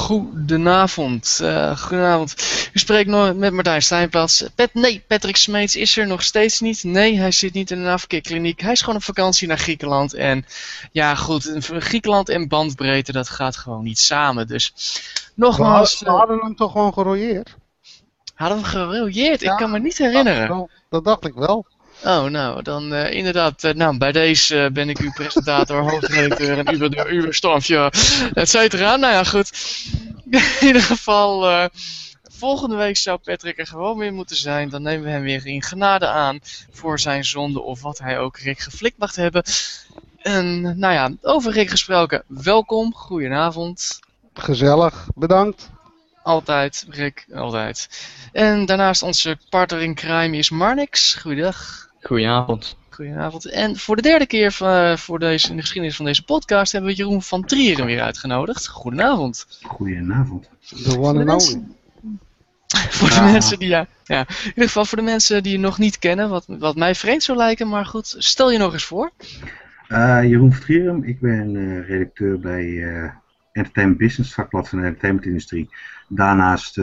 Goedenavond. Goedenavond. U spreekt nog met Martijn Steinplaats. Patrick Smeets is er nog steeds niet. Nee, hij zit niet in een afkeerkliniek. Hij is gewoon op vakantie naar Griekenland. En ja, goed, Griekenland en bandbreedte, dat gaat gewoon niet samen. Dus nogmaals... We hadden hem toch gewoon gerooieerd? Hadden we gerooieerd? Ja, ik kan me niet herinneren. Dat dacht ik wel. Oh, nou, dan inderdaad, bij deze ben ik uw presentator, hoofdredacteur en uw stormje, et cetera. Nou ja, goed. In ieder geval, volgende week zou Patrick er gewoon weer moeten zijn. Dan nemen we hem weer in genade aan voor zijn zonde of wat hij ook Rick geflikt mag hebben. En nou ja, over Rick gesproken, welkom, goedenavond. Gezellig, bedankt. Altijd, Rick, altijd. En daarnaast onze partner in crime is Marnix. Goeiedag. Goedenavond. Goedenavond. En voor de derde keer in de geschiedenis van deze podcast hebben we Jeroen van Trieren weer uitgenodigd. Goedenavond. Goedenavond. The one and only. Voor de mensen die, in ieder geval voor de mensen die je nog niet kennen, wat mij vreemd zou lijken, maar goed, stel je nog eens voor. Jeroen van Trieren, ik ben redacteur bij Entertainment Business, vakblad van de entertainmentindustrie. Daarnaast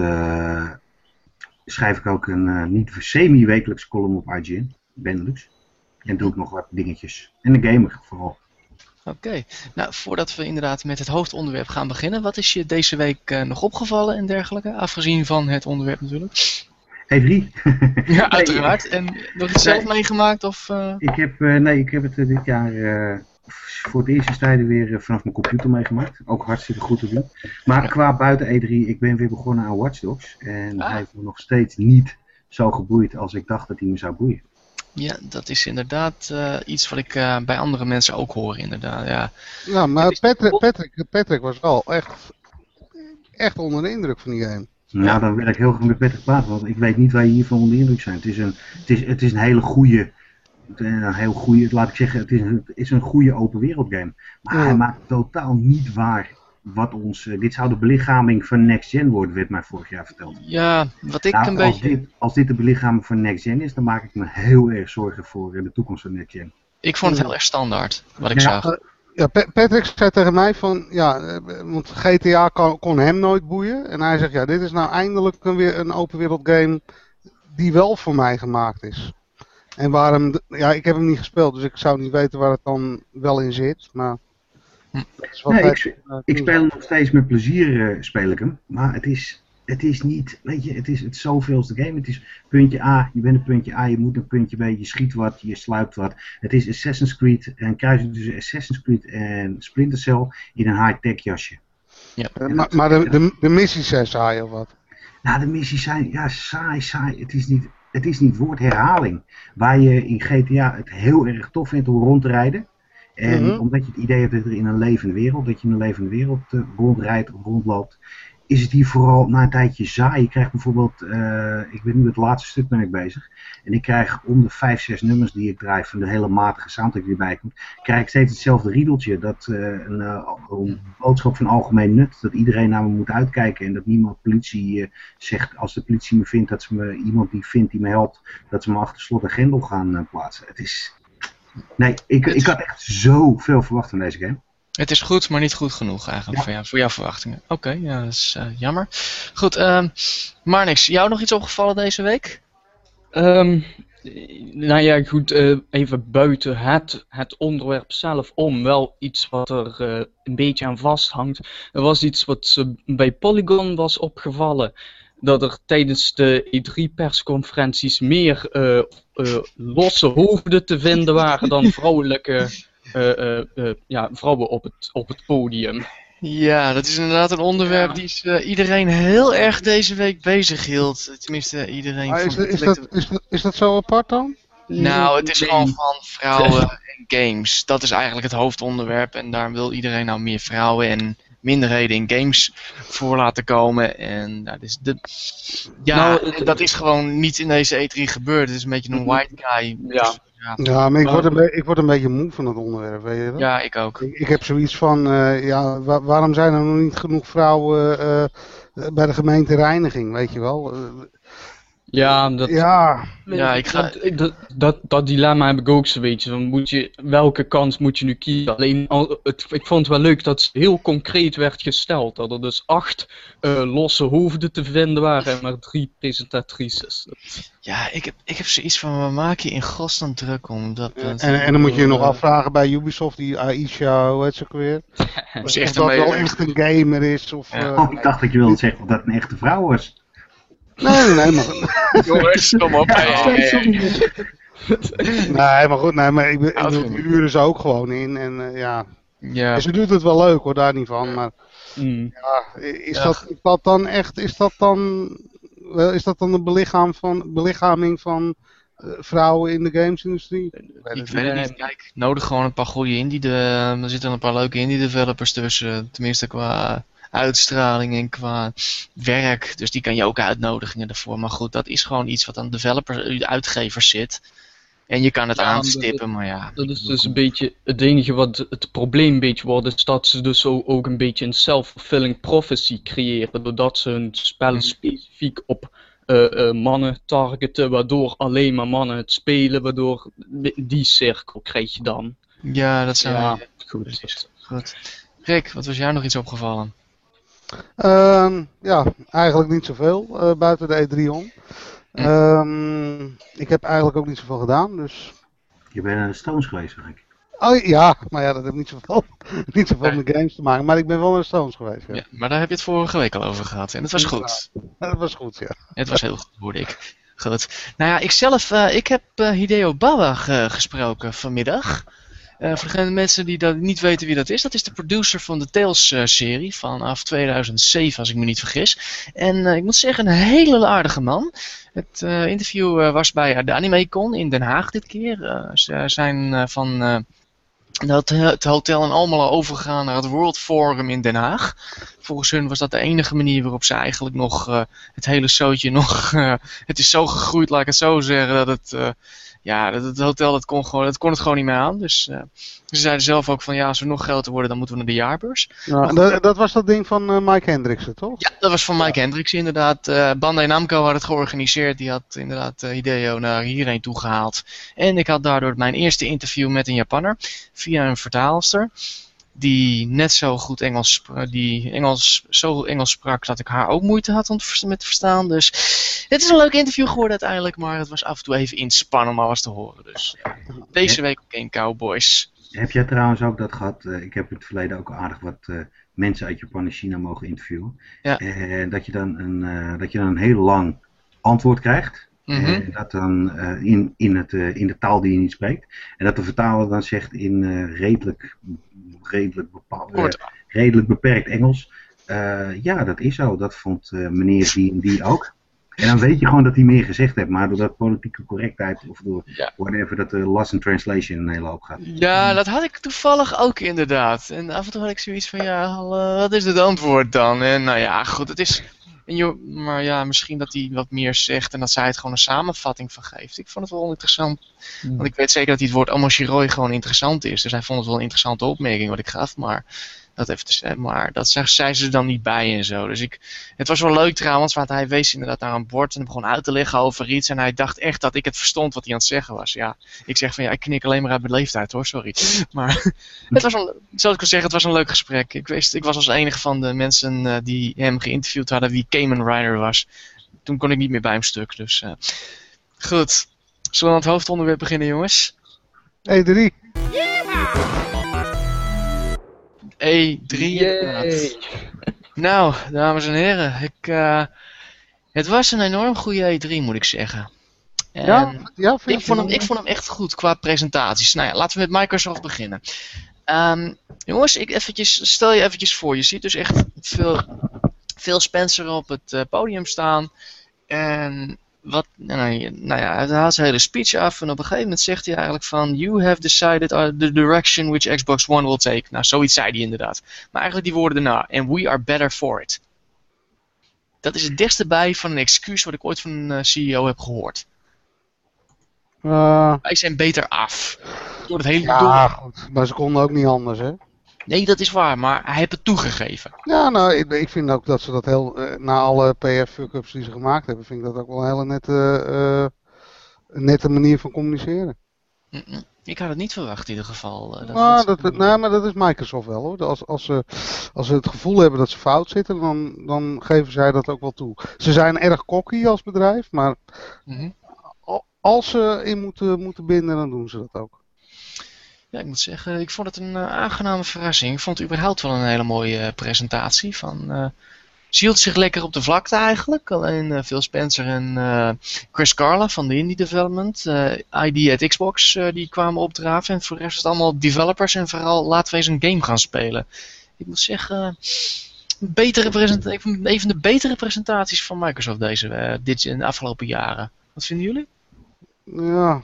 schrijf ik ook een niet semi-wekelijkse column op IGN, Benelux. En doe ik nog wat dingetjes. En een gamer vooral. Oké. Nou, voordat we inderdaad met het hoofdonderwerp gaan beginnen, wat is je deze week nog opgevallen en dergelijke? Afgezien van het onderwerp natuurlijk. E3. Ja, uiteraard. En nog iets zelf meegemaakt? Of, Ik heb het dit jaar voor het eerst tijden weer vanaf mijn computer meegemaakt. Ook hartstikke goed te doen. Maar qua buiten E3, ik ben weer begonnen aan Watch Dogs. En hij heeft me nog steeds niet zo geboeid als ik dacht dat hij me zou boeien. Ja, dat is inderdaad iets wat ik bij andere mensen ook hoor, inderdaad. Ja, maar Patrick was wel echt onder de indruk van die game. Nou, dan wil ik heel graag met Patrick praten, want ik weet niet waar je hiervan onder de indruk zijn. Het is een hele goede, laat ik zeggen, het is een goede open wereld game. Maar hij maakt totaal niet waar wat ons, dit zou de belichaming van Next Gen worden, werd mij vorig jaar verteld. Ja, wat ik een beetje... Als dit de belichaming van Next Gen is, dan maak ik me heel erg zorgen voor de toekomst van Next Gen. Ik vond het heel erg standaard, wat ik zag. Ja, Patrick zei tegen mij van, want GTA kon hem nooit boeien. En hij zegt, dit is nou eindelijk weer een open wereld game die wel voor mij gemaakt is. En waarom, ik heb hem niet gespeeld, dus ik zou niet weten waar het dan wel in zit. Maar ik speel hem nog steeds met plezier, speel ik hem. Maar het is niet, weet je, het is het zoveelste game. Het is puntje A, je bent een puntje A, je moet een puntje B, je schiet wat, je sluipt wat. Het is Assassin's Creed, een kruising tussen Assassin's Creed en Splinter Cell in een high-tech jasje. Ja. Maar de missies zijn saai of wat? Nou, de missies zijn, saai. Het is niet woordherhaling. Waar je in GTA het heel erg tof vindt om rond te rijden. En omdat je het idee hebt dat je in een levende wereld rondrijdt of rondloopt, is het hier vooral na een tijdje saai. Je krijgt bijvoorbeeld, ik ben nu met het laatste stuk ben ik bezig. En ik krijg om de 5, 6 nummers die ik draai van de hele matige soundtrack die erbij komt, krijg ik steeds hetzelfde riedeltje. Dat een boodschap van algemeen nut, dat iedereen naar me moet uitkijken en dat niemand politie zegt, als de politie me vindt, dat ze me iemand die vindt die me helpt, dat ze me achter slot en grendel gaan plaatsen. Het is... Nee, ik had echt zoveel verwacht van deze game. Het is goed, maar niet goed genoeg eigenlijk voor jouw verwachtingen. Oké, dat is jammer. Goed, Marnix, jou nog iets opgevallen deze week? Even buiten het onderwerp zelf om. Wel iets wat er een beetje aan vasthangt. Er was iets wat bij Polygon was opgevallen. Dat er tijdens de E3-persconferenties meer losse hoofden te vinden waren dan vrouwelijke vrouwen op het podium. Ja, dat is inderdaad een onderwerp die iedereen heel erg deze week bezig hield. Tenminste, iedereen... Is dat zo apart dan? Nou, het is gewoon van vrouwen en games. Dat is eigenlijk het hoofdonderwerp. En daar wil iedereen nou meer vrouwen en minderheden in games voor laten komen. En dat is gewoon niet in deze E3 gebeurd. Het is een beetje een white guy. Ja, maar ik word een beetje moe van het onderwerp, weet je dat? Ja, ik ook. Ik heb zoiets van, waarom zijn er nog niet genoeg vrouwen bij de gemeentereiniging, weet je wel? Ja, dat, Ja, Ja, ik ga... dat dilemma heb ik ook zo, weet je. Dan welke kans moet je nu kiezen? Alleen, ik vond het wel leuk dat het heel concreet werd gesteld. Dat er dus 8 losse hoofden te vinden waren en maar 3 presentatrices. Ja, ik heb zoiets van, waar maak je in godsnaam druk om? en dan moet je je nog afvragen bij Ubisoft, die Aisha, hoe heet ze ook weer? Of Of dat wel echt een gamer is. Of, Ja. Ik dacht dat je wilde zeggen dat het een echte vrouw was. nee, maar... Jongens, kom op. Nee, maar goed, maar ik bedoel, die uren ze ook gewoon in. En ja, Ja, en ze doet het wel leuk hoor, daar niet van. Maar ja, is dat dan echt, is dat dan een belichaming van vrouwen in de gamesindustrie? ik weet het niet. Kijk, nodig gewoon een paar goede er zitten een paar leuke indie developers tussen. Tenminste qua uitstraling en qua werk. Dus die kan je ook uitnodigen ervoor. Maar goed, dat is gewoon iets wat aan uitgevers zit. En je kan het aanstippen, maar ja. Dat is dus een beetje het enige wat het probleem een beetje wordt, is dat ze dus ook een beetje een self-fulfilling prophecy creëren, doordat ze hun spellen specifiek op mannen targeten, waardoor alleen maar mannen het spelen, waardoor die cirkel krijg je dan. Ja, dat zijn Ja, goed. Precies. Goed. Rick, wat was jou nog iets opgevallen? Ja, eigenlijk niet zoveel, buiten de E3 om. Ik heb eigenlijk ook niet zoveel gedaan, dus... Je bent naar de Stones geweest, zeg ik. Oh ja, maar ja, dat heeft niet zoveel met games te maken, maar ik ben wel naar de Stones geweest. Ja. Ja, maar daar heb je het vorige week al over gehad en het was goed. Dat was goed, ja. Het was heel goed, hoorde ik. Goed. Nou ja, ik heb Hideo Baba gesproken vanmiddag. Voor de mensen die dat niet weten wie dat is de producer van de Tales-serie vanaf 2007, als ik me niet vergis. En ik moet zeggen, een hele aardige man. Het interview was bij de AnimeCon in Den Haag dit keer. Ze zijn van het hotel in Almelo overgegaan naar het World Forum in Den Haag. Volgens hun was dat de enige manier waarop ze eigenlijk nog het hele zootje nog... het is zo gegroeid, laat ik het zo zeggen, dat het... dat het hotel dat kon het gewoon niet meer aan. Dus ze zeiden zelf ook van als we nog groter worden, dan moeten we naar de jaarbeurs. Ja, dat was dat ding van Mike Hendricksen, toch? Ja, dat was van Mike Hendricksen inderdaad. Bandai Namco had het georganiseerd. Die had inderdaad Hideo naar hierheen toegehaald. En ik had daardoor mijn eerste interview met een Japanner via een vertaalster. Die net zo goed zo Engels sprak dat ik haar ook moeite had met te verstaan. Dus het is een leuk interview geworden uiteindelijk, maar het was af en toe even inspannen om alles te horen. Dus deze week ook geen Cowboys. Heb jij trouwens ook dat gehad, ik heb in het verleden ook aardig wat mensen uit Japan en China mogen interviewen. Ja. Dat je dan een heel lang antwoord krijgt. Dat dan in de taal die je niet spreekt. En dat de vertaler dan zegt in redelijk beperkt Engels. Ja, dat is zo. Dat vond meneer die ook. En dan weet je gewoon dat hij meer gezegd heeft. Maar doordat politieke correctheid of door whatever, dat de lost in translation een hele hoop gaat. Ja, dat had ik toevallig ook inderdaad. En af en toe had ik zoiets van, wat is het antwoord dan? En nou ja, goed, het is... Maar ja, misschien dat hij wat meer zegt en dat zij het gewoon een samenvatting van geeft. Ik vond het wel interessant. Want ik weet zeker dat hij het woord Amoshiroi gewoon interessant is. Dus hij vond het wel een interessante opmerking wat ik gaf. Maar dat even te zeggen. Maar dat zei ze er dan niet bij en zo. Dus het was wel leuk trouwens, want hij wees inderdaad naar een bord en begon uit te leggen over iets. En hij dacht echt dat ik het verstond wat hij aan het zeggen was. Ja, ik zeg van ik knik alleen maar uit mijn leeftijd hoor, sorry. Maar het was zoals ik al zeg, het was een leuk gesprek. Ik was als enige van de mensen die hem geïnterviewd hadden wie Kamen Rider was. Toen kon ik niet meer bij hem stuk. Dus goed. Zullen we aan het hoofdonderwerp beginnen, jongens? E3. E3. Nou, dames en heren. Het was een enorm goede E3, moet ik zeggen. En ik vond hem echt goed qua presentaties. Nou ja, laten we met Microsoft beginnen. Jongens, stel je eventjes voor. Je ziet dus echt veel Spencer op het podium staan. En hij haalt zijn hele speech af en op een gegeven moment zegt hij eigenlijk van you have decided the direction which Xbox One will take. Nou, zoiets zei hij inderdaad. Maar eigenlijk die woorden daarna, and we are better for it. Dat is het dichtste bij van een excuus wat ik ooit van een CEO heb gehoord. Wij zijn beter af. Door het hele goed, maar ze konden ook niet anders, hè? Nee, dat is waar, maar hij heeft het toegegeven. Ja, nou, ik vind ook dat ze dat heel, na alle PR-fuck-ups die ze gemaakt hebben, vind ik dat ook wel een hele nette manier van communiceren. Ik had het niet verwacht in ieder geval. Maar dat is Microsoft wel hoor. Als ze het gevoel hebben dat ze fout zitten, dan geven zij dat ook wel toe. Ze zijn erg cocky als bedrijf, maar als ze in moeten binden, dan doen ze dat ook. Ja, ik moet zeggen, ik vond het een aangename verrassing. Ik vond het überhaupt wel een hele mooie presentatie. Ze hield zich lekker op de vlakte eigenlijk. Alleen Phil Spencer en Chris Carla van de Indie Development, ID at Xbox, die kwamen opdraven. En voor de rest was het allemaal developers en vooral laten we eens een game gaan spelen. Ik moet zeggen, een van de betere presentaties van Microsoft in de afgelopen jaren. Wat vinden jullie? Ja.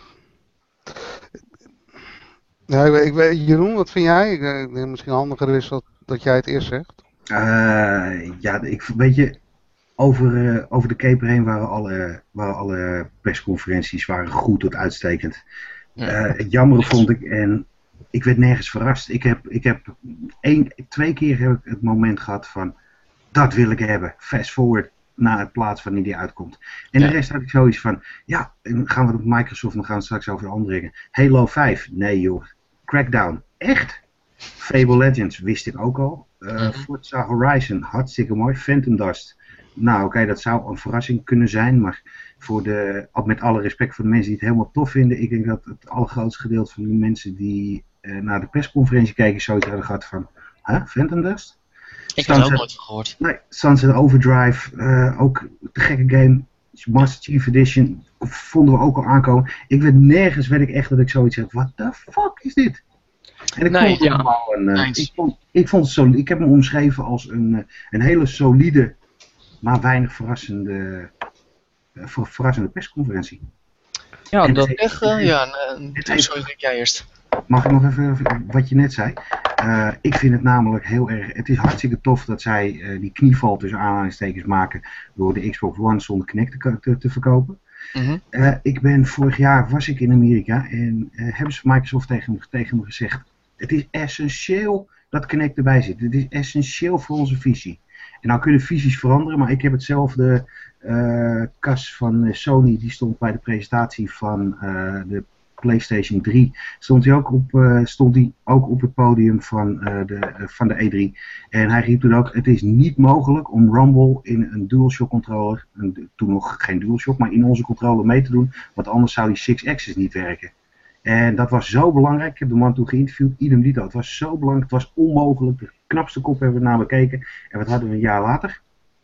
Ja, Jeroen, wat vind jij? Ik denk misschien handiger is dat jij het eerst zegt. Ja, weet je, over de keper heen waren alle persconferenties goed tot uitstekend. Het jammere vond ik, en ik werd nergens verrast. Ik heb 2 keer heb ik het moment gehad van, dat wil ik hebben. Fast forward naar het plaats wanneer die uitkomt. En de rest had ik zoiets van, ja, dan gaan we op Microsoft en dan gaan we straks over de andere dingen. Halo 5, nee joh. Crackdown, echt? Fable Legends wist ik ook al. Forza Horizon, hartstikke mooi. Phantom Dust. Nou oké, dat zou een verrassing kunnen zijn, maar met alle respect voor de mensen die het helemaal tof vinden, ik denk dat het allergrootste gedeelte van de mensen die naar de persconferentie kijken zoiets hadden gehad van, Phantom Dust? Ik heb er ook nooit van gehoord. Nee, Sunset Overdrive, ook de gekke game. Master Chief Edition vonden we ook al aankomen. Nergens werd ik echt dat ik zoiets had, what the fuck is dit? En ik vond het solide. Ik heb hem omschreven als een hele solide, maar weinig verrassende persconferentie. Ja, dat echt. Sorry, denk jij eerst. Mag ik nog even wat je net zei? Ik vind het namelijk heel erg. Het is hartstikke tof dat zij die knieval tussen aanhalingstekens maken door de Xbox One zonder Kinect te verkopen. Vorig jaar was ik in Amerika en hebben ze van Microsoft tegen me gezegd, het is essentieel dat Kinect erbij zit. Het is essentieel voor onze visie. En nou kunnen visies veranderen, maar ik heb hetzelfde Cas van Sony, die stond bij de presentatie van de PlayStation 3, stond hij ook op het podium van de E3. En hij riep toen ook, het is niet mogelijk om Rumble in een DualShock controller, toen nog geen DualShock, maar in onze controller mee te doen, want anders zou die 6-axis niet werken. En dat was zo belangrijk, ik heb de man toen geïnterviewd, idem dito, het was zo belangrijk, het was onmogelijk, de knapste kop hebben we naar bekeken. En wat hadden we een jaar later?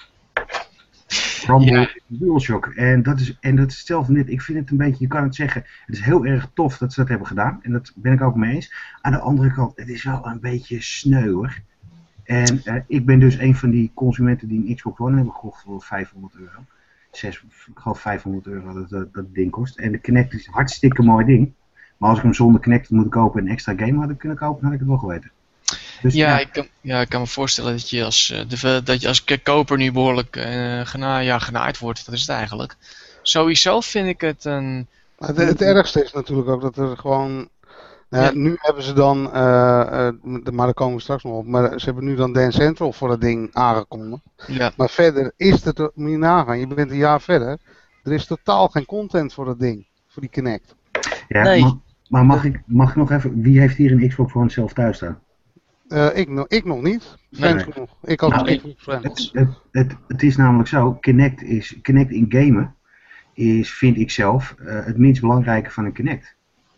Rumble, DualShock. En dat is hetzelfde net. Ik vind het een beetje, je kan het zeggen, het is heel erg tof dat ze dat hebben gedaan. En dat ben ik ook mee eens. Aan de andere kant, het is wel een beetje sneu hoor. En ik ben dus een van die consumenten die een Xbox One hebben gekocht voor €500. Ik geloof €500 dat ding kost. En de Kinect is een hartstikke mooi ding. Maar als ik hem zonder Kinect moet kopen en een extra game had ik kunnen kopen, had ik het wel geweten. Dus, ik kan me voorstellen dat je als koper nu behoorlijk genaaid wordt. Dat is het eigenlijk. Sowieso vind ik het een... Het ergste is natuurlijk ook dat er gewoon... Nu hebben ze dan, maar daar komen we straks nog op, maar ze hebben nu dan Dance Central voor dat ding aangekondigd. Ja. Maar verder is het, moet je nagaan, je bent een jaar verder, er is totaal geen content voor dat ding, voor die Kinect. Ja, nee. Maar mag ik nog even, wie heeft hier een Xbox One zelf thuis staan? Ik nog niet. Friends genoeg. Ik had Xbox Friends. Het is namelijk zo, Kinect in gamen vind ik zelf, het minst belangrijke van een Kinect.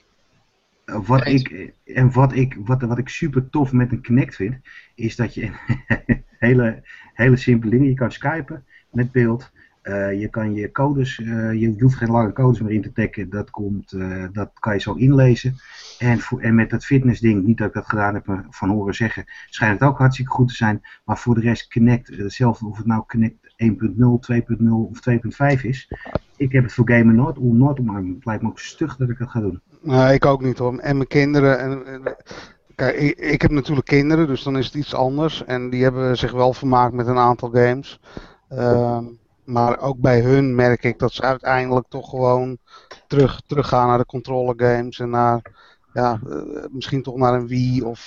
Wat ik super tof met een Kinect vind, is dat je hele simpele dingen, je kan skypen met beeld, je kan je codes, je hoeft geen lange codes meer in te taggen, dat kan je zo inlezen. En met dat fitness ding, niet dat ik dat gedaan heb, maar van horen zeggen, schijnt het ook hartstikke goed te zijn. Maar voor de rest Kinect, hetzelfde of het nou Kinect 1.0, 2.0 of 2.5 is. Ik heb het voor gamen nooit omarmd. Het lijkt me ook stug dat ik dat ga doen. Nee, ik ook niet hoor. En mijn kinderen... Kijk, ik heb natuurlijk kinderen, dus dan is het iets anders. En die hebben zich wel vermaakt met een aantal games. Maar ook bij hun merk ik dat ze uiteindelijk toch gewoon teruggaan naar de controller games. En naar, misschien toch naar een Wii of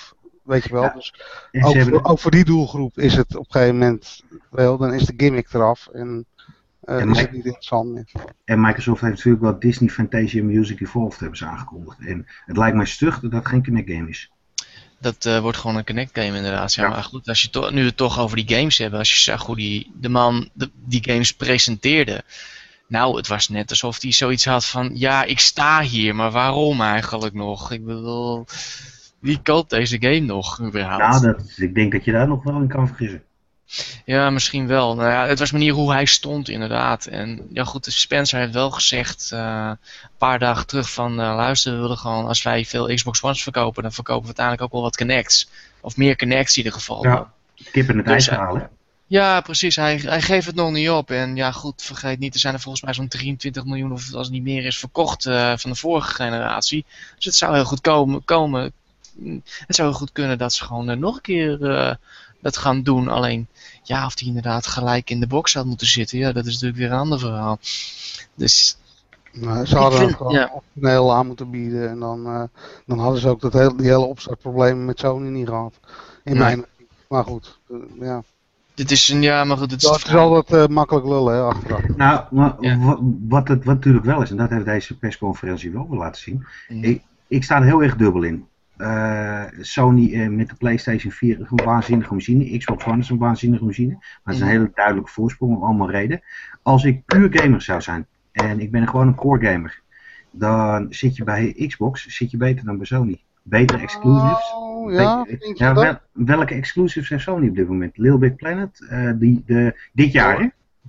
weet je wel. Ja. Dus En ze hebben ook voor die doelgroep is het op een gegeven moment wel, dan is de gimmick eraf en is het niet interessant meer. En Microsoft heeft natuurlijk wel Disney Fantasia Music Evolved hebben ze aangekondigd. En het lijkt mij stug dat dat geen Kinect game is. Dat wordt gewoon een Kinect game inderdaad. Ja, Ja. maar goed, als je nu het toch over die games hebben. Als je zag hoe de man die games presenteerde. Nou, het was net alsof hij zoiets had van... Ja, ik sta hier, maar waarom eigenlijk nog? Ik bedoel... Wie koopt deze game nog überhaupt? Nou, ik denk dat je daar nog wel in kan vergissen. Ja, misschien wel. Nou ja, het was de manier hoe hij stond inderdaad. En ja goed, Spencer heeft wel gezegd een paar dagen terug van... luister, we willen gewoon, als wij veel Xbox One's verkopen... dan verkopen we uiteindelijk ook wel wat Kinects. Of meer Kinects in ieder geval. Ja, kip in het Dus, ijs halen. Ja, precies. Hij geeft het nog niet op. En ja, goed, vergeet niet, er zijn er volgens mij zo'n 23 miljoen, of als het niet meer is, verkocht van de vorige generatie. Dus het zou heel goed komen. Het zou heel goed kunnen dat ze gewoon nog een keer dat gaan doen. Alleen, ja, of die inderdaad gelijk in de box had moeten zitten, ja, dat is natuurlijk weer een ander verhaal. Dus... Nou, ze hadden vind- het gewoon ja. optioneel aan moeten bieden en dan hadden ze ook die hele opstartproblemen met Sony niet gehad. In Nee. mijn optiek. Maar goed, ja. Dit is een, ja, maar goed, het is Dat is altijd makkelijk lullen, hè, achteraf. Nou, maar Ja. wat natuurlijk wel is, en dat heeft deze persconferentie wel weer laten zien. Mhm. Ik sta er heel erg dubbel in. Sony met de PlayStation 4 is een waanzinnige machine. Xbox One is een waanzinnige machine. Maar het is een hele duidelijke voorsprong om allemaal reden. Als ik puur gamer zou zijn, en ik ben gewoon een core gamer, dan zit je bij Xbox beter dan bij Sony. Betere exclusives. Oh, ja, vind je Ja, dat? welke exclusives heeft Sony op dit moment? Little Big Planet, dit jaar, hè?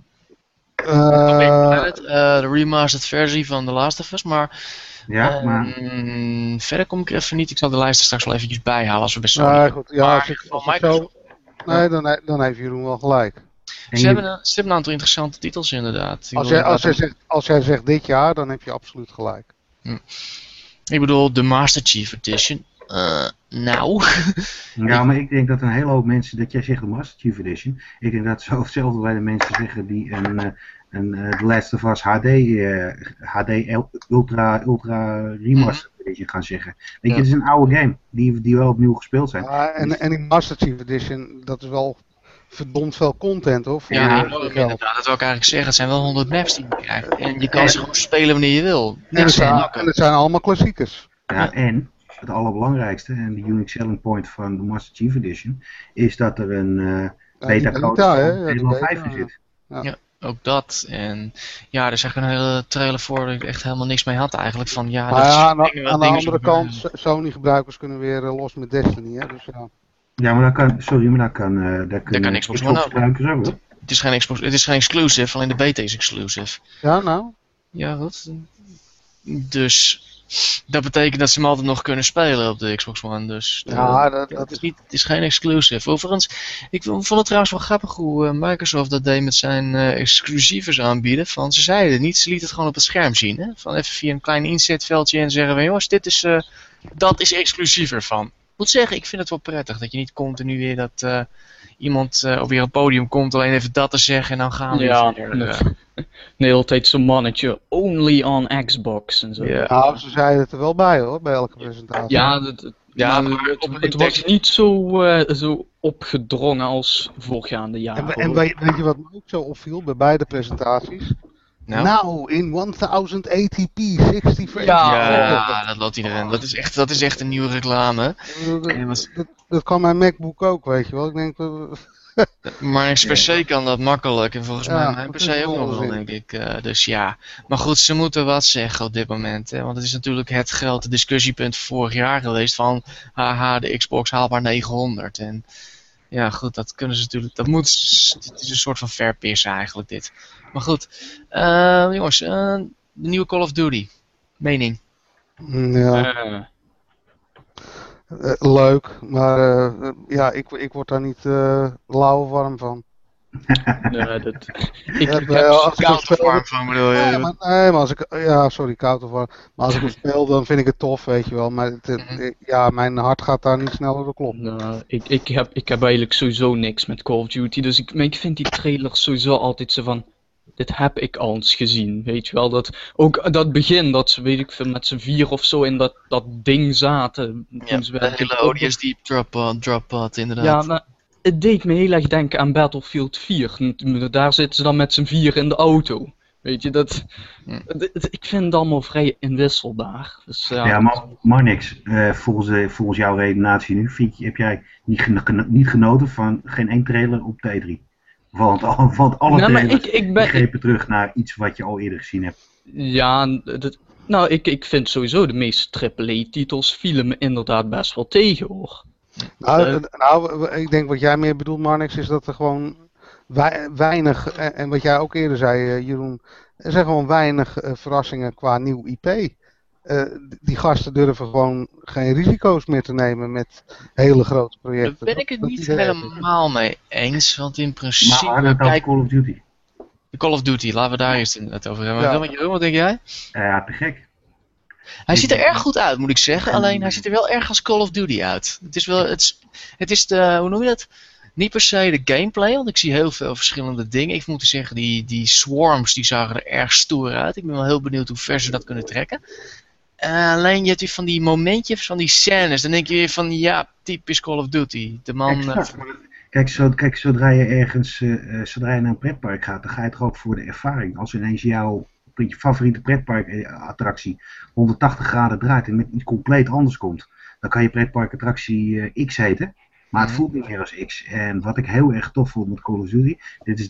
De remastered versie van The Last of Us, maar... Ja, maar verder kom ik even niet. Ik zal de lijst er straks wel eventjes bijhalen als we bij Sony Nee, goed, ja, Maar als in ik, ieder geval als ik zo... Microsoft. Nee, dan heeft Jeroen wel gelijk. Ze hebben een aantal interessante titels inderdaad. Als jij zegt dit jaar, dan heb je absoluut gelijk. Ik bedoel, de Master Chief Edition. Nou. Ja, maar ik denk dat een hele hoop mensen, dat jij zegt de Master Chief Edition, ik denk dat zo hetzelfde bij de mensen zeggen die een The Last of Us HD Ultra Remastered Edition gaan zeggen. Weet je, het is een oude game, die wel opnieuw gespeeld zijn. Ja, en die Master Chief Edition, dat is wel verdomd veel content, hoor. Voor Ja, je enorm geld. inderdaad. Dat wil ik eigenlijk zeggen. Het zijn wel 100 maps die je krijgt. En je kan ze gewoon spelen wanneer je wil. En Niks aan het zijn allemaal klassiekers. Ja, en het allerbelangrijkste, en de unique selling point van de Master Chief Edition, is dat er een beta code beta, van hè? Ja, die Halo beta, 5 in ja. zit. Ja, ook dat. En ja, er is eigenlijk een hele trailer voor dat ik echt helemaal niks mee had eigenlijk. Van ja, Maar dat ja, soort dingen, wat aan de dingen andere zo- kant, Sony-gebruikers kunnen weer los met Destiny, hè? Dus ja. Ja, maar daar kunnen Xbox One ook. gebruikers ook, hoor. Het is geen Xbox, het is geen exclusive, alleen de beta is exclusive. Ja, nou. Ja, goed. Dus dat betekent dat ze hem altijd nog kunnen spelen op de Xbox One. Dus Ja, dat het is niet, het is geen exclusive. Overigens, ik vond het trouwens wel grappig hoe Microsoft dat deed met zijn exclusives aanbieden. Van, ze zeiden het niet, ze lieten het gewoon op het scherm zien. Hè? Van even via een klein inzetveldje en zeggen van, jongens, dat is exclusiever van. Ik moet zeggen, ik vind het wel prettig dat je niet continu weer dat iemand op weer een podium komt alleen even dat te zeggen en dan gaan we Ja, weer verder. de hele tijd zo'n mannetje, only on Xbox en zo. Ja. Nou, ze zeiden het er wel bij, hoor, bij elke presentatie. Ja, Ja, maar maar op een het was tekst- niet zo opgedrongen als voorgaande jaren. En weet je wat me ook zo opviel bij beide presentaties? Nou? Nou, in 1080p, 60 frames. Ja, dat loopt iedereen. Dat is echt een nieuwe reclame. Dat kan mijn MacBook ook, weet je wel. Ik denk, Maar een PC kan dat makkelijk. En volgens mij Ja, mijn dat PC is ook nog wel, onzin. denk ik. Dus ja. Maar goed, ze moeten wat zeggen op dit moment. Hè? Want het is natuurlijk het grote discussiepunt vorig jaar geweest van... Haha, de Xbox haalbaar 900. En ja, goed, dat kunnen ze natuurlijk... Het is een soort van verpissen eigenlijk, dit. Maar goed. Jongens, de nieuwe Call of Duty. Mening. ja, leuk. Maar ja, ik word daar niet lauw warm van. nee, dat, Als ik het speel, van bedoel nee, je? maar als ik, ja, sorry, koud of warm. Maar als ik het speel, dan vind ik het tof, weet je wel. Maar ja, mijn hart gaat daar niet sneller door kloppen. nou, ik heb eigenlijk sowieso niks met Call of Duty, dus maar ik vind die trailers sowieso altijd zo van... dit heb ik al eens gezien, weet je wel. Ook dat begin, dat ze, weet ik veel, met z'n 4 of zo in dat ding zaten. Ja, de hele ODS Deep drop pod, inderdaad. Ja, maar het deed me heel erg denken aan Battlefield 4. Daar zitten ze dan met z'n 4 in de auto. Weet je, ik vind het allemaal vrij inwisselbaar. Dus, ja, maar Marnix, volgens jouw redenatie nu, heb jij niet genoten van geen één trailer op de E3? Want alle trailers grepen terug naar iets wat je al eerder gezien hebt. Ja, ik vind sowieso de meeste AAA-titels vielen me inderdaad best wel tegen, hoor. Ik denk wat jij meer bedoelt, Marnix, is dat er gewoon weinig, en wat jij ook eerder zei, Jeroen, er zijn gewoon weinig verrassingen qua nieuw IP. Die gasten durven gewoon geen risico's meer te nemen met hele grote projecten. Daar ben ik het niet helemaal mee eens, want in principe... Maar we hebben Call of Duty. Call of Duty, laten we daar eerst het over hebben. Ja. Jeroen, wat denk jij? Ja, te gek. Hij ziet er erg goed uit, moet ik zeggen. Alleen hij ziet er wel erg als Call of Duty uit. Het is de, hoe noem je dat? Niet per se de gameplay, want ik zie heel veel verschillende dingen. Ik moet zeggen, die swarms die zagen er erg stoer uit. Ik ben wel heel benieuwd hoe ver ze dat kunnen trekken. Alleen je hebt weer van die momentjes, van die scènes. Dan denk je weer van, ja, typisch Call of Duty. De man... Kijk, zodra je naar een pretpark gaat, dan ga je toch ook voor de ervaring. Als ineens jouw favoriete pretparkattractie 180 graden draait en met iets compleet anders komt, dan kan je pretparkattractie X heten. Maar het voelt niet meer als X. En wat ik heel erg tof vond met Call of Duty, dit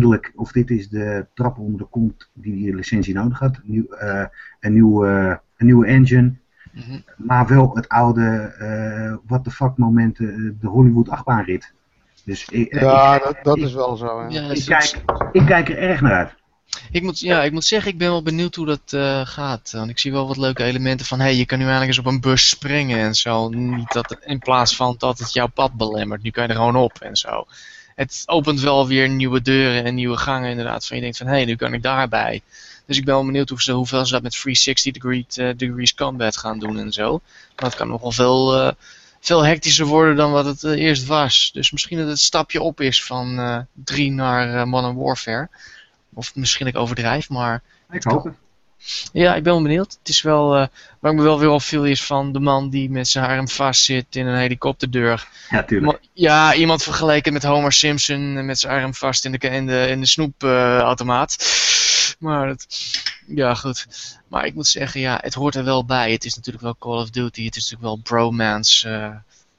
is de trap onder de kont die je licentie nodig had. Een nieuwe engine. Maar wel het oude what the fuck momenten, de Hollywood achtbaanrit. Dus dat is wel zo. Ja. Ik kijk er erg naar uit. Ik moet zeggen, ik ben wel benieuwd hoe dat gaat. Want ik zie wel wat leuke elementen van, je kan nu eigenlijk eens op een bus springen en zo. Niet dat in plaats van dat het jouw pad belemmert, nu kan je er gewoon op en zo. Het opent wel weer nieuwe deuren en nieuwe gangen inderdaad. Van je denkt van, nu kan ik daarbij. Dus ik ben wel benieuwd hoeveel ze dat met 360 degrees combat gaan doen en zo. Maar het kan nog wel veel hectischer worden dan wat het eerst was. Dus misschien dat het een stapje op is van 3 naar Modern Warfare. Of misschien ik overdrijf, maar... Ik hoop het. Ja, ik ben wel benieuwd. Het is wel... waar ik me wel weer opviel is van de man die met zijn arm vast zit in een helikopterdeur. Ja, tuurlijk. Ja, iemand vergeleken met Homer Simpson met zijn arm vast in de snoepautomaat. Maar ja, goed. Maar ik moet zeggen, ja, het hoort er wel bij. Het is natuurlijk wel Call of Duty. Het is natuurlijk wel bromance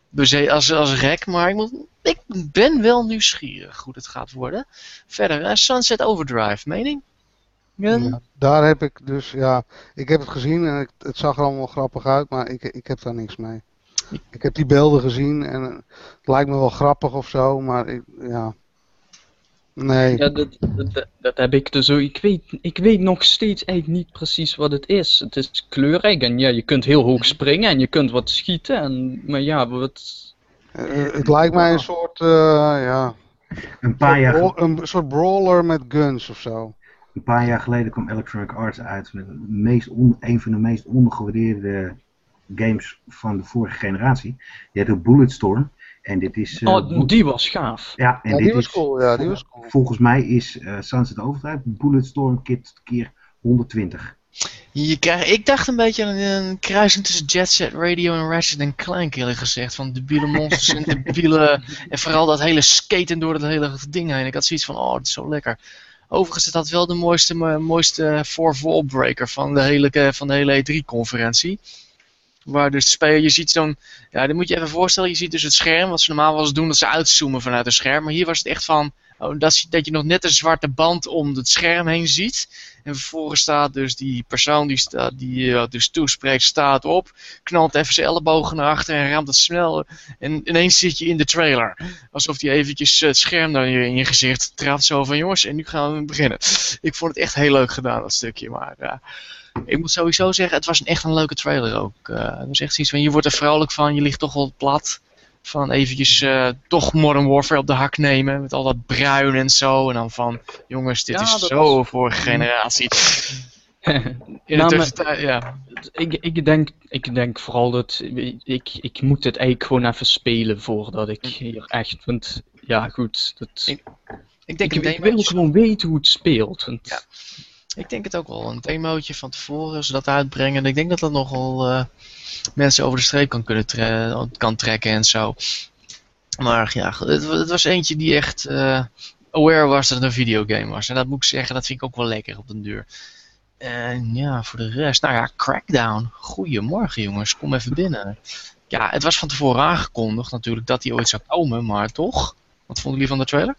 als rek. Maar ik ben wel nieuwsgierig hoe het gaat worden. Verder, Sunset Overdrive, mening? Ja, daar heb ik dus, ik heb het gezien en het zag er allemaal grappig uit, maar ik heb daar niks mee. Ik heb die beelden gezien en het lijkt me wel grappig of zo, maar nee. Ja, dat heb ik dus ook. Ik weet nog steeds eigenlijk niet precies wat het is. Het is kleurrijk en je kunt heel hoog springen en je kunt wat schieten, maar ja, het lijkt mij een soort, een soort brawler met guns of zo. Een paar jaar geleden kwam Electronic Arts uit met een van de meest ondergewaardeerde games van de vorige generatie. Die heette Bulletstorm. En dit is, die was gaaf. Ja, en die was cool. Die was cool. Volgens mij is Sunset Overdrive Bulletstorm keer 120. Ik dacht een beetje aan een kruising tussen Jet Set Radio en Ratchet & Clank, eerlijk gezegd. Van debiele monsters en debiele... En vooral dat hele skaten door dat hele ding heen. Ik had zoiets van, het is zo lekker. Overigens is dat wel de mooiste fourth wall breaker van de hele E3-conferentie. Waar dus je ziet zo'n... Ja, dan moet je even voorstellen, je ziet dus het scherm, wat ze normaal wel eens doen, dat ze uitzoomen vanuit het scherm. Maar hier was het echt van, dat je nog net een zwarte band om het scherm heen ziet. En vervolgens staat dus die persoon die dus toespreekt, staat op, knalt even zijn ellebogen naar achter en ramt het snel. En ineens zit je in de trailer. Alsof hij eventjes het scherm naar in je gezicht trapt, zo van jongens, en nu gaan we beginnen. Ik vond het echt heel leuk gedaan, dat stukje, maar... Ik moet sowieso zeggen, het was echt een leuke trailer ook. Het was echt zoiets van, je wordt er vrolijk van, je ligt toch wel plat. Van eventjes toch Modern Warfare op de hak nemen, met al dat bruin en zo. En dan van, jongens, dit is zo vorige generatie. In de tussentijd, ja. Ik denk vooral dat, ik moet dit eigenlijk gewoon even spelen voordat ik hier echt, want ja goed. Ik denk Ik wil gewoon weten hoe het speelt. Ja. Ik denk het ook wel. Een demootje van tevoren, zodat uitbrengen. Ik denk dat dat nogal mensen over de streep kan trekken en zo. Maar ja, het was eentje die echt aware was dat het een videogame was. En dat moet ik zeggen, dat vind ik ook wel lekker op den duur. En ja, voor de rest, nou ja, Crackdown. Goedemorgen jongens, kom even binnen. Ja, het was van tevoren aangekondigd natuurlijk dat hij ooit zou komen, maar toch? Wat vonden jullie van de trailer?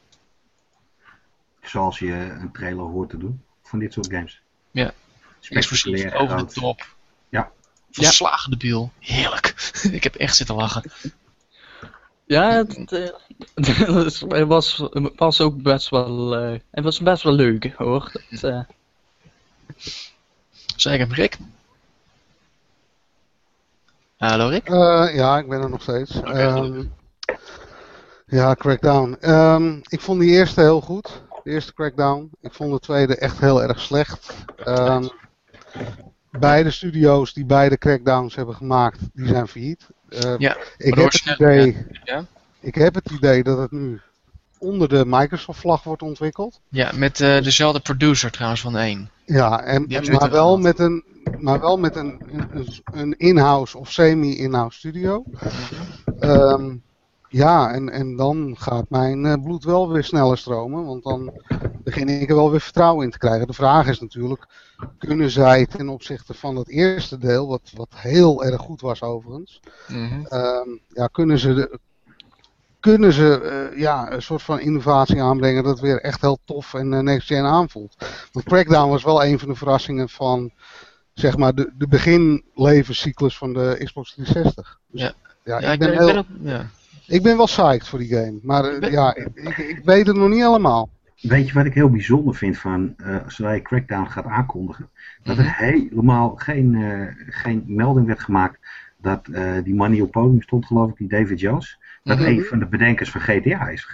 Zoals je een trailer hoort te doen van dit soort games. Ja, explosief, over de top. Ja. Verslagen debiel. Heerlijk. Ik heb echt zitten lachen. Ja, het was ook best wel, het was best wel leuk hoor. Zeker, Rick? Hallo Rick? Ja, ik ben er nog steeds. Ja, Crackdown. Ik vond die eerste heel goed. De eerste Crackdown. Ik vond de tweede echt heel erg slecht. Beide studio's die beide Crackdowns hebben gemaakt, die zijn failliet. Ja, ik heb het idee dat het nu onder de Microsoft vlag wordt ontwikkeld. Ja, met dezelfde producer trouwens van 1. Ja, maar wel met een in-house of semi-in-house studio. Ja, en dan gaat mijn bloed wel weer sneller stromen, want dan begin ik er wel weer vertrouwen in te krijgen. De vraag is natuurlijk, kunnen zij ten opzichte van het eerste deel, wat heel erg goed was overigens, ja, kunnen ze een soort van innovatie aanbrengen dat het weer echt heel tof en next gen aanvoelt. Want Crackdown was wel een van de verrassingen van, zeg maar, de beginlevenscyclus van de Xbox 360. Dus, ik ben wel psyched voor die game, maar ik weet het nog niet helemaal. Weet je wat ik heel bijzonder vind van, zodra je Crackdown gaat aankondigen, dat er helemaal geen melding werd gemaakt dat die man die op het podium stond, geloof ik, die David Jones, dat een van de bedenkers van GTA is.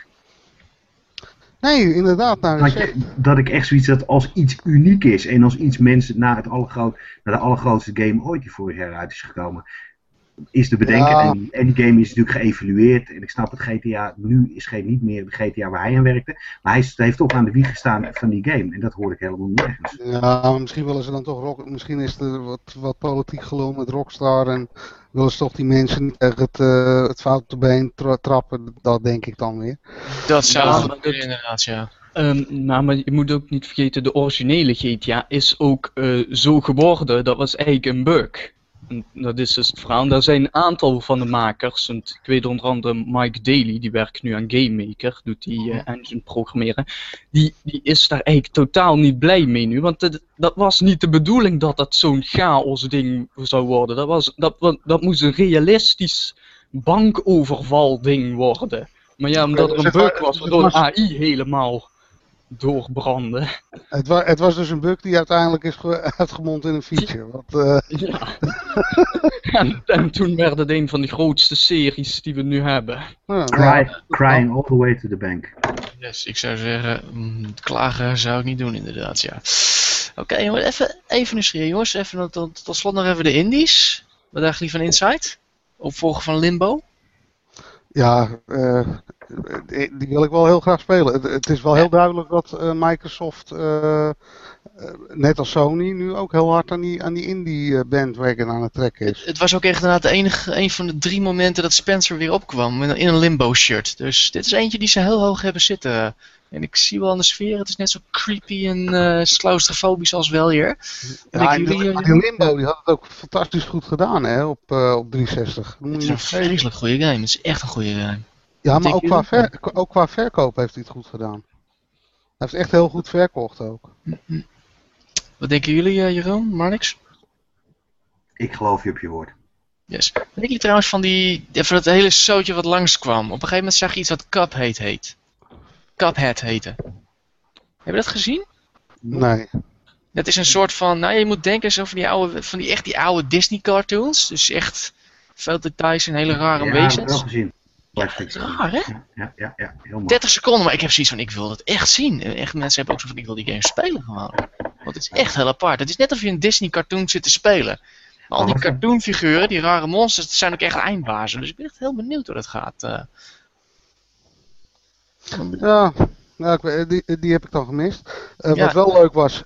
Nee, inderdaad. Dat ik echt zoiets had als iets uniek is en als iets mensen naar de allergrootste game ooit die vorig jaar uit is gekomen, is de bedenker. Ja. En die game is natuurlijk geëvalueerd. En ik snap het, GTA nu is niet meer de GTA waar hij aan werkte. Maar hij heeft ook aan de wieg gestaan van die game. En dat hoor ik helemaal nergens. Ja, misschien willen ze dan toch misschien is er wat politiek gelul met Rockstar. En willen ze toch die mensen tegen het foute been trappen. Dat denk ik dan weer. Dat zou inderdaad, ja. Maar je moet ook niet vergeten, de originele GTA is ook zo geworden. Dat was eigenlijk een bug. En dat is dus het verhaal. En daar zijn een aantal van de makers, en ik weet onder andere Mike Daly, die werkt nu aan Game Maker, doet die engine programmeren. Die is daar eigenlijk totaal niet blij mee nu, want dat was niet de bedoeling dat het zo'n chaos ding zou worden. Dat moest een realistisch bankoverval ding worden. Maar ja, omdat er een bug was waardoor de AI helemaal doorbranden. Het was dus een bug die uiteindelijk is uitgemond in een feature. Ja. en toen werd het een van de grootste series die we nu hebben. Crying all the way to the bank. Yes, ik zou zeggen, klagen zou ik niet doen inderdaad, ja. Oké, even nieuwsgierig jongens, even tot slot nog even de indies. Wat dachten jullie van Inside? Opvolger van Limbo? Ja, die wil ik wel heel graag spelen. Het is wel heel duidelijk dat Microsoft, net als Sony, nu ook heel hard aan die indie bandwagon aan het trekken is. Het was ook echt inderdaad een van de 3 momenten dat Spencer weer opkwam in een Limbo shirt. Dus dit is eentje die ze heel hoog hebben zitten. En ik zie wel aan de sfeer, het is net zo creepy en claustrofobisch als wel hier. Ja, die Limbo die had het ook fantastisch goed gedaan hè, op 360. Het is een vreselijk goede game, het is echt een goede game. Ja, maar ook qua verkoop heeft hij het goed gedaan. Hij heeft echt heel goed verkocht ook. Wat denken jullie, Jeroen? Marnix? Ik geloof je op je woord. Yes. Wat denken jullie trouwens van het hele zootje wat langskwam? Op een gegeven moment zag je iets wat Cuphead heette. Heb je dat gezien? Nee. Dat is een soort van, je moet denken zo van die oude Disney cartoons. Dus echt veel details en hele rare wezens. Ja, ik heb wel gezien. Ja, dat is raar, hè? Ja, heel mooi. 30 seconden, maar ik heb zoiets van, ik wil dat echt zien. Echt, mensen hebben ook zo van, ik wil die game spelen gewoon. Want het is echt heel apart. Het is net alsof je een Disney cartoon zit te spelen. Maar al die cartoonfiguren, die rare monsters, dat zijn ook echt eindbazen. Dus ik ben echt heel benieuwd hoe dat gaat. Ja, Nou, die heb ik dan gemist. Ja. Wat wel leuk was,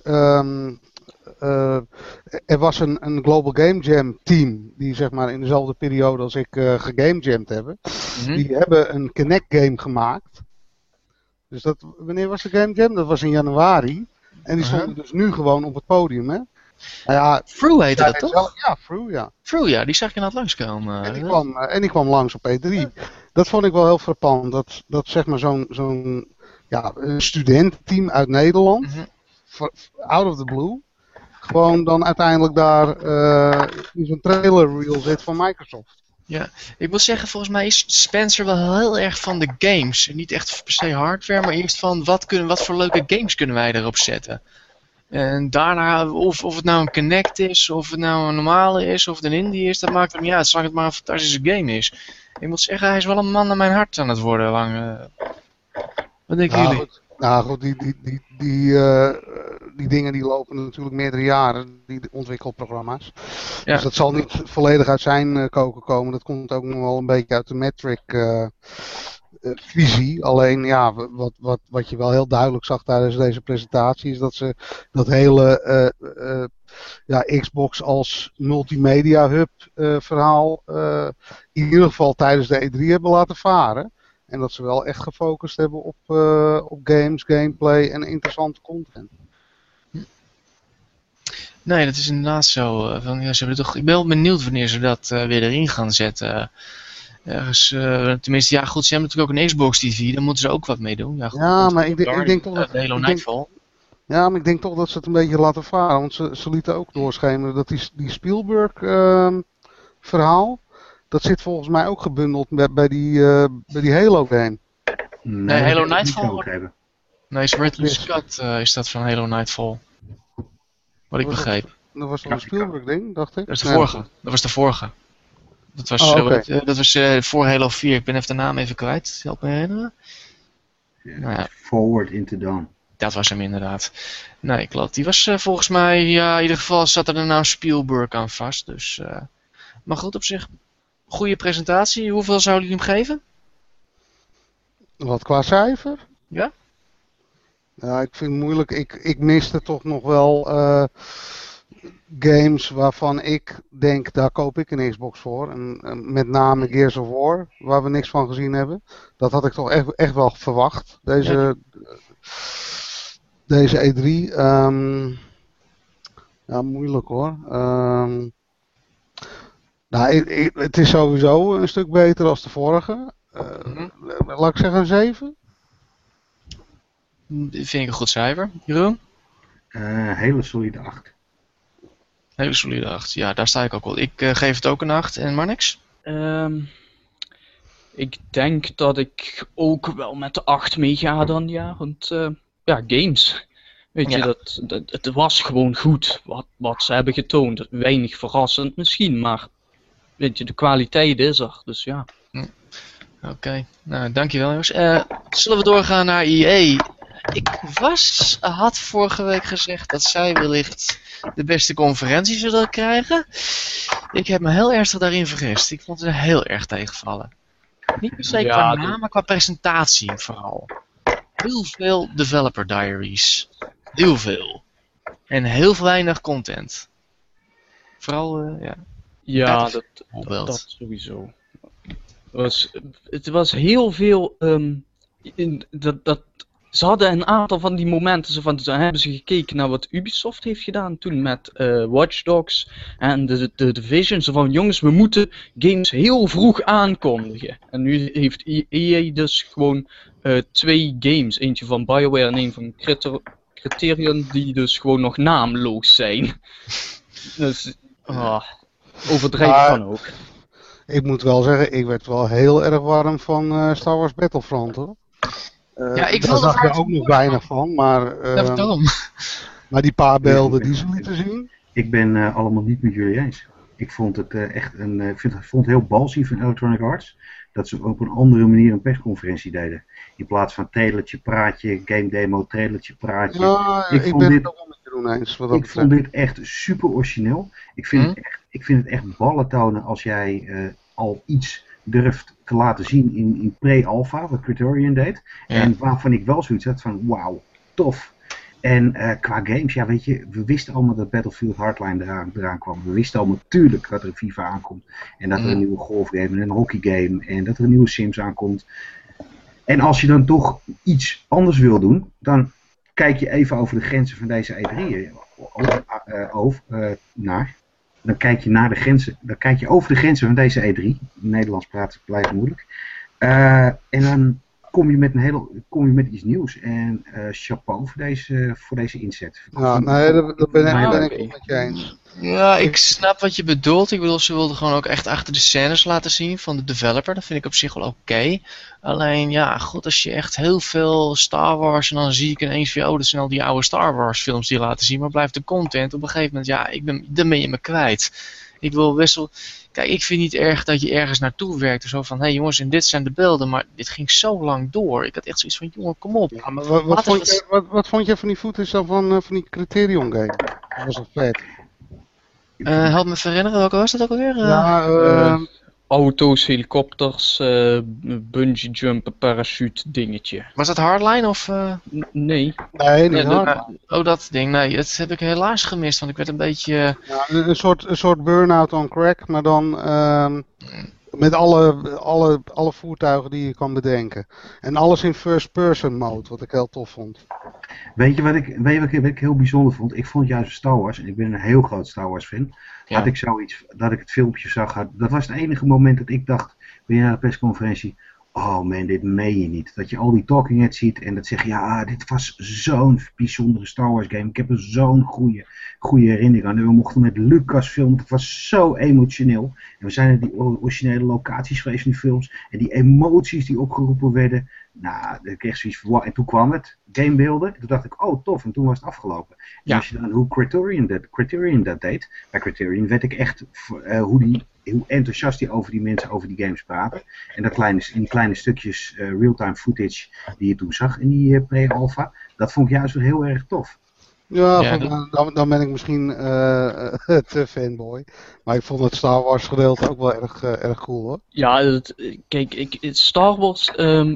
er was een Global Game Jam team die zeg maar in dezelfde periode als ik gegamejamd hebben. Mhm. Die hebben een Kinect game gemaakt. Dus wanneer was de Game Jam? Dat was in januari. En die stonden dus nu gewoon op het podium, hè? Nou ja, Fru heette dat toch? Ja, Fru, ja. Fru, ja, die zag ik inderdaad langskomen. En die kwam langs op E3. Dat vond ik wel heel frappant. Dat zeg maar zo'n studententeam uit Nederland, out of the blue, gewoon dan uiteindelijk daar in zo'n trailer reel zit van Microsoft. Ja, ik moet zeggen, volgens mij is Spencer wel heel erg van de games. Niet echt per se hardware, maar eerst van wat voor leuke games kunnen wij erop zetten. En daarna, of het nou een Kinect is, of het nou een normale is, of het een indie is, dat maakt hem niet uit, zolang het maar een fantastische game is. Ik moet zeggen, hij is wel een man naar mijn hart aan het worden. Wat denken jullie? Goed. Nou goed, die dingen die lopen natuurlijk meerdere jaren, die ontwikkelprogramma's. Ja. Dus dat zal niet volledig uit zijn koken komen. Dat komt ook nog wel een beetje uit de metric visie. Alleen ja, wat je wel heel duidelijk zag tijdens deze presentatie is dat ze dat hele Xbox als multimedia hub verhaal in ieder geval tijdens de E3 hebben laten varen. En dat ze wel echt gefocust hebben op games, gameplay en interessante content. Nee, dat is inderdaad zo. Ze hebben toch, ik ben wel benieuwd wanneer ze dat weer erin gaan zetten. Ergens, tenminste, ja goed, ze hebben natuurlijk ook een Xbox TV, daar moeten ze ook wat mee doen. Ja, goed, maar ik denk toch dat... Halo Nightfall. Ja, maar ik denk toch dat ze het een beetje laten varen. Want ze lieten ook doorschemeren dat die Spielberg verhaal, dat zit volgens mij ook gebundeld bij die Halo game. Nee, Halo Nightfall. Nee, Ridley Scott is dat van Halo Nightfall. Wat ik begreep. Dat was toch een Spielberg ding, dacht ik? Dat was de vorige. Dat was de vorige. Dat was, voor Halo 4. Ik ben even de naam even kwijt. Help me herinneren. Nou ja. Forward into Dawn. Dat was hem inderdaad. Nee, klopt. Die was volgens mij, ja, in ieder geval zat er de naam Spielberg aan vast. Dus, maar goed op zich. Goede presentatie. Hoeveel zouden jullie hem geven? Wat qua cijfer? Ja? Ja, ik vind het moeilijk. Ik miste toch nog wel games waarvan ik denk, daar koop ik een Xbox voor. En met name Gears of War, waar we niks van gezien hebben. Dat had ik toch echt wel verwacht, deze E3. Ja, moeilijk hoor. Het is sowieso een stuk beter dan de vorige. Laat ik zeggen een 7? Dat vind ik een goed cijfer. Jeroen? Hele solide 8. Hele solide 8. Ja, daar sta ik ook wel. Ik geef het ook een 8. En Marnix? Ik denk dat ik ook wel met de 8 meega dan, ja. Want games. Weet je, het was gewoon goed wat ze hebben getoond. Weinig verrassend misschien, maar weet je, de kwaliteit is er. Dus ja. Oké, nou dankjewel jongens. Zullen we doorgaan naar EA? Ik had vorige week gezegd dat zij wellicht de beste conferentie zullen krijgen. Ik heb me heel ernstig daarin vergist. Ik vond het heel erg tegenvallen. Niet per se qua naam, maar qua presentatie vooral. Heel veel developer diaries. Heel veel. En heel weinig content. Vooral, Ja, dat sowieso. Het was heel veel. Ze hadden een aantal van die momenten. Dan hebben ze gekeken naar wat Ubisoft heeft gedaan toen met Watch Dogs en de Division. Zo van jongens, we moeten games heel vroeg aankondigen. En nu heeft EA dus gewoon 2 games. Eentje van BioWare en een van Criterion die dus gewoon nog naamloos zijn. Dus overdrijven kan ook. Ik moet wel zeggen, ik werd wel heel erg warm van Star Wars Battlefront hoor. Ja, ik daar zag je ook nog weinig van, maar die paar beelden die ze lieten zien. Ik ben allemaal niet met jullie eens. Ik vond het echt vond het heel ballsy van Electronic Arts dat ze op een andere manier een persconferentie deden. In plaats van trailertje, praatje, game demo, trailertje, praatje. Ja, ik ben het ook wel met Jeroen eens. Ik vond dit echt super origineel. Ik vind het echt ballen tonen als jij al iets durft te laten zien in pre-alpha, wat Criterion deed. Ja. En waarvan ik wel zoiets had van, wauw, tof. En qua games, ja weet je, we wisten allemaal dat Battlefield Hardline eraan kwam. We wisten allemaal natuurlijk dat er een FIFA aankomt. En dat er een nieuwe golfgame en een hockeygame en dat er een nieuwe Sims aankomt. En als je dan toch iets anders wil doen, dan kijk je even over de grenzen van deze E3 naar. Dan kijk je naar de grenzen, dan kijk je over de grenzen van deze E3. Nederlands praten blijft moeilijk. En dan kom je met iets nieuws. En chapeau voor deze inzet. Ja, nee, dat ben ik het met je eens. Ja, ik snap wat je bedoelt. Ik bedoel, ze wilden gewoon ook echt achter de scènes laten zien van de developer. Dat vind ik op zich wel oké. Alleen, ja, goed, als je echt heel veel Star Wars en dan zie ik ineens weer, oh, dat zijn al die oude Star Wars films die laten zien. Maar blijft de content op een gegeven moment, ja, dan ben je me kwijt. Ik wil wissel. Kijk, ik vind niet erg dat je ergens naartoe werkt. Zo van, hé jongens, en dit zijn de beelden. Maar dit ging zo lang door. Ik had echt zoiets van, jongen, kom op. Ja, maar wat vond je van die footage dan van die Criterion game? Dat was wel vet. Help me even herinneren, welke was dat ook alweer? Auto's, helikopters, bungee jumpen, parachute dingetje. Was dat Hardline of... Nee. Nee, niet hard. Dat ding. Nee, dat heb ik helaas gemist, want ik werd een beetje... Ja, een soort burn-out on crack, maar dan met alle voertuigen die je kan bedenken. En alles in first-person mode, wat ik heel tof vond. Weet je wat ik heel bijzonder vond? Ik vond juist Star Wars, en ik ben een heel groot Star Wars fan, Ja. dat ik het filmpje zag, dat was het enige moment dat ik dacht, ben je naar de persconferentie, oh man, dit meen je niet. Dat je al die talking heads ziet en dat zeg ja, dit was zo'n bijzondere Star Wars game. Ik heb er zo'n goede herinnering aan. En we mochten met Lucas filmen. Het was zo emotioneel. En we zijn naar die originele locaties geweest in die films. En die emoties die opgeroepen werden. Nou, ik kreeg zoiets van, wow. En toen kwam het, gamebeelden. Toen dacht ik, oh tof. En toen was het afgelopen. En Ja. als je dan hoe Criterion dat deed. Bij Criterion werd ik echt hoe enthousiast die over die mensen over die games praten. En dat in kleine stukjes real-time footage die je toen zag in die pre-alpha. Dat vond ik juist weer heel erg tof. Ja, Ja, dan ben ik misschien te fanboy. Maar ik vond het Star Wars gedeelte ook wel erg cool hoor. Ja, kijk, Star Wars,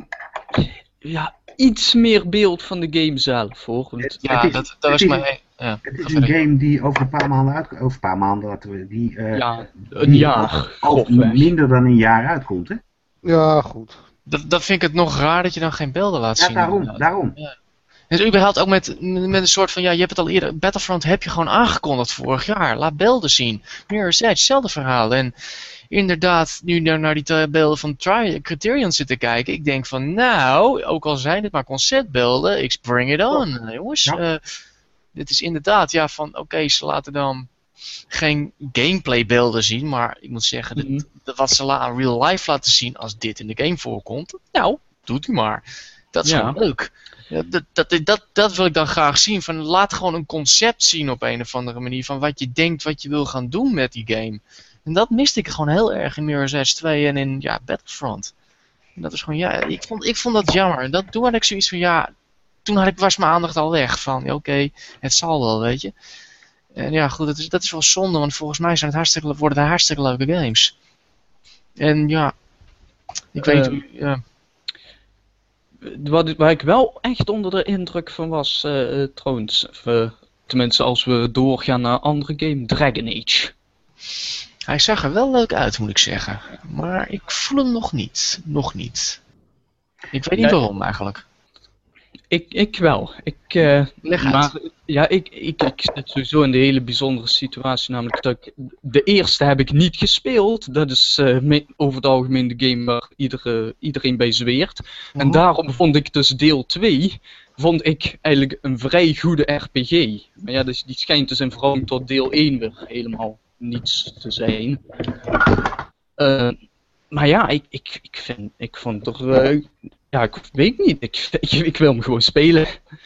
ja, iets meer beeld van de game zelf hoor. Want, Ja, Het is- dat het was is- mijn... Ja, Het is een game die over een paar maanden uitkomt. Over een paar maanden laten we die. ja, een die jaar, Al grofweg. minder dan een jaar uitkomt, hè? Ja, goed. dat vind ik het nog raar dat je dan geen beelden laat Ja, zien. daarom. Dus überhaupt ook met een soort van, ja, je hebt het al eerder, Battlefront heb je gewoon aangekondigd vorig jaar. Laat beelden zien. Mirror's Edge, hetzelfde verhaal. En inderdaad, nu naar die beelden van Criterion zitten kijken, ik denk van, nou, ook al zijn dit maar conceptbeelden, bring it on, jongens. Ja. Dit is inderdaad, ja, van, oké, ze laten dan geen gameplaybeelden zien, maar ik moet zeggen, wat ze aan real life laten zien als dit in de game voorkomt, nou, doet u maar. Dat is Ja. gewoon leuk. Ja, dat wil ik dan graag zien. Van, laat gewoon een concept zien op een of andere manier. Van wat je denkt, wat je wil gaan doen met die game. En dat miste ik gewoon heel erg in Mirror's Edge 2 en in Battlefront. En dat is gewoon, ja, ik vond dat jammer. En toen had ik zoiets van, ja, was mijn aandacht al weg. Van, ja, oké, het zal wel, weet je. En ja, goed, dat is wel zonde. Want volgens mij worden het hartstikke leuke games. En ja, ik weet niet, ja. Waar ik wel echt onder de indruk van was, trouwens, tenminste als we doorgaan naar een andere game, Dragon Age. Hij zag er wel leuk uit, moet ik zeggen. Maar ik voel hem nog niet. Nog niet. Ik weet niet Nee. waarom eigenlijk. Ik wel. Leg uit. Maar ja, ik zit sowieso in de hele bijzondere situatie, namelijk dat de eerste heb ik niet gespeeld. Dat is over het algemeen de game waar iedereen bij zweert. En daarom vond ik dus deel 2, vond ik eigenlijk een vrij goede RPG. Maar ja, dus die schijnt dus in verhouding tot deel 1 weer helemaal niets te zijn. Maar ja, ik vond toch... ja, ik weet niet. Ik wil hem gewoon spelen.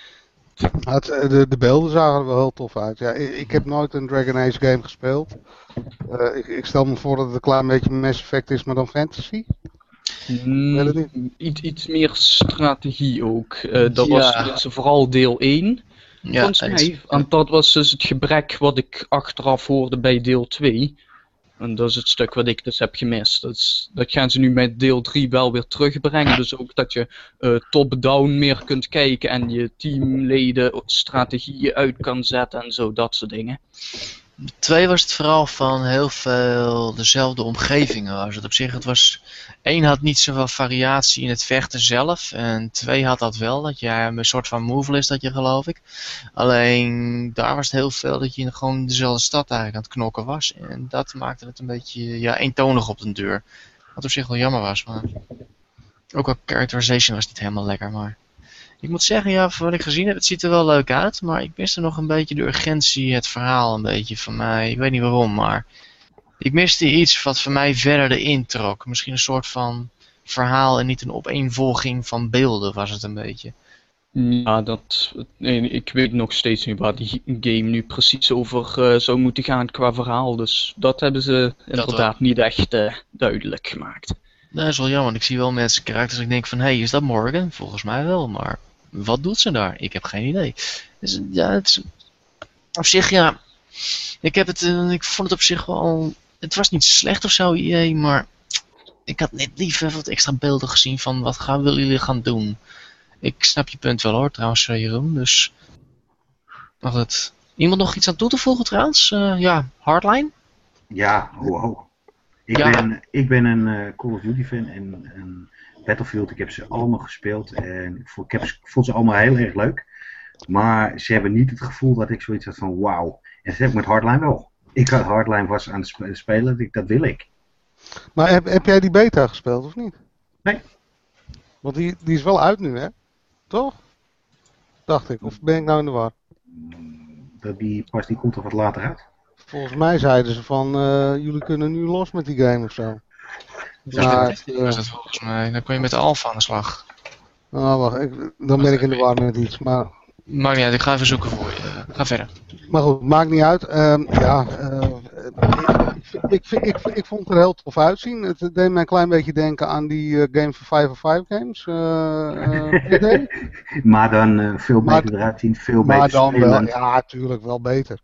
De beelden zagen er wel heel tof uit. Ja, ik heb nooit een Dragon Age game gespeeld. Ik stel me voor dat het een klein beetje Mass Effect is, maar dan fantasy. Weet het Iets meer strategie ook. Dat was dus vooral deel 1. Ja, Volgens mij. En dat was dus het gebrek wat ik achteraf hoorde bij deel 2. En dat is het stuk wat ik dus heb gemist. Dat gaan ze nu met deel 3 wel weer terugbrengen. Dus ook dat je top-down meer kunt kijken en je teamleden strategieën uit kan zetten en zo, dat soort dingen. 2 was het vooral van heel veel dezelfde omgevingen. Was het op zich, het was 1 had niet zoveel variatie in het vechten zelf. En 2 had dat wel, dat je een soort van movelist had je, geloof ik. Alleen daar was het heel veel dat je gewoon in dezelfde stad eigenlijk aan het knokken was. En dat maakte het een beetje eentonig op den deur. Wat op zich wel jammer was, maar ook al characterization was niet helemaal lekker, maar ik moet zeggen, ja, van wat ik gezien heb, het ziet er wel leuk uit, maar ik miste nog een beetje de urgentie, het verhaal een beetje van mij. Ik weet niet waarom, maar ik miste iets wat voor mij verder erin trok. Misschien een soort van verhaal en niet een opeenvolging van beelden was het een beetje. Ja, ik weet nog steeds niet waar die game nu precies over zou moeten gaan qua verhaal. Dus dat hebben ze inderdaad niet echt duidelijk gemaakt. Dat is wel jammer, want ik zie wel mensen karakters en ik denk van, hé, is dat Morgan? Volgens mij wel, maar wat doet ze daar? Ik heb geen idee. Dus ja, het is, op zich, ja, ik vond het op zich wel, het was niet slecht of zo, EA, maar ik had net liever wat extra beelden gezien van, wat willen jullie gaan doen? Ik snap je punt wel hoor, trouwens, Jeroen, dus, maar goed. Iemand nog iets aan toe te voegen trouwens? Ja, Hardline? Ja, ho. Ik ben een Call of Duty fan en Battlefield, ik heb ze allemaal gespeeld en ik vond ze allemaal heel erg leuk. Maar ze hebben niet het gevoel dat ik zoiets had van wauw. En dat heb ik met Hardline wel. Ik had Hardline was aan het spelen, dat wil ik. Maar heb jij die beta gespeeld of niet? Nee. Want die is wel uit nu, hè? Toch? Dacht ik. Of ben ik nou in de war? Die komt er wat later uit. Volgens mij zeiden ze van, jullie kunnen nu los met die game of zo. Was het volgens mij. Dan kon je met de Alpha aan de slag. Nou, wacht, dan ben ik in de war met iets. Maar maakt niet uit, ik ga even zoeken voor je. Ga verder. Maar goed, maakt niet uit. Ik vond het er heel tof uitzien. Het deed me een klein beetje denken aan die Game for 5 of 5 games. Maar dan veel beter eruit zien, veel beter dan spelen. wel, ja, natuurlijk wel beter.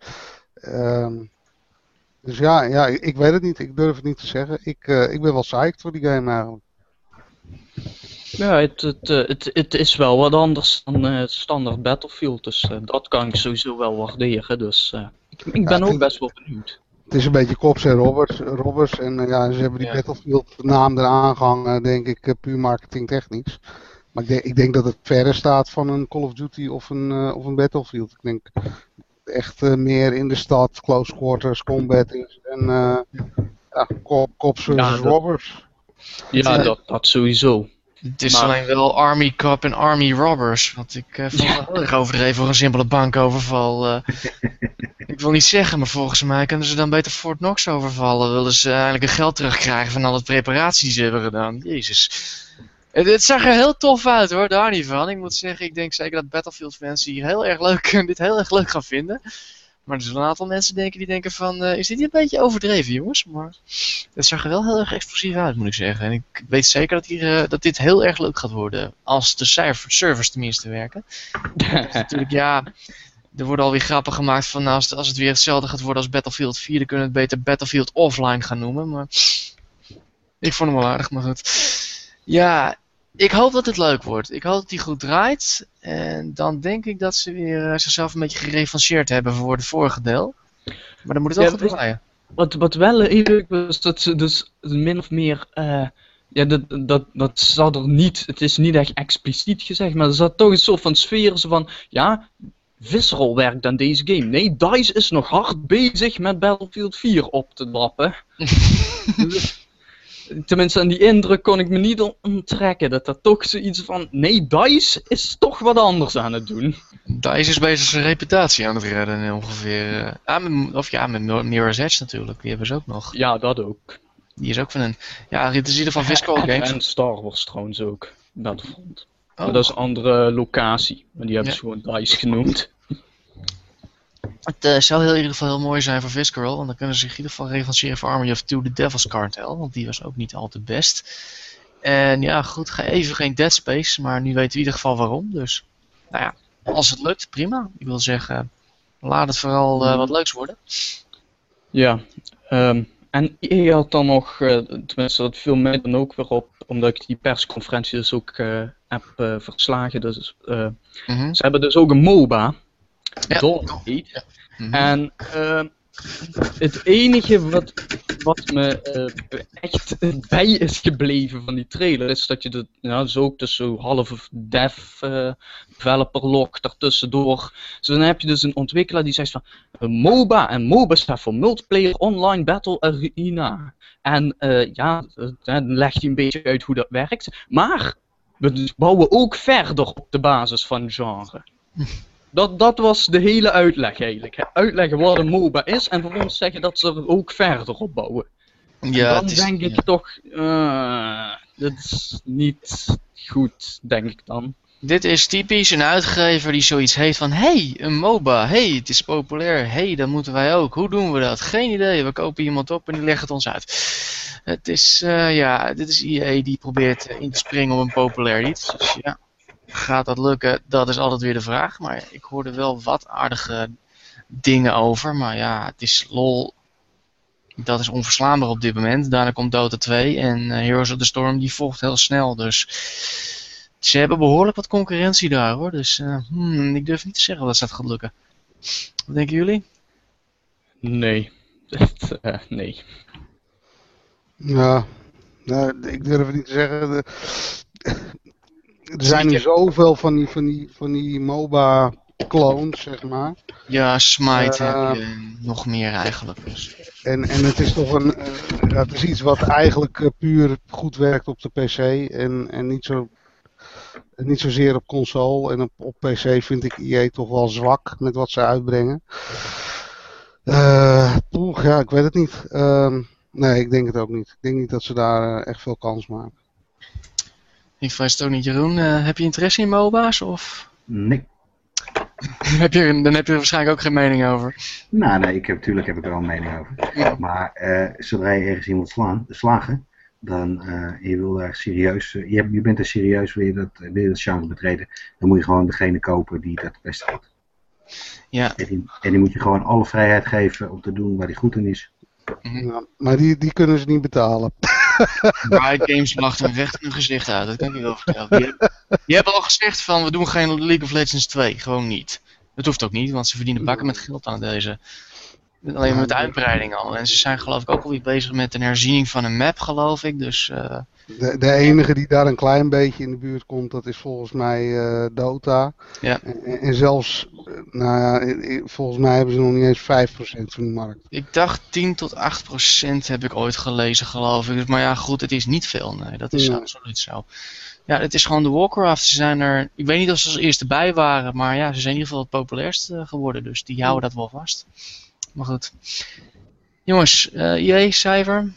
Dus ja, ik weet het niet. Ik durf het niet te zeggen. Ik ben wel psyched voor die game eigenlijk. Ja, het is wel wat anders dan standaard Battlefield, dus dat kan ik sowieso wel waarderen. Dus ik ben ook best wel benieuwd. Het is een beetje Cops en Robbers en ze hebben die Battlefield naam eraan gehangen, denk ik, puur marketingtechnisch. Maar ik denk dat het verder staat van een Call of Duty of een Battlefield. Ik denk echt meer in de stad, close quarters, combat is en Cops versus Robbers. Ja, dat sowieso. Het is alleen wel Army Cop en Army Robbers. Want ik vond het heel erg overdreven voor een simpele bankoverval. Ik wil niet zeggen, maar volgens mij kunnen ze dan beter Fort Knox overvallen. Willen ze eigenlijk hun geld terugkrijgen van al het preparatie die ze hebben gedaan. Jezus. Het zag er heel tof uit hoor, daar niet van. Ik moet zeggen, ik denk zeker dat Battlefield fans hier dit heel erg leuk gaan vinden. Maar er zullen een aantal mensen die denken van, is dit niet een beetje overdreven jongens? Maar het zag er wel heel erg explosief uit moet ik zeggen. En ik weet zeker dat dit heel erg leuk gaat worden. Als de servers tenminste werken. Dus natuurlijk er worden alweer grappen gemaakt van als het weer hetzelfde gaat worden als Battlefield 4. Dan kunnen we het beter Battlefield Offline gaan noemen. Maar ik vond hem wel aardig, maar goed. Ja, ik hoop dat het leuk wordt. Ik hoop dat hij goed draait. En dan denk ik dat ze weer zichzelf een beetje gerevancheerd hebben voor het vorige deel. Maar dan moet het wel goed draaien. Wat wel even was, dat ze dus min of meer... dat zat er niet... Het is niet echt expliciet gezegd, maar er zat toch een soort van sfeer zo van... Ja, Visceral werkt aan deze game. Nee, DICE is nog hard bezig met Battlefield 4 op te lappen. Tenminste, aan die indruk kon ik me niet onttrekken. Dat er toch zoiets van... Nee, DICE is toch wat anders aan het doen. DICE is bezig zijn reputatie aan het redden ongeveer. Met Mirror's Edge natuurlijk. Die hebben ze ook nog. Ja, dat ook. Die is ook van een... Ja, het is in ieder geval Visceral Games. En Star Wars trouwens ook. Battlefront. Oh. Maar dat is een andere locatie. Maar die hebben ze gewoon DICE genoemd. Het zou in ieder geval heel mooi zijn voor Visceral, want dan kunnen ze zich in ieder geval revancheren voor Army of Two, The Devil's Cartel, want die was ook niet al te best. En ja, goed, even geen Dead Space, maar nu weten we in ieder geval waarom. Dus, nou ja, als het lukt, prima. Ik wil zeggen, laat het vooral wat leuks worden. Ja, En EA had dan nog, tenminste dat viel mij dan ook weer op, omdat ik die persconferentie dus ook heb verslagen. Dus, Mhm. ze hebben dus ook een MOBA, Ja. Dawn heet. Ja. Mhm. En het enige wat me echt bij is gebleven van die trailer is dat je dus ook dus zo half developer lock ertussendoor. Dus dan heb je dus een ontwikkelaar die zegt van MOBA en MOBA staat voor Multiplayer Online Battle Arena. En dan legt hij een beetje uit hoe dat werkt. Maar we bouwen ook verder op de basis van het genre. Dat was de hele uitleg eigenlijk. Uitleggen wat een MOBA is en vervolgens zeggen dat ze er ook verder op bouwen. Ja, Dan het is, denk ik toch, dat is niet goed, denk ik dan. Dit is typisch een uitgever die zoiets heeft van hey, een MOBA, hey, het is populair, hey, dat moeten wij ook. Hoe doen we dat? Geen idee, we kopen iemand op en die legt het ons uit. Het is, dit is EA die probeert in te springen op een populair iets. Dus ja, gaat dat lukken? Dat is altijd weer de vraag. Maar ik hoorde wel wat aardige dingen over. Maar ja, het is LOL. Dat is onverslaanbaar op dit moment. Daarna komt Dota 2 en Heroes of the Storm die volgt heel snel. Dus ze hebben behoorlijk wat concurrentie daar hoor. Dus ik durf niet te zeggen dat dat gaat lukken. Wat denken jullie? Nee. Nee. Ja, ik durf het niet te zeggen. Er zijn nu zoveel van die MOBA-clones, zeg maar. Ja, Smite heb je nog meer eigenlijk. Dus. En het is toch het is iets wat eigenlijk puur goed werkt op de PC en niet zozeer op console. En op PC vind ik EA toch wel zwak met wat ze uitbrengen. Ja, ik weet het niet. Nee, ik denk het ook niet. Ik denk niet dat ze daar echt veel kans maken. Ik vrees het ook niet, Jeroen. Heb je interesse in MOBA's? Of Nee. dan heb je er waarschijnlijk ook geen mening over. Nou, nee, natuurlijk heb ik er wel een mening over. Ja. Maar zodra je ergens in wilt slagen, dan je wil daar serieus, je bent er serieus, wil je dat genre betreden, dan moet je gewoon degene kopen die dat het beste doet. Ja. En die moet je gewoon alle vrijheid geven om te doen waar die goed in is. Ja, maar die kunnen ze niet betalen. Riot Games lacht hem recht in hun gezicht uit, dat kan ik je wel vertellen. Die hebben al gezegd van we doen geen League of Legends 2, gewoon niet. Dat hoeft ook niet, want ze verdienen bakken met geld aan deze. Alleen met de uitbreiding al. En ze zijn geloof ik ook alweer bezig met een herziening van een map, geloof ik. Dus, de enige die daar een klein beetje in de buurt komt, dat is volgens mij Dota. Ja. En zelfs, volgens mij hebben ze nog niet eens 5% van de markt. Ik dacht 10 tot 8% heb ik ooit gelezen, geloof ik. Dus, maar ja, goed, het is niet veel. Nee, dat is absoluut zo. Ja, het is gewoon de Warcraft. Ze zijn er, ik weet niet of ze als eerste bij waren, maar ja, ze zijn in ieder geval het populairst geworden. Dus die houden dat wel vast. Maar goed. Jongens, EA, cijfer?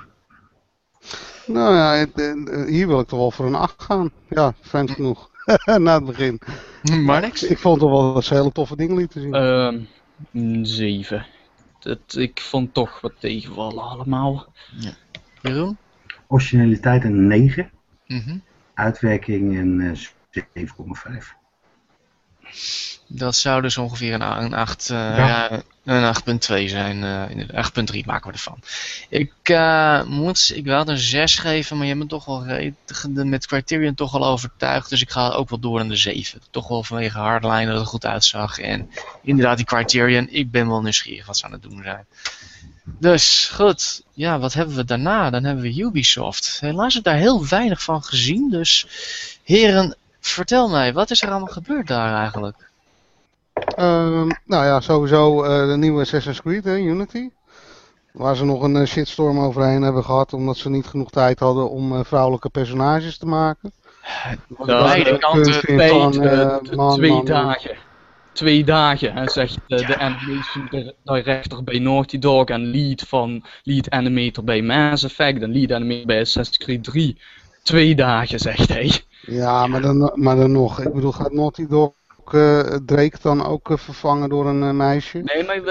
Nou ja, hier wil ik toch wel voor een 8 gaan. Ja, vreemd genoeg. Na het begin. Maar niks. Ik vond toch wel dat ze hele toffe dingen lieten zien. 7. Ik vond toch wat tegenvallen allemaal. Ja. Jeroen? Originaliteit een 9. Mhm. Uitwerking een 7,5. Dat zou dus ongeveer een 8, Ja. een 8,2 zijn. 8,3 maken we ervan. Ik wil een 6 geven, maar je hebt me toch wel met Criterion toch wel overtuigd. Dus ik ga ook wel door aan de 7. Toch wel vanwege Hardline dat het goed uitzag. En inderdaad die Criterion, ik ben wel nieuwsgierig wat ze aan het doen zijn. Dus goed, ja, wat hebben we daarna? Dan hebben we Ubisoft. Helaas heb ik daar heel weinig van gezien. Dus heren, vertel mij, wat is er allemaal gebeurd daar eigenlijk? Nou ja, sowieso de nieuwe Assassin's Creed, Unity. Waar ze nog een shitstorm overheen hebben gehad omdat ze niet genoeg tijd hadden om vrouwelijke personages te maken. Beide kanten. 2 dagen. 2 dagen, hè, zegt de animation director bij Naughty Dog en lead animator bij Mass Effect en lead animator bij Assassin's Creed 3. 2 dagen, zegt hij. Ja, maar dan nog. Ik bedoel, gaat Naughty Dog Drake dan ook vervangen door een meisje? Nee, maar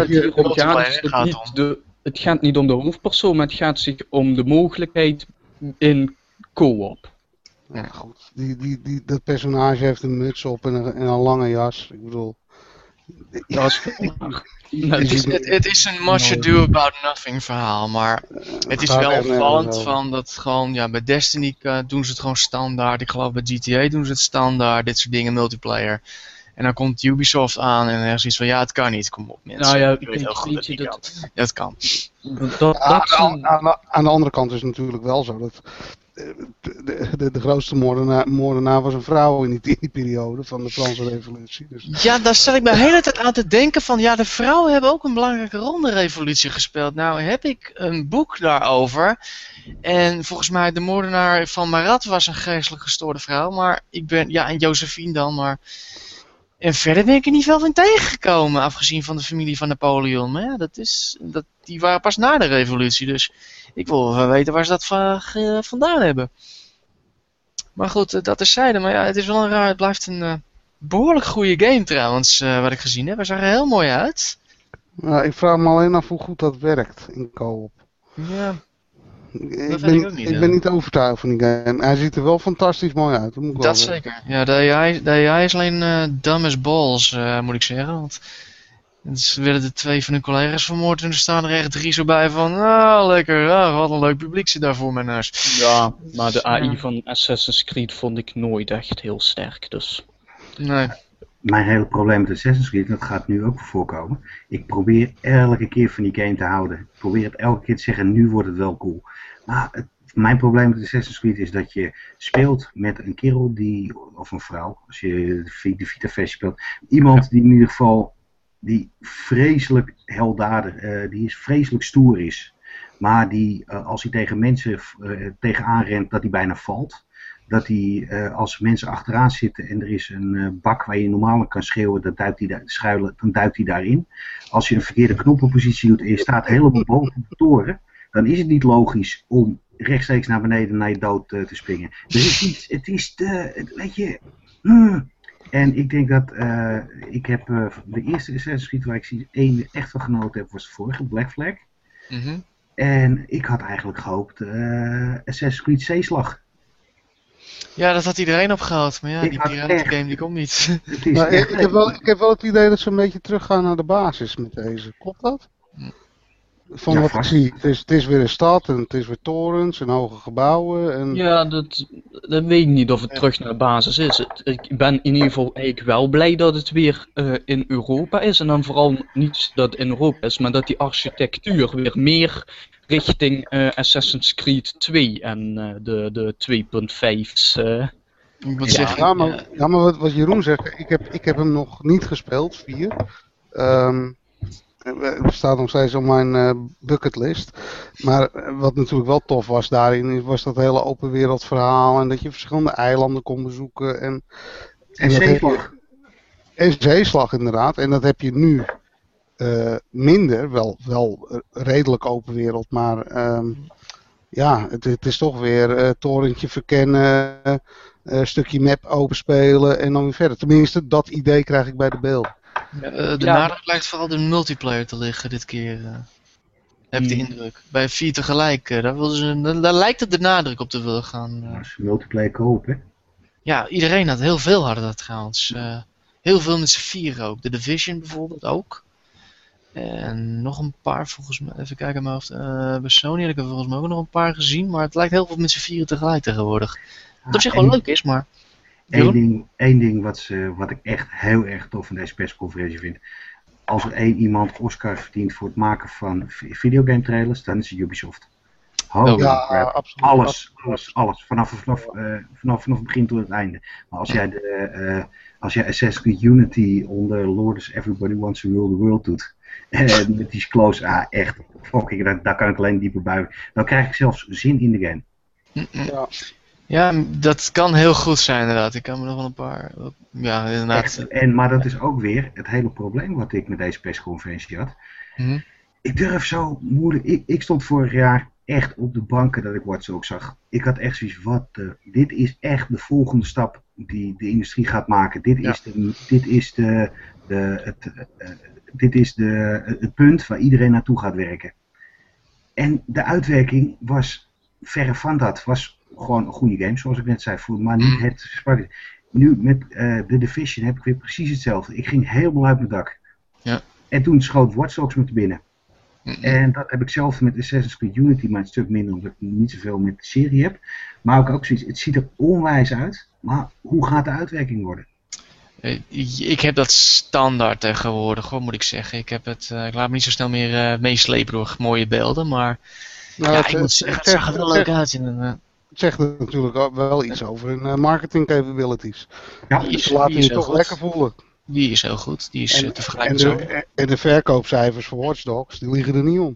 het gaat niet om de hoofdpersoon, maar het gaat zich om de mogelijkheid in co-op. Ja, goed. Dat personage heeft een muts op en een lange jas. Ik bedoel, Dat is veel Het is een much ado about nothing verhaal, maar het is Gaat wel echt nergens opvallend over. van dat gewoon, ja, bij Destiny doen ze het gewoon standaard. Ik geloof bij GTA doen ze het standaard, dit soort dingen, multiplayer. En dan komt Ubisoft aan en er is iets van, ja, het kan niet, kom op mensen. Nou ja, ik weet heel goed dat het niet kan. Ja, het kan. Aan de andere kant is het natuurlijk wel zo dat de grootste moordenaar was een vrouw in die periode van de Franse Revolutie. Dus. Ja, daar zat ik me de hele tijd aan te denken van, ja, de vrouwen hebben ook een belangrijke rol in de revolutie gespeeld. Nou heb ik een boek daarover. En volgens mij de moordenaar van Marat was een geestelijk gestoorde vrouw. Maar ik ben, ja, en Josephine dan, maar... En verder ben ik er niet veel van tegengekomen, afgezien van de familie van Napoleon. Maar ja, die waren pas na de revolutie, dus ik wil wel weten waar ze dat vandaan hebben. Maar goed, dat terzijde. Maar ja, het is wel het blijft een behoorlijk goede game trouwens, wat ik gezien heb. Hij zag er heel mooi uit. Ik vraag me alleen af hoe goed dat werkt in co-op. Ja, Ik weet ik ook niet, ben niet overtuigd van die game. Hij ziet er wel fantastisch mooi uit. Dat moet ik wel dat zeggen. zeker. Ja, de AI is alleen dumb as balls, moet ik zeggen. Want ze werden de 2 van hun collega's vermoord en er staan er echt 3 zo bij van, lekker, wat een leuk publiek zit daar voor mijn neus. Ja, maar de AI van Assassin's Creed vond ik nooit echt heel sterk, dus... Nee. Mijn hele probleem met Assassin's Creed, en dat gaat nu ook voorkomen. Ik probeer elke keer van die game te houden. Ik probeer het elke keer te zeggen, nu wordt het wel cool. Maar mijn probleem met Assassin's Creed is dat je speelt met een kerel of een vrouw, als je de Vita-versie speelt. Iemand die in ieder geval, die vreselijk heldadig, die is vreselijk stoer is. Maar die, als hij tegen mensen tegenaan rent, dat hij bijna valt. Dat hij, als mensen achteraan zitten en er is een bak waar je normaal kan schreeuwen, dan duikt hij daarin. Als je een verkeerde knoppenpositie doet en je staat helemaal boven op de toren, dan is het niet logisch om rechtstreeks naar beneden naar je dood te springen. Dus het is weet je... En ik denk dat, ik heb de eerste Assassin's Creed waar ik echt van genoten heb, was de vorige, Black Flag. Mm-hmm. En ik had eigenlijk gehoopt, Assassin's Creed Zeeslag. Ja, dat had iedereen opgehaald, maar ja, Ik die had piratengame echt- die komt niet. Het is Maar echt- ik heb wel het idee dat ze een beetje teruggaan naar de basis met deze. Klopt dat? Van Ja, wat ik vast. zie. Het is weer een stad en het is weer torens en hoge gebouwen. En... Ja, dat weet ik niet of het terug naar de basis is. Ik ben in ieder geval eigenlijk wel blij dat het weer in Europa is. En dan vooral niet dat het in Europa is, maar dat die architectuur weer meer richting Assassin's Creed 2 en de 2.5's. Ik moet Ja, zeggen, Ja, maar wat Jeroen zegt, ik heb hem nog niet gespeeld, 4. Het staat nog steeds op mijn bucketlist. Maar wat natuurlijk wel tof was daarin, was dat hele open wereld verhaal. En dat je verschillende eilanden kon bezoeken. En dat heb Zeeslag. En zeeslag inderdaad. En dat heb je nu minder. Wel redelijk open wereld. Maar ja, het is toch weer torentje verkennen. Stukje map openspelen en dan weer verder. Tenminste, dat idee krijg ik bij de beelden. de nadruk lijkt vooral de multiplayer te liggen dit keer. Heb ik de indruk. Bij 4 tegelijk, daar lijkt het de nadruk op te willen gaan. Dat is multiplayer co-op, hè? Ja, iedereen had heel veel hadden dat trouwens. Heel veel met z'n 4 ook. De Division bijvoorbeeld ook. En nog een paar volgens mij. Even kijken in mijn hoofd. Bij Sony heb ik er volgens mij ook nog een paar gezien. Maar het lijkt heel veel met z'n 4 tegelijk tegenwoordig. Wat op zich wel leuk is, maar... Eén ding wat ik echt heel erg tof van deze persconferentie vind. Als er één iemand Oscar verdient voor het maken van videogame trailers, dan is het Ubisoft. Holy Ja, crap. absoluut. Alles. Vanaf het begin tot het einde. Maar als jij Assassin's Creed Unity onder Lord's Everybody Wants to Rule the World doet. En met die close, echt, fucking, daar kan ik alleen dieper buigen. Dan krijg ik zelfs zin in de game. Ja. Ja, dat kan heel goed zijn inderdaad. Ik kan me nog wel een paar... Ja, inderdaad. Maar dat is ook weer het hele probleem wat ik met deze persconferentie had. Mhm. Ik durf zo moeilijk... Ik stond vorig jaar echt op de banken dat ik Watch Dogs zag. Ik had echt zoiets, dit is echt de volgende stap die de industrie gaat maken. Dit is het punt waar iedereen naartoe gaat werken. En de uitwerking was verre van dat. Was gewoon een goede game, zoals ik net zei. Maar niet het... nu met The Division heb ik weer precies hetzelfde. Ik ging helemaal uit mijn dak. Ja. En toen schoot Watch Dogs me te binnen. En dat heb ik zelf met Assassin's Creed Unity, maar een stuk minder omdat ik niet zoveel met de serie heb. Maar ook zoiets, het ziet er onwijs uit, maar hoe gaat de uitwerking worden? Ik heb dat standaard tegenwoordig, hoor, moet ik zeggen. Ik laat me niet zo snel meer meeslepen door mooie beelden, maar Nou, ja, ik moet zeggen, het zag er wel leuk uit. Het zegt natuurlijk ook wel iets over hun marketing capabilities. Ja, Ze laten je toch goed. lekker voelen. Die is heel goed, die is te vergelijken En zo. de verkoopcijfers voor Watch Dogs, die liggen er niet om.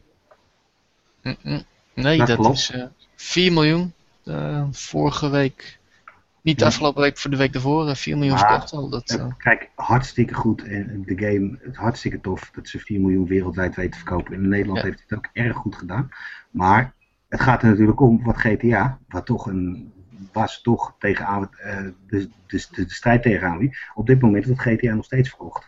Nee, Dat dat klopt. is 4 miljoen vorige week. Niet de afgelopen week, voor de week daarvoor. 4 miljoen Maar, verkocht al. Kijk, hartstikke goed en de game, het hartstikke tof dat ze 4 miljoen wereldwijd weten te verkopen. In Nederland heeft het ook erg goed gedaan. Maar het gaat er natuurlijk om wat GTA, waar ze toch tegenaan, de strijd tegenaan wie. Op dit moment wordt GTA nog steeds verkocht.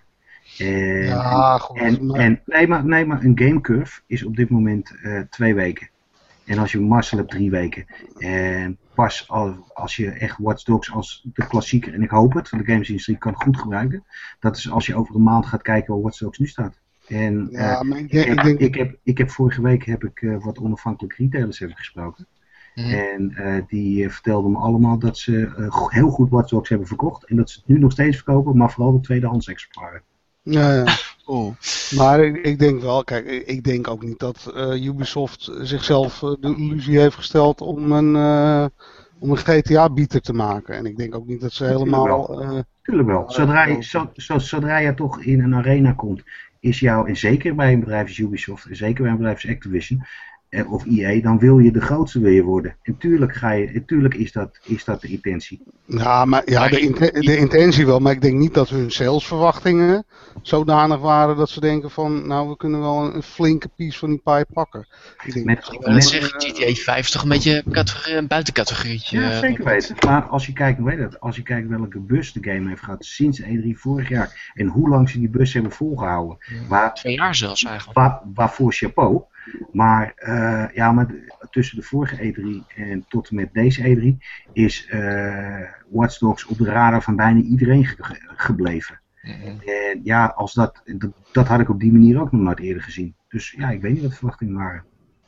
Ja, goed. Nee, maar een game curve is op dit moment 2 weken. En als je Marcel hebt 3 weken. En pas als je echt Watch Dogs als de klassieker, en ik hoop het, van de gamesindustrie kan goed gebruiken. Dat is als je over een maand gaat kijken waar Watch Dogs nu staat. En Ja, maar ik heb vorige week wat onafhankelijke retailers gesproken. En die vertelden me allemaal dat ze heel goed Watch Dogs hebben verkocht. En dat ze het nu nog steeds verkopen, maar vooral de tweedehands exemplaren. Ja. Oeh. Maar ik denk wel, kijk, ik denk ook niet dat Ubisoft zichzelf de illusie heeft gesteld om een GTA-bieter te maken. En ik denk ook niet dat ze helemaal... Tuurlijk wel. Zodra je toch in een arena komt, is jou, en zeker bij een bedrijf als Ubisoft, en zeker bij een bedrijf als Activision, of EA, dan wil je de grootste worden. En tuurlijk is dat de intentie. Ja, maar ja, de intentie wel, maar ik denk niet dat hun salesverwachtingen zodanig waren dat ze denken van, nou, we kunnen wel een flinke piece van die pie pakken. Ik denk GTA 5 toch een beetje een buitencategorietje. Ja, zeker weten. Maar als je kijkt welke bus de game heeft gehad sinds E3 vorig jaar en hoe lang ze die bus hebben volgehouden. 2 jaar zelfs eigenlijk. Waarvoor chapeau. Maar, maar tussen de vorige E3 en tot en met deze E3 is Watch Dogs op de radar van bijna iedereen gebleven. En ja, als dat had ik op die manier ook nog nooit eerder gezien. Dus ja, ik weet niet wat de verwachtingen waren.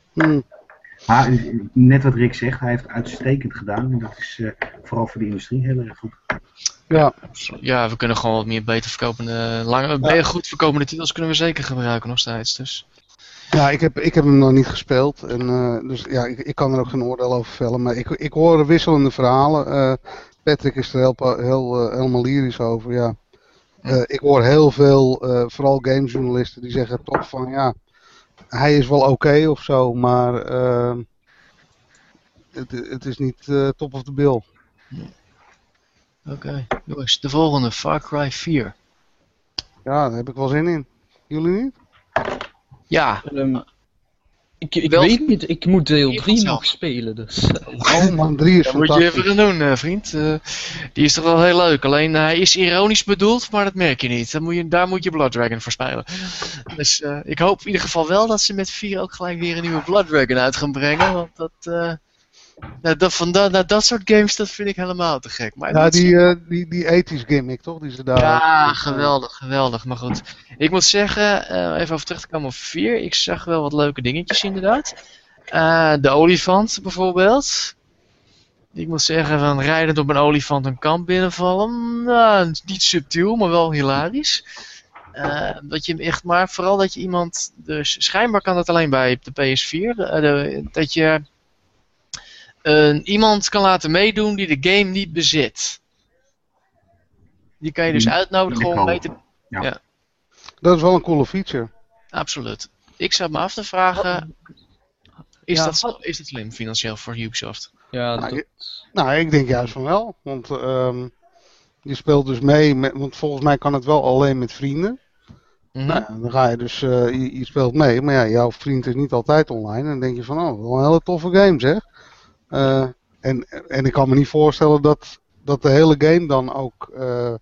Maar net wat Rick zegt, hij heeft het uitstekend gedaan. En dat is vooral voor de industrie heel erg goed. Ja, we kunnen gewoon wat meer beter goed verkopende titels kunnen we zeker gebruiken nog steeds. Dus. Ja, ik heb hem nog niet gespeeld. En, dus ja, ik kan er ook geen oordeel over vellen. Maar ik hoor wisselende verhalen. Patrick is er helemaal lyrisch over. Ja. Ik hoor heel veel, vooral gamejournalisten, die zeggen toch van ja, hij is wel oké of zo, maar het is niet top of the bill. Oké, jongens, de volgende, Far Cry 4. Ja, daar heb ik wel zin in. Jullie niet? Ja. Ik weet niet, ik moet deel 3 nog spelen, dus... Oh man, 3 is dat fantastisch. moet je even gaan doen, vriend. Die is toch wel heel leuk. Alleen hij is ironisch bedoeld, maar dat merk je niet. Daar moet je Blood Dragon voor spelen. Dus ik hoop in ieder geval wel dat ze met 4 ook gelijk weer een nieuwe Blood Dragon uit gaan brengen. Want dat soort games, dat vind ik helemaal te gek. Maar ja, die ethisch gimmick toch? Die ze daar ja, geweldig. Maar goed, ik moet zeggen, even over terug te komen op 4. Ik zag wel wat leuke dingetjes inderdaad. De olifant bijvoorbeeld. Ik moet zeggen, van rijdend op een olifant een kamp binnenvallen. Nou, niet subtiel, maar wel hilarisch. Dat je echt, maar vooral dat je iemand, dus schijnbaar kan dat alleen bij de PS4, dat je iemand kan laten meedoen die de game niet bezit. Die kan je dus uitnodigen om mee te... Ja. Dat is wel een coole feature. Absoluut. Ik zat me af te vragen, is dat slim financieel voor Ubisoft? Ja, nou, ik denk juist van wel. Want je speelt dus mee, want volgens mij kan het wel alleen met vrienden. Nou, dan ga je dus, je speelt mee, maar ja, jouw vriend is niet altijd online. En dan denk je van, oh, wel een hele toffe game zeg. En ik kan me niet voorstellen dat de hele game dan ook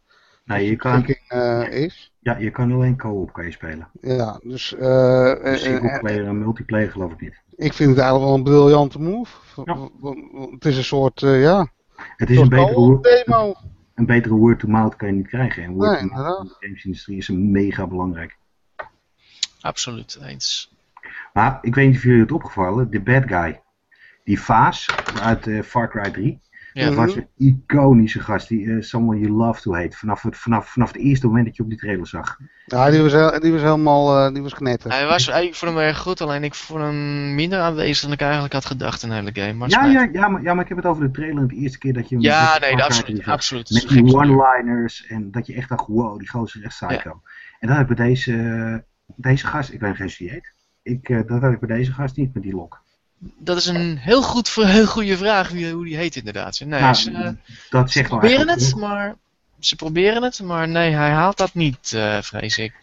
is. Ja, je kan alleen co-op spelen. Ja, dus single-player en multiplayer geloof ik niet. Ik vind het eigenlijk wel een briljante move. Ja. Het is een soort, Het is een betere demo. een betere word-to-mouth kan je niet krijgen. En word-to-mouth inderdaad. in de gamesindustrie is mega belangrijk. Absoluut, eens. Maar ik weet niet of jullie het opgevallen, de bad guy. Die Vaas uit Far Cry 3. Ja. Dat was een iconische gast. Die Someone You Love To Hate. Vanaf het eerste moment dat je op die trailer zag. Ja, die was helemaal die was knetter. Ik vond hem erg goed, alleen ik vond hem minder aanwezig dan ik eigenlijk had gedacht in de hele game. Maar Maar ik heb het over de trailer de eerste keer dat je hem ja, met nee, Far Cry 3 absoluut, zag. absoluut. Met die one-liners en dat je echt dacht, wow, die gozer is echt psycho. En dat heb ik bij deze gast, ik weet geen wie die heet. Dat had ik bij deze gast niet met die lok. Dat is een heel goede vraag hoe die heet inderdaad. Nee, Nou, dat zegt wel eigenlijk ze proberen het, maar nee, hij haalt dat niet, vrees ik.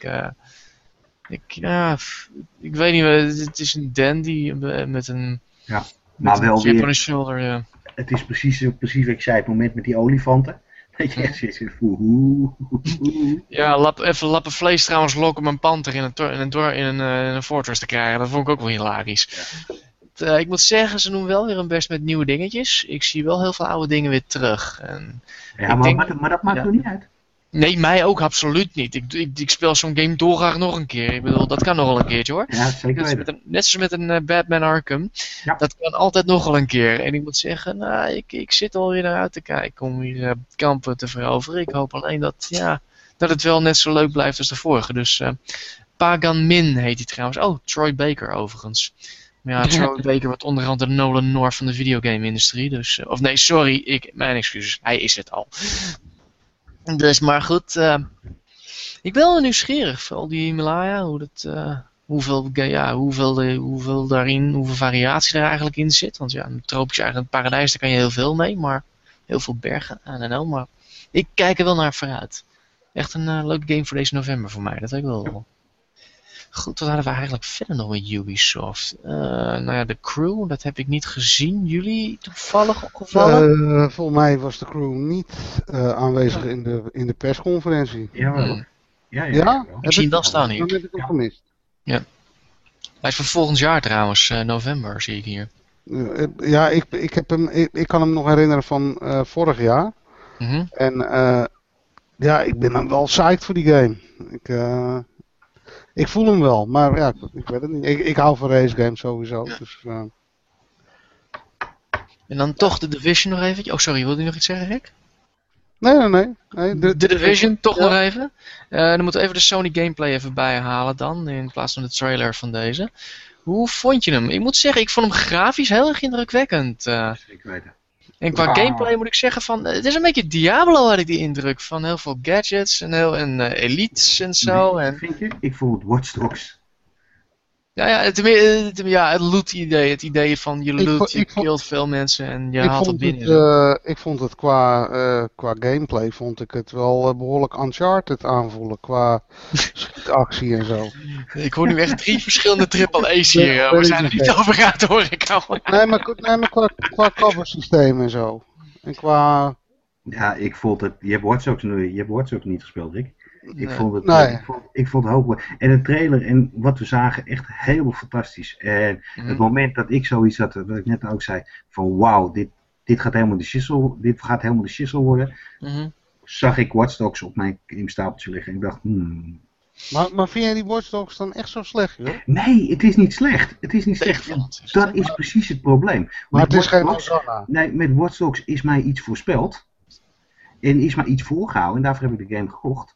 Ik weet niet, het is een dandy met een... Ja, maar wel chip on weer, his shoulder, ja. het is precies wat ik zei, het moment met die olifanten. Dat je echt zit Ja, even lappen vlees trouwens lokken om een panter in een fortress te krijgen. Dat vond ik ook wel hilarisch. Ja. Ik moet zeggen, ze doen wel weer hun best met nieuwe dingetjes. Ik zie wel heel veel oude dingen weer terug. En ja, maar dat maakt nog niet uit. Nee, mij ook absoluut niet. Ik speel zo'n game dolgraag nog een keer. Ik bedoel, dat kan nog wel een keertje hoor. Ja, zeker weten. Net zoals met een Batman Arkham. Ja. Dat kan altijd nog wel een keer. En ik moet zeggen, ik zit alweer naar uit te kijken om hier kampen te veroveren. Ik hoop alleen dat het wel net zo leuk blijft als de vorige. Dus Pagan Min heet hij trouwens. Oh, Troy Baker overigens. Maar ja, Troy Baker wordt onderhand de Nolan North van de videogame-industrie. Dus, of nee, sorry, mijn excuses. Hij is het al. Dus, maar goed, ik ben wel nieuwsgierig, vooral die Himalaya, hoeveel variatie er eigenlijk in zit. Want ja, een tropisch eiland, paradijs, daar kan je heel veel mee, maar heel veel bergen, I don't know, maar ik kijk er wel naar vooruit. Echt een leuke game voor deze november voor mij, dat weet ik wel. Goed, wat hadden we eigenlijk verder nog met Ubisoft? De Crew, dat heb ik niet gezien. Jullie toevallig opgevallen? Volgens mij was de Crew niet aanwezig in de persconferentie. Ja? Ik zie hem wel staan hier. Dan heb ik hem gemist. Ja. Hij is van volgend jaar trouwens, november zie ik hier. Ja, ik kan hem nog herinneren van vorig jaar. Mm-hmm. En ik ben dan wel psyched voor die game. Ik voel hem wel, maar ja, ik weet het niet. Ik hou van race games sowieso. Ja. Dus, En dan toch de Division nog even. Oh, sorry, wilde je nog iets zeggen, Rick? Nee. De Division, toch nog even. Dan moeten we even de Sony gameplay even bijhalen dan, in plaats van de trailer van deze. Hoe vond je hem? Ik moet zeggen, ik vond hem grafisch heel erg indrukwekkend. Zeker weten. En qua gameplay moet ik zeggen van, het is een beetje Diablo had ik die indruk. Van heel veel gadgets en elites en zo. En... Vind je? Ik vond het Watch Dogs. Het loot idee. Het idee van je loot, je killt veel mensen en je haalt het binnen. Ik vond het qua gameplay vond ik het wel behoorlijk Uncharted aanvoelen. Qua schietactie en zo. Ik hoor nu echt 3 verschillende AAA's hier. We zijn er niet over aan het horen. Nee, maar qua cover systeem en zo. En qua... Ja, ik vond het... Je hebt Watch Dogs niet gespeeld, Rick. Ik vond het hoog. En de trailer en wat we zagen, echt helemaal fantastisch. En het moment dat ik zoiets had, wat ik net ook zei, van wauw, dit gaat helemaal de shizzle worden. Zag ik Watch Dogs op mijn stapeltje liggen en ik dacht, Maar vind jij die Watch Dogs dan echt zo slecht, joh? Nee, het is niet slecht. Dat is precies het probleem. Maar het is geen Hosanna. Nee, met Watch Dogs is mij iets voorspeld. En is mij iets voorgehouden. En daarvoor heb ik de game gekocht.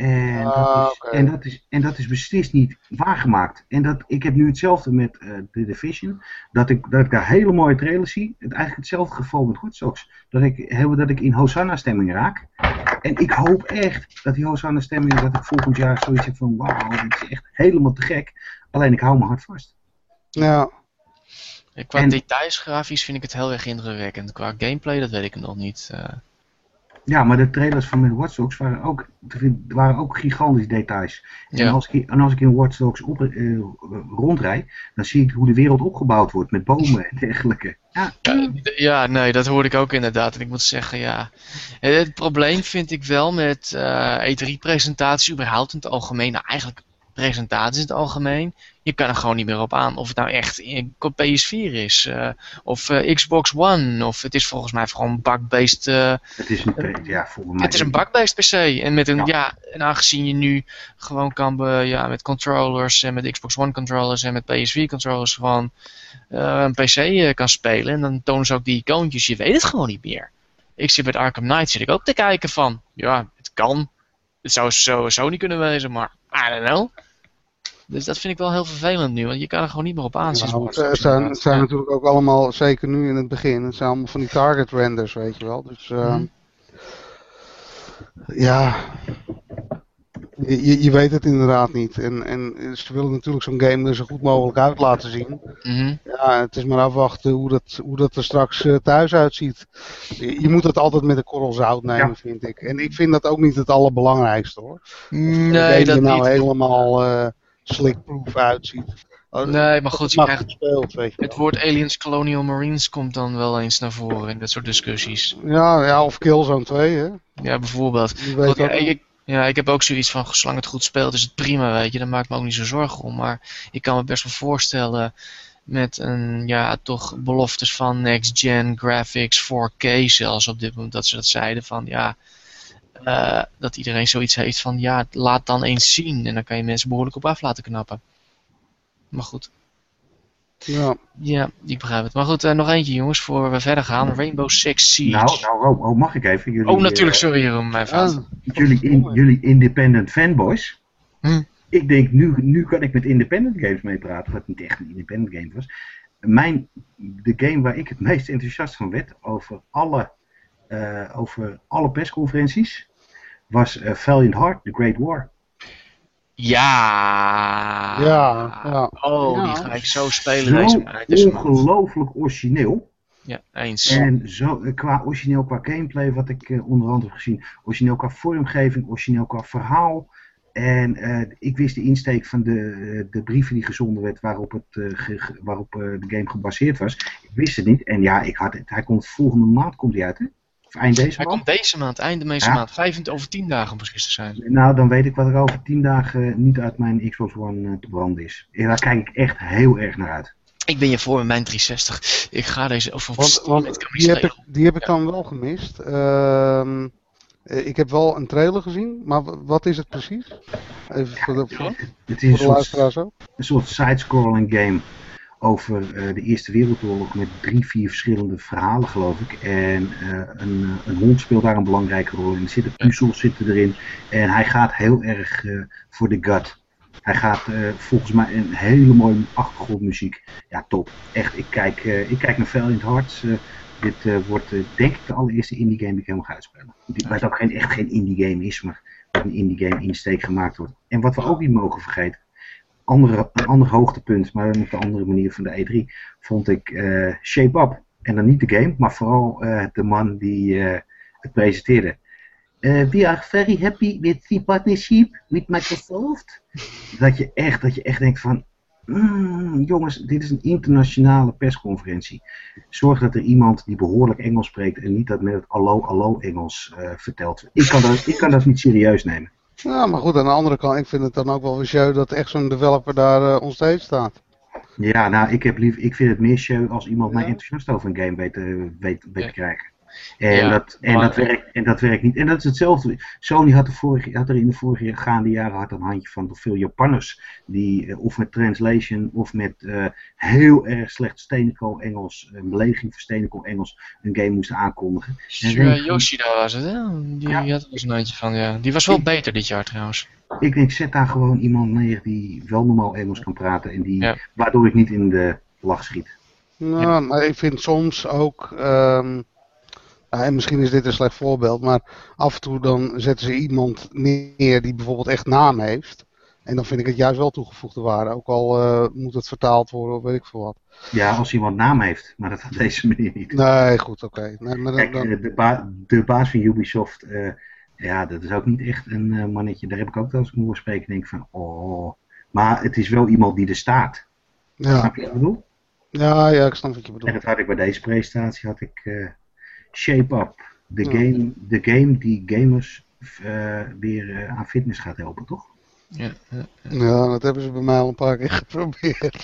En dat is beslist niet waargemaakt. En ik heb nu hetzelfde met The Division. Dat ik daar hele mooie trailers zie. Eigenlijk hetzelfde geval met Watch Dogs. Dat ik in Hosanna stemming raak. En ik hoop echt dat die Hosanna stemming, dat ik volgend jaar zoiets heb van wauw, dit is echt helemaal te gek. Alleen ik hou mijn hart vast. Ja. Qua details grafisch vind ik het heel erg indrukwekkend. Qua gameplay, dat weet ik nog niet. Ja, maar de trailers van met Watch Dogs waren ook gigantische details. Ja. En als ik in Watch Dogs rondrijd, dan zie ik hoe de wereld opgebouwd wordt met bomen en dergelijke. Ja, nee, dat hoorde ik ook inderdaad. En ik moet zeggen, ja. Het probleem vind ik wel met E3-presentaties, überhaupt in het algemeen, eigenlijk presentaties in het algemeen. Je kan er gewoon niet meer op aan of het nou echt op PS4 is. Of Xbox One. Of het is volgens mij gewoon een bug-based... Het is een, volgens mij... Het is een bug-based PC. En, en aangezien je nu gewoon kan met controllers en met Xbox One controllers en met PS4 controllers gewoon een PC kan spelen. En dan tonen ze ook die icoontjes. Je weet het gewoon niet meer. Ik zit met Arkham Knight zit ik ook te kijken van... Ja, het kan. Het zou sowieso niet kunnen wezen, maar I don't know. Dus dat vind ik wel heel vervelend nu, want je kan er gewoon niet meer op aanzien. Het zijn natuurlijk ook allemaal, zeker nu in het begin, het zijn allemaal van die target renders, weet je wel. Dus je weet het inderdaad niet. En ze willen natuurlijk zo'n game er zo goed mogelijk uit laten zien. Ja, het is maar afwachten hoe dat er straks thuis uitziet. Je moet het altijd met een korrel zout nemen, vind ik. En ik vind dat ook niet het allerbelangrijkste, hoor. Nee, dat nou niet. Helemaal slickproof uitziet. Nee, maar goed, weet je het woord Aliens Colonial Marines komt dan wel eens naar voren in dat soort discussies. Ja, of Killzone 2, hè? Ja, bijvoorbeeld. Goed, ik heb ook zoiets van, zolang het goed speelt is het prima, weet je. Daar maak ik me ook niet zo zorgen om. Maar ik kan me best wel voorstellen met toch beloftes van next-gen graphics, 4K zelfs op dit moment, dat ze dat zeiden van, dat iedereen zoiets heeft van, laat dan eens zien. En dan kan je mensen behoorlijk op af laten knappen. Maar goed. Ja, ik begrijp het. Maar goed, nog eentje jongens, voor we verder gaan. Rainbow Six Siege. Nou, mag ik even? Jullie, natuurlijk, sorry Jeroen, mijn fout. Jullie independent fanboys. Ik denk, nu kan ik met independent games meepraten, wat niet echt een independent game was. De game waar ik het meest enthousiast van werd, over alle persconferenties, was Valiant Heart, The Great War. Ja. Oh, die ga ik zo spelen deze maand. Ongelooflijk origineel. Ja, eens. En qua gameplay, wat ik onder andere heb gezien. Origineel qua vormgeving, origineel qua verhaal. En ik wist de insteek van de brieven die gezonden werd waarop de game gebaseerd was. Ik wist het niet. En hij komt volgende maand uit, hè? Of eind deze maand? Hij komt deze maand, eind deze maand. Over 10 dagen precies te zijn. Nou, dan weet ik wat er over 10 dagen niet uit mijn Xbox One te branden is. En daar kijk ik echt heel erg naar uit. Ik ben je voor met mijn 360. Ik ga deze die heb ik dan wel gemist. Ik heb wel een trailer gezien, maar wat is het precies? Even voor de luisteraars ook. Een soort side-scrolling game over de Eerste Wereldoorlog met 3-4 verschillende verhalen, geloof ik. En een hond speelt daar een belangrijke rol in. Er zitten puzzels erin. En hij gaat heel erg voor de gut. Hij gaat volgens mij een hele mooie achtergrondmuziek. Ja, top. Echt, ik kijk naar Valiant Hearts. Dit wordt denk ik de allereerste indie game die ik helemaal ga uitspelen. Wat ook echt geen indie game is, maar een indie game insteek gemaakt wordt. En wat we ook niet mogen vergeten. Een ander hoogtepunt, maar dan op de andere manier van de E3, vond ik Shape Up. En dan niet de game, maar vooral de man die het presenteerde. We are very happy with the partnership with Microsoft. Dat je echt denkt van, jongens, dit is een internationale persconferentie. Zorg dat er iemand die behoorlijk Engels spreekt en niet dat met het allo Engels vertelt. Ik kan dat niet serieus nemen. Ja, maar goed, aan de andere kant, ik vind het dan ook wel weer show dat echt zo'n developer daar onstage staat. Ja, nou, ik vind het meer show als iemand mij enthousiast over een game weet te krijgen. En dat werkt niet. En dat is hetzelfde. Sony had er in de vorige gaande jaren een handje van veel Japanners die of met translation of met heel erg slecht Stenico Engels, een belediging voor Stenico Engels, een game moesten aankondigen. Yoshida was het, hè? Die had er dus een handje van, ja. Die was wel beter dit jaar trouwens. Ik denk, zet daar gewoon iemand neer die wel normaal Engels kan praten en waardoor ik niet in de lach schiet. Nou, maar ik vind soms ook... en misschien is dit een slecht voorbeeld, maar af en toe dan zetten ze iemand neer die bijvoorbeeld echt naam heeft. En dan vind ik het juist wel toegevoegde waarde, ook al moet het vertaald worden of weet ik veel wat. Ja, als iemand naam heeft, maar dat op deze manier niet. Nee, goed, oké. Nee, kijk, de baas van Ubisoft, dat is ook niet echt een mannetje. Daar heb ik ook wel eens mogen spreken en denk van, maar het is wel iemand die er staat. Ja. Snap je wat ik bedoel? Ja, ik snap wat je bedoelt. En dat had ik bij deze presentatie, Shape Up. De game die gamers weer aan fitness gaat helpen, toch? Ja, dat hebben ze bij mij al een paar keer geprobeerd.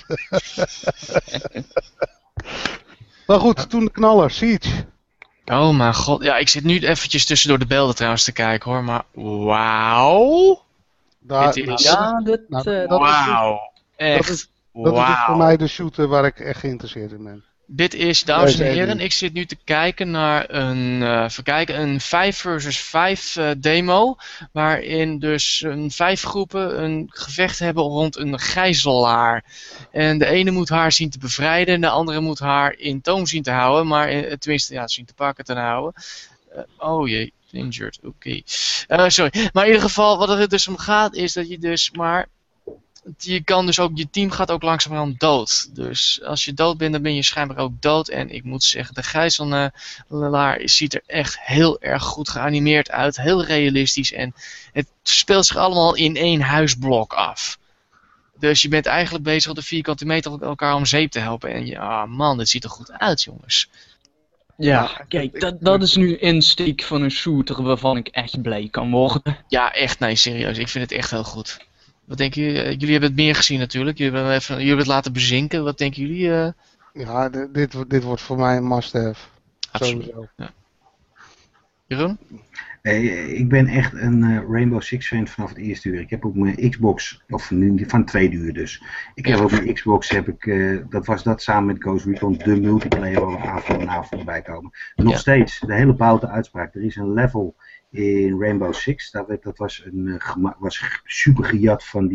Maar goed, toen de knaller, Siege. Oh mijn god, ja, ik zit nu eventjes tussendoor de beelden trouwens te kijken hoor, maar wauw. Dit is... Ja, Wauw. Echt, dat is dus voor wauw. mij de shooter waar ik echt geïnteresseerd in ben. Dit is, dames en Nee, heren, nee. ik zit nu te kijken naar een 5 versus 5 demo. Waarin dus 5 groepen een gevecht hebben rond een gijzelaar. En de ene moet haar zien te bevrijden en de andere moet haar in toom zien te houden. Maar tenminste, ja, zien te pakken te houden. Oh jee, injured, oké. Sorry, maar in ieder geval, wat er dus om gaat is dat je dus maar... Je kan dus ook, je team gaat ook langzamerhand dood. Dus als je dood bent, dan ben je schijnbaar ook dood. En ik moet zeggen, de gijzelaar ziet er echt heel erg goed geanimeerd uit. Heel realistisch. En het speelt zich allemaal in één huisblok af. Dus je bent eigenlijk bezig op de vierkante meter elkaar om zeep te helpen. En ja, man, dit ziet er goed uit, jongens. Ja, kijk, dat is nu insteek van een shooter waarvan ik echt blij kan worden. Ja, echt, nee, serieus. Ik vind het echt heel goed. Wat denken jullie? Jullie hebben het meer gezien natuurlijk. Jullie hebben het laten bezinken. Wat denken jullie? Ja, dit wordt voor mij een must-have. Absoluut. Sowieso. Ja. Jeroen? Ik ben echt een Rainbow Six fan vanaf het eerste uur. Ik heb ook mijn Xbox, of nu van het tweede uur dus. Ik heb ook mijn Xbox, dat was dat samen met Ghost Recon, de multiplayer waar we avond en avond bij komen. Nog steeds, de hele boute uitspraak. Er is een level in Rainbow Six, dat was super gejat van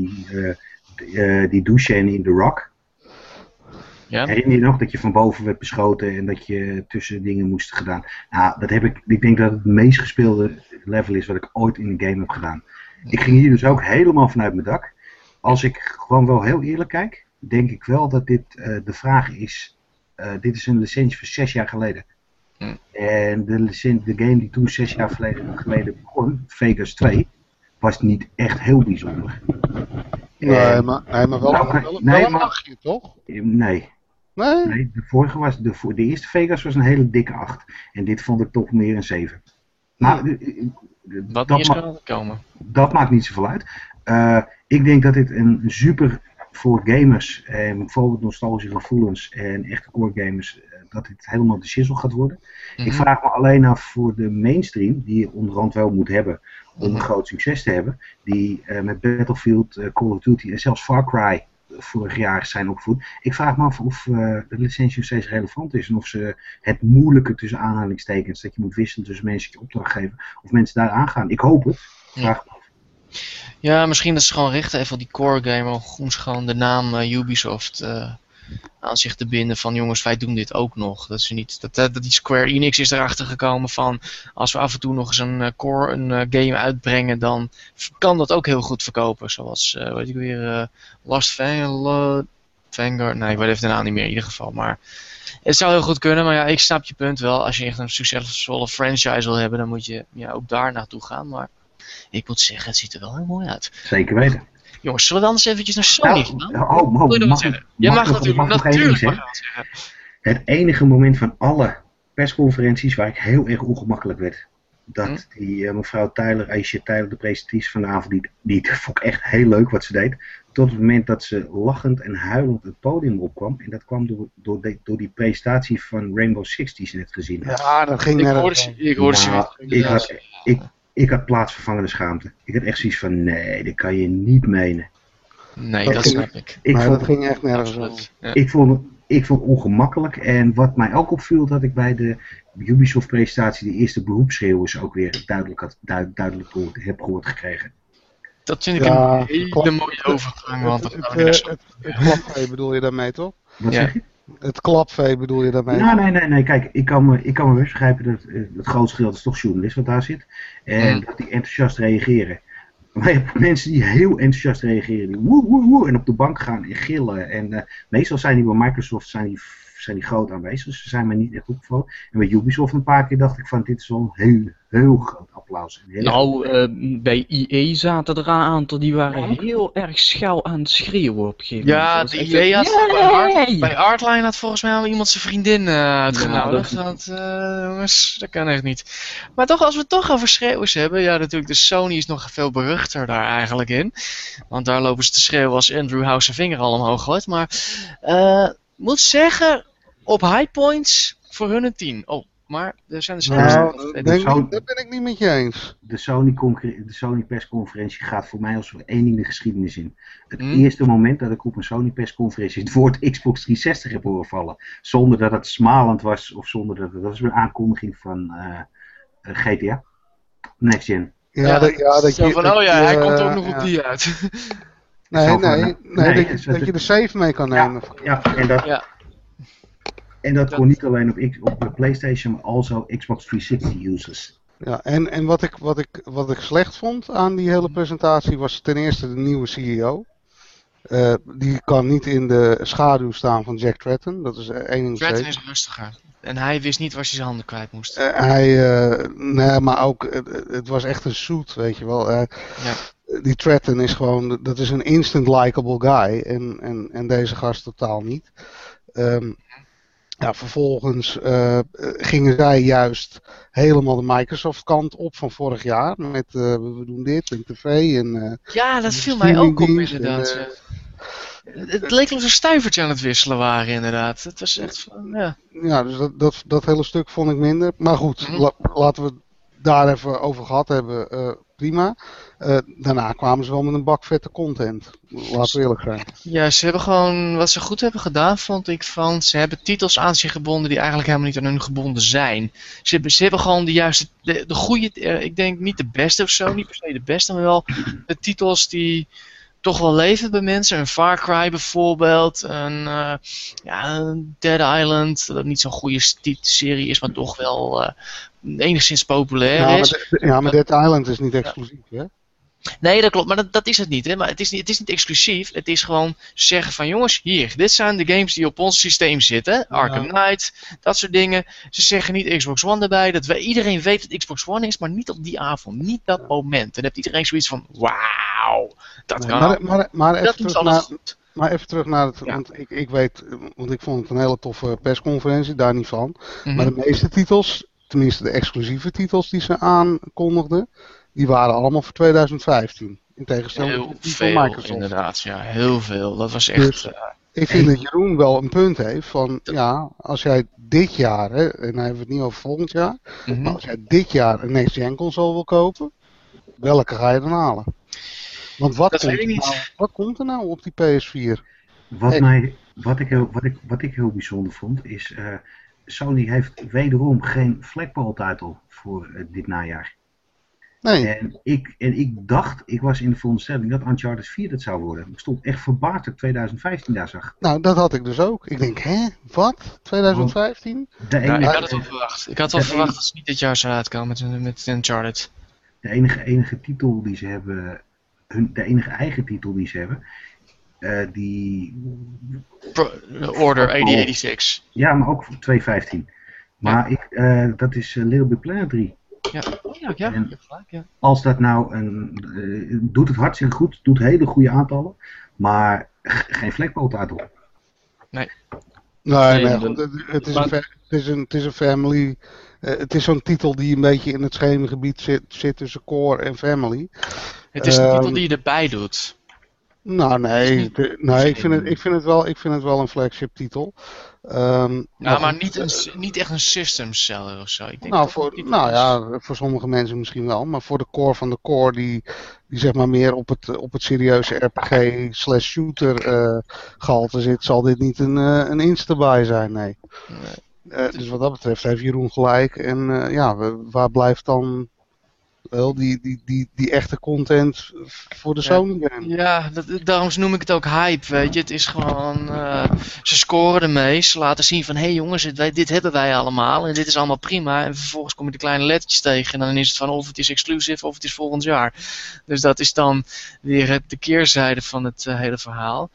die douche in The Rock. Ja? Herinner je nog dat je van boven werd beschoten en dat je tussen dingen moest gedaan? Nou, ik denk dat het meest gespeelde level is wat ik ooit in een game heb gedaan. Ik ging hier dus ook helemaal vanuit mijn dak. Als ik gewoon wel heel eerlijk kijk, denk ik wel dat dit de vraag is. Dit is een licentie van 6 jaar geleden. En de game die toen 6 jaar geleden begon, Vegas 2, was niet echt heel bijzonder. Nee, maar wel een achtje, toch? Nee. Nee? Nee, de vorige was, de eerste Vegas was een hele dikke 8. En dit vond ik toch meer een 7. Maar Wat niet is kan komen. Dat maakt niet zoveel uit. Ik denk dat dit een super voor gamers, en bijvoorbeeld nostalgische gevoelens en echte core gamers, dat dit helemaal de shizzle gaat worden. Ik vraag me alleen af voor de mainstream, die je onderhand wel moet hebben om een groot succes te hebben, die met Battlefield, Call of Duty en zelfs Far Cry vorig jaar zijn opgevoed. Ik vraag me af of de licentie nog steeds relevant is en of ze het moeilijke tussen aanhalingstekens, dat je moet wisselen tussen mensen die opdracht geven, of mensen daar aangaan. Ik hoop het. Vraag me af. Ja, misschien dat ze gewoon richten even op die core gamer, om ze gewoon de naam Ubisoft aan zich te binden van jongens, wij doen dit ook nog. Dat ze niet, dat die Square Enix is erachter gekomen van als we af en toe nog eens een game uitbrengen, dan kan dat ook heel goed verkopen. Zoals, weet ik weer, Last Vanguard, nee, ik weet even de naam niet meer in ieder geval, maar het zou heel goed kunnen, maar ja, ik snap je punt wel. Als je echt een succesvolle franchise wil hebben, dan moet je ook daar naartoe gaan, maar ik moet zeggen, het ziet er wel heel mooi uit. Zeker weten. Jongens, zullen we anders eventjes naar Sony gaan? Je mag natuurlijk. Het enige moment van alle persconferenties waar ik heel erg ongemakkelijk werd. Dat die mevrouw Aisha Tyler, de presentatrice van de avond, die vond ik echt heel leuk wat ze deed. Tot het moment dat ze lachend en huilend het podium opkwam. En dat kwam door die presentatie van Rainbow Six die ze net gezien had. Ja, dat ging net. Ik hoorde ze. Ik had plaatsvervangende schaamte. Ik had echt zoiets van, nee, dat kan je niet menen. Nee, dat snap ik. Dat ging echt nergens over. Ja. Ik vond het ongemakkelijk. En wat mij ook opviel, dat ik bij de Ubisoft presentatie de eerste beroepsschreeuwers ook weer duidelijk heb gehoord gekregen. Dat vind ik een hele mooie overgang. Want het klapvee bedoel je daarmee, toch? Wat zeg je? Het klapvee bedoel je daarmee? Nee. Kijk, ik kan me best begrijpen dat het grootste gedeelte is toch journalist wat daar zit. En dat die enthousiast reageren. Maar je hebt mensen die heel enthousiast reageren. Die woe en op de bank gaan en gillen. En meestal zijn die bij Microsoft zijn die groot aanwezig. Dus ze zijn mij niet echt opgevallen. En bij Ubisoft een paar keer dacht ik van dit is wel een heel groot applaus. applaus. Bij EA zaten er een aantal die waren heel erg schel aan het schreeuwen op een gegeven moment. Ja, Dat was de echt EA bij Artline had volgens mij al iemand zijn vriendin uitgenodigd. Jongens, dat kan echt niet. Maar toch, als we het toch over schreeuwers hebben, ja natuurlijk de Sony is nog veel beruchter daar eigenlijk in. Want daar lopen ze te schreeuwen als Andrew House zijn vinger al omhoog gooit. Maar moet zeggen, op high points voor hun een 10. Oh, maar er zijn de dat ben ik niet met je eens. De Sony persconferentie gaat voor mij als één ding de geschiedenis in. Het eerste moment dat ik op een Sony persconferentie het woord Xbox 360 heb horen vallen. Zonder dat het smalend was of zonder dat het... Dat was een aankondiging van GTA. Next Gen. Hij komt ook nog op die uit. Dat je de save mee kan nemen. En dat kon niet alleen op de PlayStation, maar also Xbox 360 users. Ja, en wat ik slecht vond aan die hele presentatie was ten eerste de nieuwe CEO. Die kan niet in de schaduw staan van Jack Tratton. Dat is één ding. Tratton is rustiger. En hij wist niet waar hij zijn handen kwijt moest. Maar ook, het was echt een suit, weet je wel. Die Tratton is gewoon, dat is een instant likable guy. En deze gast totaal niet. Vervolgens gingen zij juist helemaal de Microsoft kant op van vorig jaar. Met we doen dit en tv en... dat viel mij ook op inderdaad. Het leek alsof ze een stuivertje aan het wisselen waren inderdaad. Het was echt van, Ja, dus dat hele stuk vond ik minder. Maar goed, laten we het daar even over gehad hebben. Prima. Daarna kwamen ze wel met een bak vette content. Laten we eerlijk zijn. Ja, ze hebben gewoon, wat ze goed hebben gedaan, vond ik ze hebben titels aan zich gebonden die eigenlijk helemaal niet aan hun gebonden zijn. Ze hebben gewoon de juiste, de goede, ik denk niet de beste of zo, niet per se de beste, maar wel de titels die toch wel leven bij mensen. Een Far Cry bijvoorbeeld, een Dead Island, dat niet zo'n goede serie is, maar toch wel enigszins populair is. Maar Dead Island is niet exclusief, hè? Nee, dat klopt, maar dat is het niet. Hè? Maar het is niet exclusief. Het is gewoon zeggen van jongens, hier, dit zijn de games die op ons systeem zitten. Arkham Knight, dat soort dingen. Ze zeggen niet Xbox One erbij. Iedereen weet dat Xbox One is, maar niet op die avond. Niet dat moment. En dan heeft iedereen zoiets van, wauw, dat kan. Maar even terug naar het, want ik weet, want ik vond het een hele toffe persconferentie, daar niet van. Maar de meeste titels, tenminste de exclusieve titels die ze aankondigden, die waren allemaal voor 2015. In tegenstelling tot die van Microsoft. Inderdaad, ja, heel veel. Dat was echt... Dus, ik vind dat Jeroen wel een punt heeft van, als jij dit jaar, en dan hebben we het niet over volgend jaar, maar als jij dit jaar een next-gen console wil kopen, welke ga je dan halen? Want wat komt er nou op die PS4? Wat ik heel bijzonder vond, is Sony heeft wederom geen flagpole-titel voor dit najaar. Nee. En ik was in de veronderstelling dat Uncharted 4 dat zou worden. Ik stond echt verbaasd dat ik 2015 daar zag. Nou, dat had ik dus ook. Ik denk, wat? 2015? Ik had het wel verwacht. Ik had wel verwacht dat ze niet dit jaar zou uitkomen met Uncharted. De enige titel die ze hebben, de enige eigen titel die ze hebben, Order 8086. Ja, maar ook voor 2015. Maar dat is Little Big Planet 3. Ja. Als dat nou doet het hartstikke goed, doet hele goede aantallen, maar geen flagpole-titel. Nee, het is een family. Het is zo'n titel die een beetje in het schemergebied zit tussen core en family. Het is een titel die je erbij doet. Nou, ik vind het wel een flagship titel. Maar niet echt een system seller of zo. Ik denk voor sommige mensen misschien wel, maar voor de core van de core die zeg maar meer op het serieuze RPG/shooter gehalte zit, zal dit niet een insta-buy zijn, nee. Dus wat dat betreft heeft Jeroen gelijk. En waar blijft dan wel die echte content voor de Sony game? Ja, daarom noem ik het ook hype, weet je. Het is gewoon, ze scoren ermee. Ze laten zien van, hé jongens, dit hebben wij allemaal. En dit is allemaal prima. En vervolgens kom je de kleine lettertjes tegen. En dan is het van of het is exclusive of het is volgend jaar. Dus dat is dan weer de keerzijde van het hele verhaal.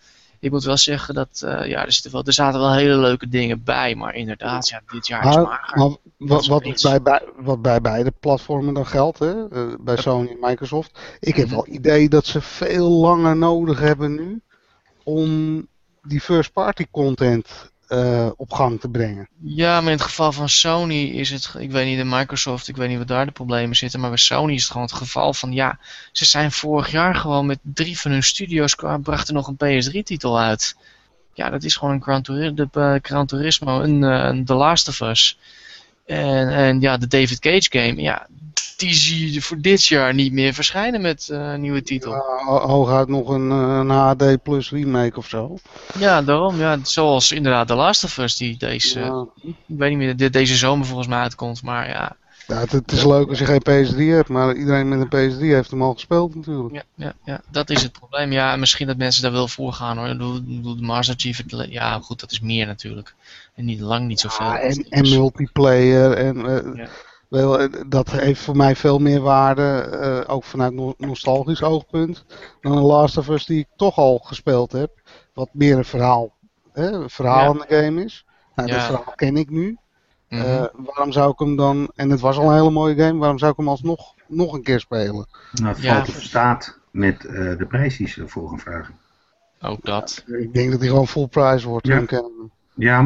ik moet wel zeggen dat er zaten wel hele leuke dingen bij, maar inderdaad, ja, dit jaar is mager. Maar wat bij beide platformen dan geldt, hè? Bij Sony en Microsoft. Ik heb wel het idee dat ze veel langer nodig hebben nu om die first party content op gang te brengen. Ja, maar in het geval van Sony is het, ik weet niet, in Microsoft, ik weet niet wat daar de problemen zitten, maar bij Sony is het gewoon het geval van, ja, ze zijn vorig jaar gewoon met 3 van hun studio's brachten nog een PS3-titel uit. Ja, dat is gewoon een Gran Turismo, een The Last of Us. En ja, de David Cage game, ja, die zie je voor dit jaar niet meer verschijnen met een nieuwe titel. Ja, hooguit nog een HD plus remake of zo. Ja, daarom. Ja, zoals inderdaad The Last of Us die deze, ik weet niet meer, deze zomer volgens mij uitkomt, maar ja. Ja, het is leuk als je geen PS3 hebt, maar iedereen met een PS3 heeft hem al gespeeld natuurlijk. Ja, dat is het probleem. Ja, misschien dat mensen daar wel voor gaan hoor. De Master Chief, ja goed, dat is meer natuurlijk. En niet lang niet zoveel. Ja, en multiplayer en dat heeft voor mij veel meer waarde, ook vanuit nostalgisch oogpunt, dan een Last of Us die ik toch al gespeeld heb. Wat meer een verhaal in de game is. Nou, dat verhaal ken ik nu. Waarom zou ik hem dan, en het was al een hele mooie game, waarom zou ik hem alsnog nog een keer spelen? Nou, het valt op staat met de prijs die ze voor gaan vragen. Ook dat. Ik denk dat hij gewoon full price wordt. Ja,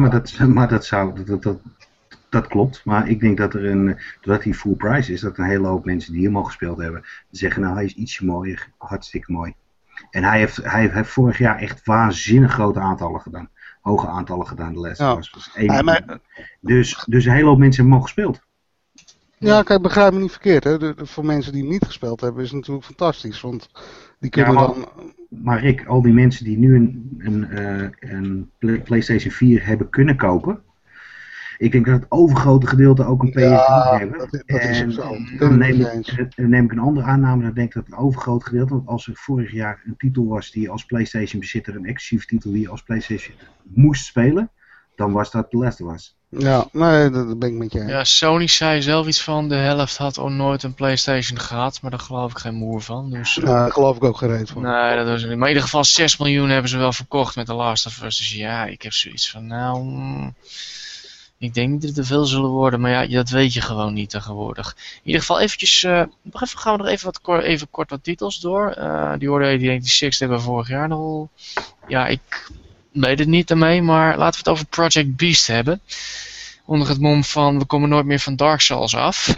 dat klopt. Maar ik denk dat doordat hij full price is, dat een hele hoop mensen die hem al gespeeld hebben, zeggen nou hij is ietsje mooier, hartstikke mooi. En hij heeft vorig jaar echt waanzinnig grote aantallen gedaan. Hoge aantallen gedaan, de Last of Us. Dus een hele hoop mensen hebben hem al gespeeld. Ja, kijk, begrijp me niet verkeerd. Hè. Voor mensen die hem niet gespeeld hebben, is het natuurlijk fantastisch. Want die kunnen Maar Rick, al die mensen die nu een PlayStation 4 hebben kunnen kopen. Ik denk dat het overgrote gedeelte ook een PS4 hebben. Dat is ook zo. Dan neem ik een andere aanname. Dan denk ik dat het overgrote gedeelte, want als er vorig jaar een titel was die je als PlayStation bezitter, een exclusieve titel die je als PlayStation moest spelen, dan was dat The Last of Us. Ja, nee, dat ben ik met je eens. Ja, Sony zei zelf iets van de helft had al nooit een PlayStation gehad, maar daar geloof ik geen moer van. Dus, daar geloof ik ook geen reet van. Nee, dat was niet. Maar in ieder geval 6 miljoen hebben ze wel verkocht met The Last of Us. Dus ja, ik heb zoiets van, ik denk niet dat het er veel zullen worden, maar ja, dat weet je gewoon niet tegenwoordig. In ieder geval eventjes, gaan we nog even kort wat titels door. Die Order 1886 hebben we vorig jaar nog. Ja, ik weet het niet daarmee, maar laten we het over Project Beast hebben. Onder het mom van, we komen nooit meer van Dark Souls af.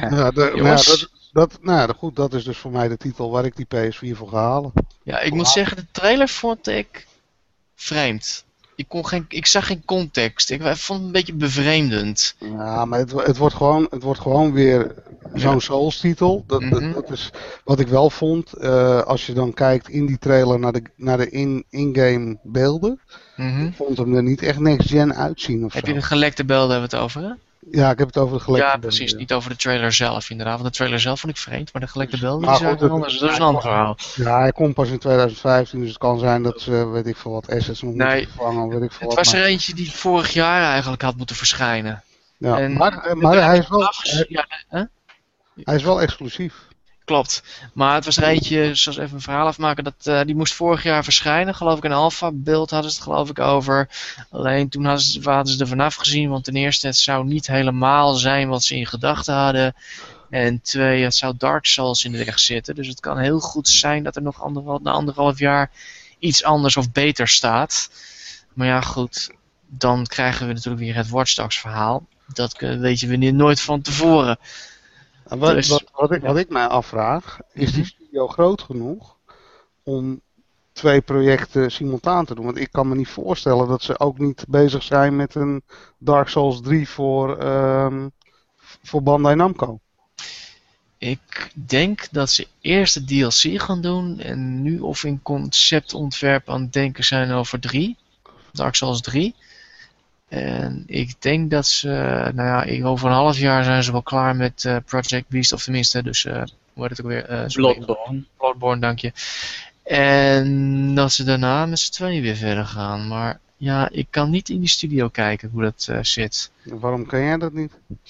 Dat is dus voor mij de titel waar ik die PS4 voor ga halen. Ja, ik moet zeggen, de trailer vond ik vreemd. Ik zag geen context. Ik vond het een beetje bevreemdend. Ja, maar het wordt gewoon weer zo'n Souls-titel. Dat is wat ik wel vond. Als je dan kijkt in die trailer naar de in-game beelden. Ik vond hem er niet echt next-gen uitzien. Heb je de gelekte beelden hebben we het over, hè? Ja, ik heb het over de gelekte beelden. Ja, precies. Niet over de trailer zelf, inderdaad. Want de trailer zelf vond ik vreemd, maar de gelekte beelden die zijn anders. Dat is een ander verhaal. Ja, hij komt pas in 2015, dus het kan zijn dat ze, weet ik veel wat, assets nog moeten vervangen. Weet ik veel het was er eentje die vorig jaar eigenlijk had moeten verschijnen. Ja, en, maar hij is wel... Hij is wel exclusief. Klopt. Maar het was er eentje, zoals even een verhaal afmaken, dat die moest vorig jaar verschijnen. Geloof ik, een alpha-beeld hadden ze het geloof ik over. Alleen toen hadden ze er vanaf gezien, want ten eerste het zou niet helemaal zijn wat ze in gedachten hadden. En 2, het zou Dark Souls in de weg zitten. Dus het kan heel goed zijn dat er nog na anderhalf jaar iets anders of beter staat. Maar ja, goed. Dan krijgen we natuurlijk weer het Watch Dogs verhaal. Dat weten we nooit van tevoren. Wat ik mij afvraag, is die studio groot genoeg om 2 projecten simultaan te doen? Want ik kan me niet voorstellen dat ze ook niet bezig zijn met een Dark Souls 3 voor Bandai Namco. Ik denk dat ze eerst de DLC gaan doen en nu of in conceptontwerp aan het denken zijn over 3. Dark Souls 3. En ik denk dat ze, over een half jaar zijn ze wel klaar met Project Beast, of tenminste, dus, hoe heet het ook weer? Bloodborne, dank je. En dat ze daarna met z'n tweeën weer verder gaan. Maar ja, ik kan niet in die studio kijken hoe dat zit. Waarom kan jij dat niet?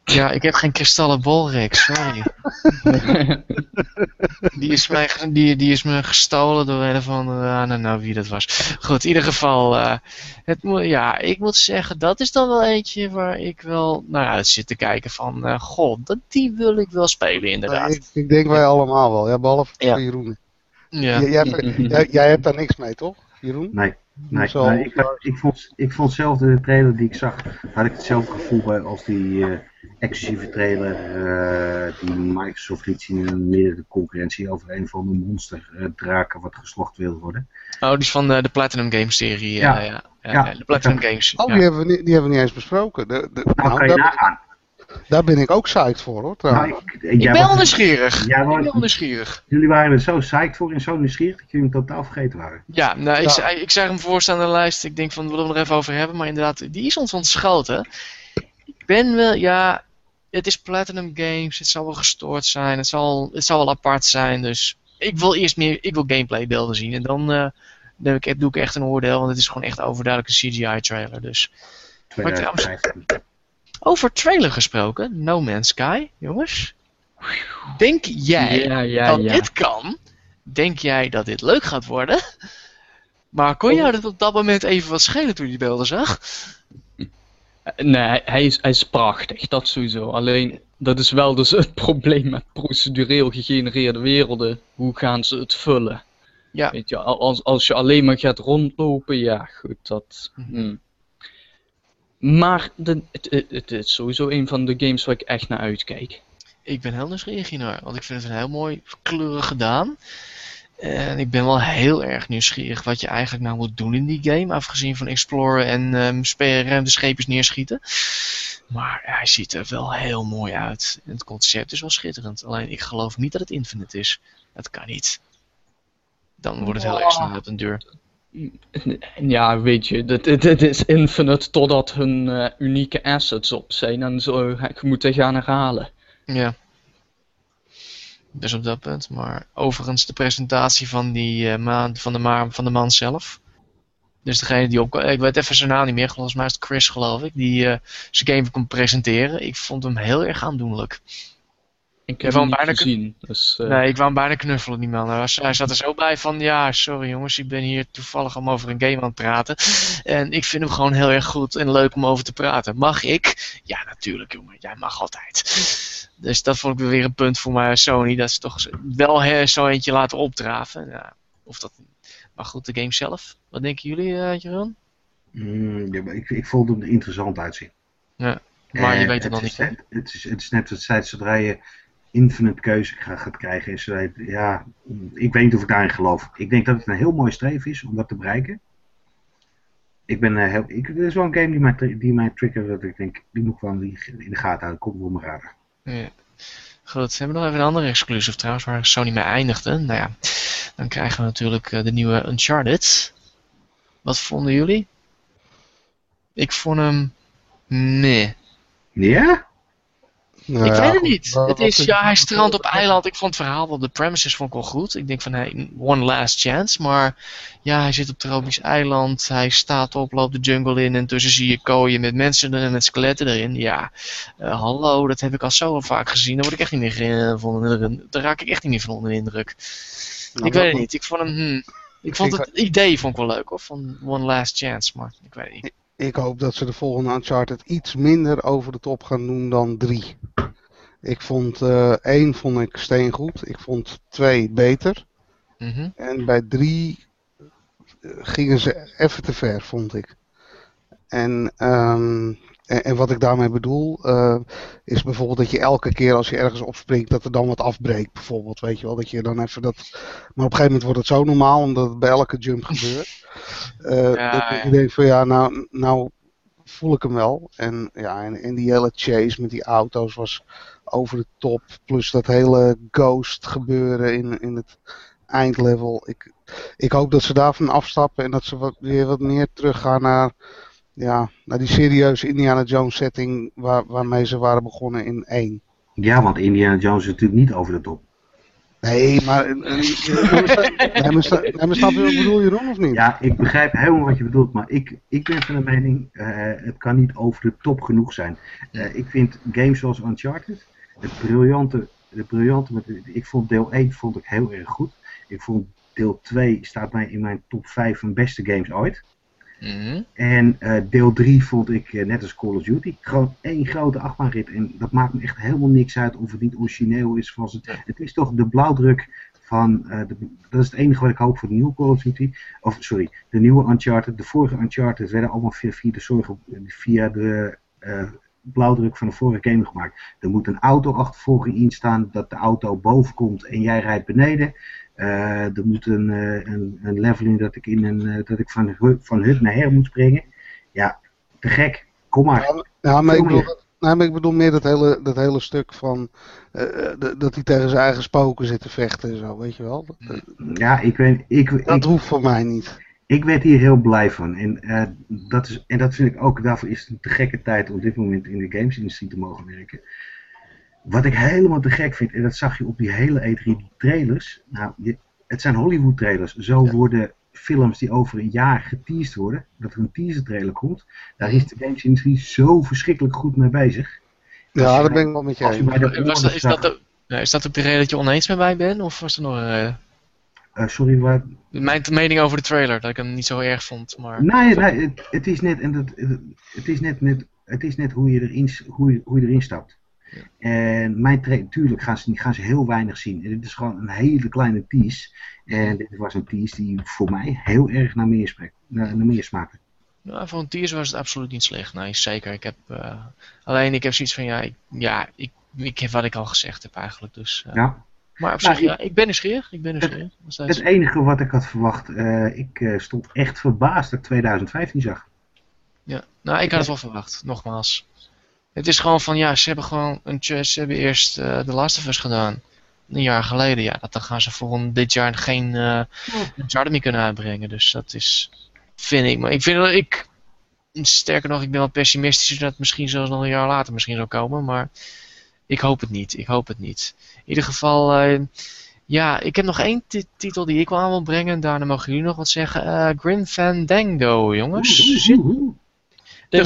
Ja, ik heb geen kristallen bol, Rex, sorry. Die is me gestolen door een of andere... nou, wie dat was. Goed, in ieder geval... ik moet zeggen, dat is dan wel eentje waar ik wel naar uit zit te kijken van... die wil ik wel spelen, inderdaad. Ik denk wij allemaal wel, ja, behalve Ja. Jeroen. Ja. Jij hebt daar niks mee, toch, Jeroen? Nee. Zo- Nee, ik vond zelf de trailer die ik zag, had ik hetzelfde gevoel bij als die exclusieve trailer die Microsoft liet zien in een meerdere concurrentie over een van de monsterdraken wat geslocht wil worden. Oh, die is van de Platinum Games serie. Ja. De Platinum Games. Oh, ja. die hebben we niet eens besproken. Nou, kan je nagaan. Daar ben ik ook psyched voor, hoor. trouwens. Nou, Ik ben wel nieuwsgierig. Ja, Ik ben wel nieuwsgierig. Jullie waren er zo psyched voor en zo nieuwsgierig dat jullie hem totaal vergeten waren. Ja, nou, ik zag hem voorstaan in de lijst. Ik denk van, willen we er even over hebben. Maar inderdaad, die is ons ontschoten. Ik ben wel, ja... Het is Platinum Games. Het zal wel gestoord zijn. Het zal wel apart zijn. Dus ik wil eerst ik wil gameplay beelden zien. En dan doe ik echt een oordeel. Want het is gewoon echt overduidelijk een CGI trailer. Dus. Maar trouwens, 2015. over trailer gesproken. No Man's Sky, jongens. Denk jij dat dit kan? Denk jij dat dit leuk gaat worden? Maar kon jou dat op dat moment even wat schelen toen je die beelden zag? Nee, hij is prachtig, dat sowieso. Alleen, dat is wel dus het probleem met procedureel gegenereerde werelden. Hoe gaan ze het vullen? Ja. Weet je, als je alleen maar gaat rondlopen, ja goed, dat... Maar het is sowieso een van de games waar ik echt naar uitkijk. Ik ben heel nieuwsgierig hiernaar, want ik vind het een heel mooi kleurig gedaan. En ik ben wel heel erg nieuwsgierig wat je eigenlijk nou moet doen in die game. Afgezien van exploren en ruimtescheepjes neerschieten. Maar hij ziet er wel heel mooi uit. En het concept is wel schitterend. Alleen ik geloof niet dat het infinite is. Dat kan niet. Dan wordt het heel erg snel op een deur. Ja, weet je, het is infinite totdat hun unieke assets op zijn en zo moeten gaan herhalen. Ja. Dus op dat punt. Maar overigens de presentatie van van de man zelf. Dus degene die ik weet even zijn naam niet meer, volgens mij is het Chris geloof ik, die zijn game kon presenteren. Ik vond hem heel erg aandoenlijk. Ik heb hem niet gezien. Dus, Nee, ik wou hem bijna knuffelen, die man. Hij zat er zo bij van, ja, sorry jongens, ik ben hier toevallig om over een game aan het praten. En ik vind hem gewoon heel erg goed en leuk om over te praten. Mag ik? Ja, natuurlijk jongen, jij mag altijd. Dus dat vond ik weer een punt voor mij Sony, dat ze toch wel zo eentje laten opdraven. Ja, of dat... Maar goed, de game zelf, wat denken jullie, Jeroen? Ik vond hem er interessant uitzien. Ja, maar je weet het nog niet. Het is net het tijd zodra je infinite keuze gaat krijgen. Ik weet niet of ik daarin geloof. Ik denk dat het een heel mooi streven is om dat te bereiken. Het is wel een game die mij triggert dat ik denk, die moet ik wel in de gaten houden. Komt voor mijn radar. Ja. Goed, we hebben nog even een andere exclusive trouwens, waar Sony mee eindigde. Nou ja, dan krijgen we natuurlijk de nieuwe Uncharted. Wat vonden jullie? Ik vond hem... Nee. Ja? Nou Ik ja, weet het goed. niet. Hij strandt op eiland. Ik vond het verhaal op de premises vond ik wel goed. Ik denk van, hey, one last chance. Maar ja, hij zit op tropisch eiland. Hij staat op, loopt de jungle in. En tussen zie je kooien met mensen en met skeletten erin. Ja, hallo, dat heb ik al zo vaak gezien. Daar word ik echt niet meer daar raak ik echt niet meer van onder de indruk. Ik weet het niet. Ik vond hem... Ik vond het idee vond ik wel leuk hoor, van One Last Chance, maar ik weet het niet. Ik hoop dat ze de volgende Uncharted iets minder over de top gaan doen dan 3. Ik vond 1 vond ik steengoed. Ik vond 2 beter. En bij 3 gingen ze even te ver, vond ik. En wat ik daarmee bedoel, is bijvoorbeeld dat je elke keer als je ergens opspringt, dat er dan wat afbreekt, bijvoorbeeld, weet je wel. Dat je dan even dat... Maar op een gegeven moment wordt het zo normaal, omdat het bij elke jump gebeurt. Dat ik denk van ja, nou voel ik hem wel. En ja, en die hele chase met die auto's was over de top. Plus dat hele ghost gebeuren in het eindlevel. Ik hoop dat ze daarvan afstappen en dat ze weer wat meer teruggaan naar die serieuze Indiana Jones setting waarmee ze waren begonnen in 1. Ja, want Indiana Jones is natuurlijk niet over de top. Nee, maar... maar snap je wat ik bedoel, Jeroen, of niet? Ja, ik begrijp helemaal wat je bedoelt, maar ik ben van de mening, het kan niet over de top genoeg zijn. Ik vind games zoals Uncharted, ik vond deel 1 vond ik heel erg goed. Ik vond deel 2 staat mij in mijn top 5 van beste games ooit. En deel 3 vond ik net als Call of Duty. Gewoon één grote achtbaanrit. En dat maakt me echt helemaal niks uit of het niet origineel is. Het is toch de blauwdruk van... dat is het enige wat ik hoop voor de nieuwe Call of Duty. Of sorry, de nieuwe Uncharted. De vorige Uncharted werden allemaal via de blauwdruk van de vorige game gemaakt. Er moet een auto-achtervolging in staan. Dat de auto boven komt en jij rijdt beneden. Er moet een level in dat ik van hut naar her moet springen. Ja, te gek. Kom maar. Ja, maar ik bedoel meer dat hele stuk van dat hij tegen zijn eigen spoken zit te vechten en zo, weet je wel. Ja, Dat hoeft voor mij niet. Ik werd hier heel blij van. En dat vind ik ook, daarvoor is het een te gekke tijd op dit moment in de gamesindustrie te mogen werken. Wat ik helemaal te gek vind, en dat zag je op die hele E3, die trailers. Nou, het zijn Hollywood trailers. Zo worden films die over een jaar geteased worden, dat er een teaser trailer komt. Daar is de gamesindustrie zo verschrikkelijk goed mee bezig. Ja, daar ben ik wel met je eens. Is dat ook de reden dat je oneens met mij bent? Of was er nog een reden? Sorry, wat? Mijn mening over de trailer, dat ik hem niet zo erg vond. Maar... Nee, het is net hoe je erin stapt. Ja. En natuurlijk gaan ze heel weinig zien. En dit is gewoon een hele kleine tease. En dit was een tease die voor mij heel erg naar meer smaakte. Nou, voor een teaser was het absoluut niet slecht. Nee, zeker. Ik heb zoiets van, ik heb wat ik al gezegd heb eigenlijk. Dus, ja. Maar op zich, ik ben nieuwsgierig. Het enige wat ik had verwacht, ik stond echt verbaasd dat ik 2015 zag. Ja, nou, ik had het wel verwacht, nogmaals. Het is gewoon van, ze hebben eerst The Last of Us gedaan. Een jaar geleden, dan gaan ze voor dit jaar geen Uncharted meer kunnen uitbrengen. Dus dat is, vind ik. Maar sterker nog, ik ben wel pessimistisch dat het misschien zelfs nog een jaar later misschien zou komen. Maar ik hoop het niet. In ieder geval, ik heb nog één titel die ik wel aan wil brengen. Daarna mogen jullie nog wat zeggen. Grim Fandango, jongens. De